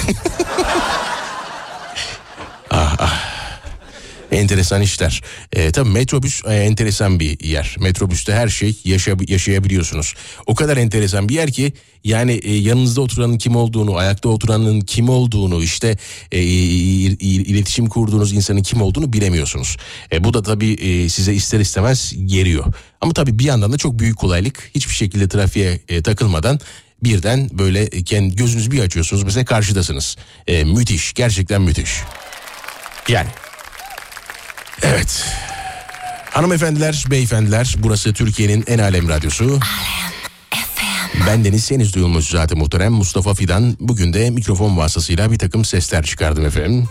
ah ah. Enteresan işler. Ee, tabii metrobüs e, enteresan bir yer. Metrobüste her şey yaşa, yaşayabiliyorsunuz. O kadar enteresan bir yer ki yani e, yanınızda oturanın kim olduğunu, ayakta oturanın kim olduğunu, işte e, iletişim kurduğunuz insanın kim olduğunu bilemiyorsunuz. E, bu da tabii e, size ister istemez geriyor. Ama tabii bir yandan da çok büyük kolaylık. Hiçbir şekilde trafiğe e, takılmadan birden böyle kendi gözünüzü bir açıyorsunuz. Mesela karşıdasınız. E, müthiş, gerçekten müthiş. Yani. Evet. Hanımefendiler, beyefendiler, burası Türkiye'nin en alem radyosu. Bendeniz henüz duyulmuş zaten muhterem Mustafa Fidan. Bugün de mikrofon vasıtasıyla bir takım sesler çıkardım efendim.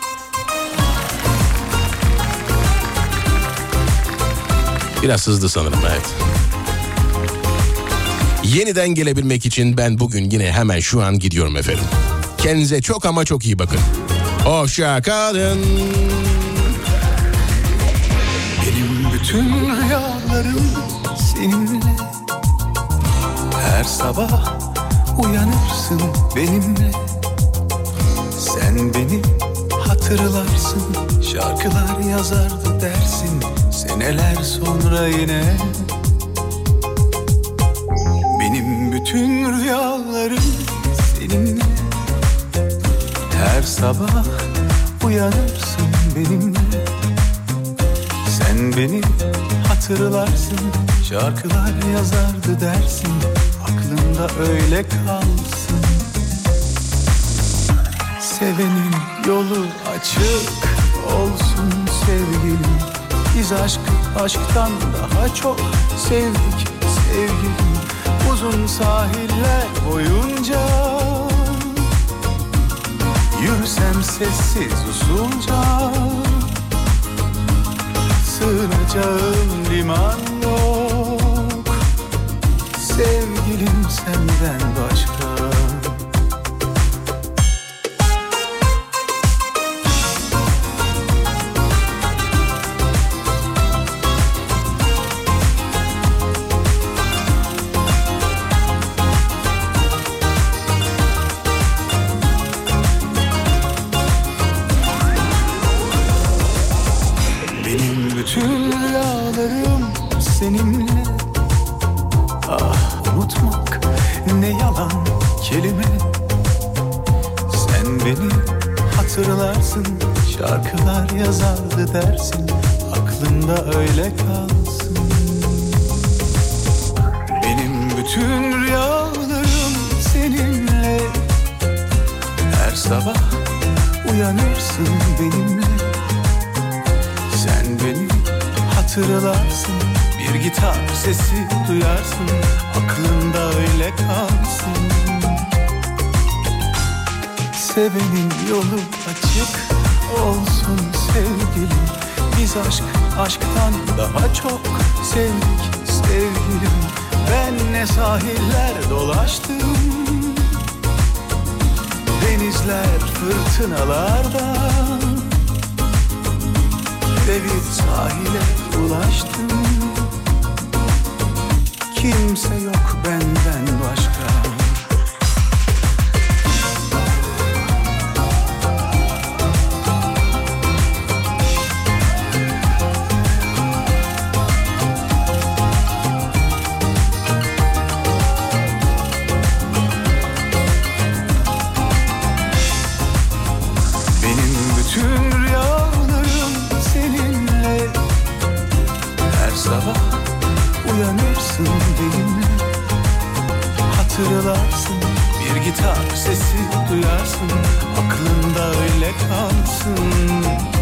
Biraz hızlı sanırım, evet. Yeniden gelebilmek için ben bugün yine hemen şu an gidiyorum efendim. Kendinize çok ama çok iyi bakın. Hoşça kalın.
Bütün rüyalarım seninle. Her sabah uyanırsın benimle. Sen beni hatırlarsın. Şarkılar yazardı dersin seneler sonra yine. Benim bütün rüyalarım seninle. Her sabah uyanırsın benimle. Sen beni hatırlarsın, şarkılar yazardı dersin, aklımda öyle kalsın. Sevenin yolu açık olsun sevgilim. Biz aşkı aşktan daha çok sevdik sevgilim. Uzun sahiller boyunca yürüsem sessiz usulca. Sığınacağım liman yok. Sevgilim senden başka. Bütün rüyalarım seninle. Ah unutmak ne yalan kelime. Sen beni hatırlarsın, şarkılar yazardı dersin, aklımda öyle kalsın. Benim bütün rüyalarım seninle. Her sabah uyanırsın benimle. Sen beni hatırlarsın, bir gitar sesi duyarsın, aklında öyle kalsın. Sevenin yolu açık olsun sevgilim. Biz aşk aşktan daha çok sevdik sevgilim. Ben ne sahiller dolaştım, denizler fırtınalarda. Devir sahile ulaştım. Kimse yok benden başka. Benim bütün rüyalarım seninle. Her sabah uyanırsın
hatırlarsın. Bir gitar sesi duyarsın, aklında öyle kalsın.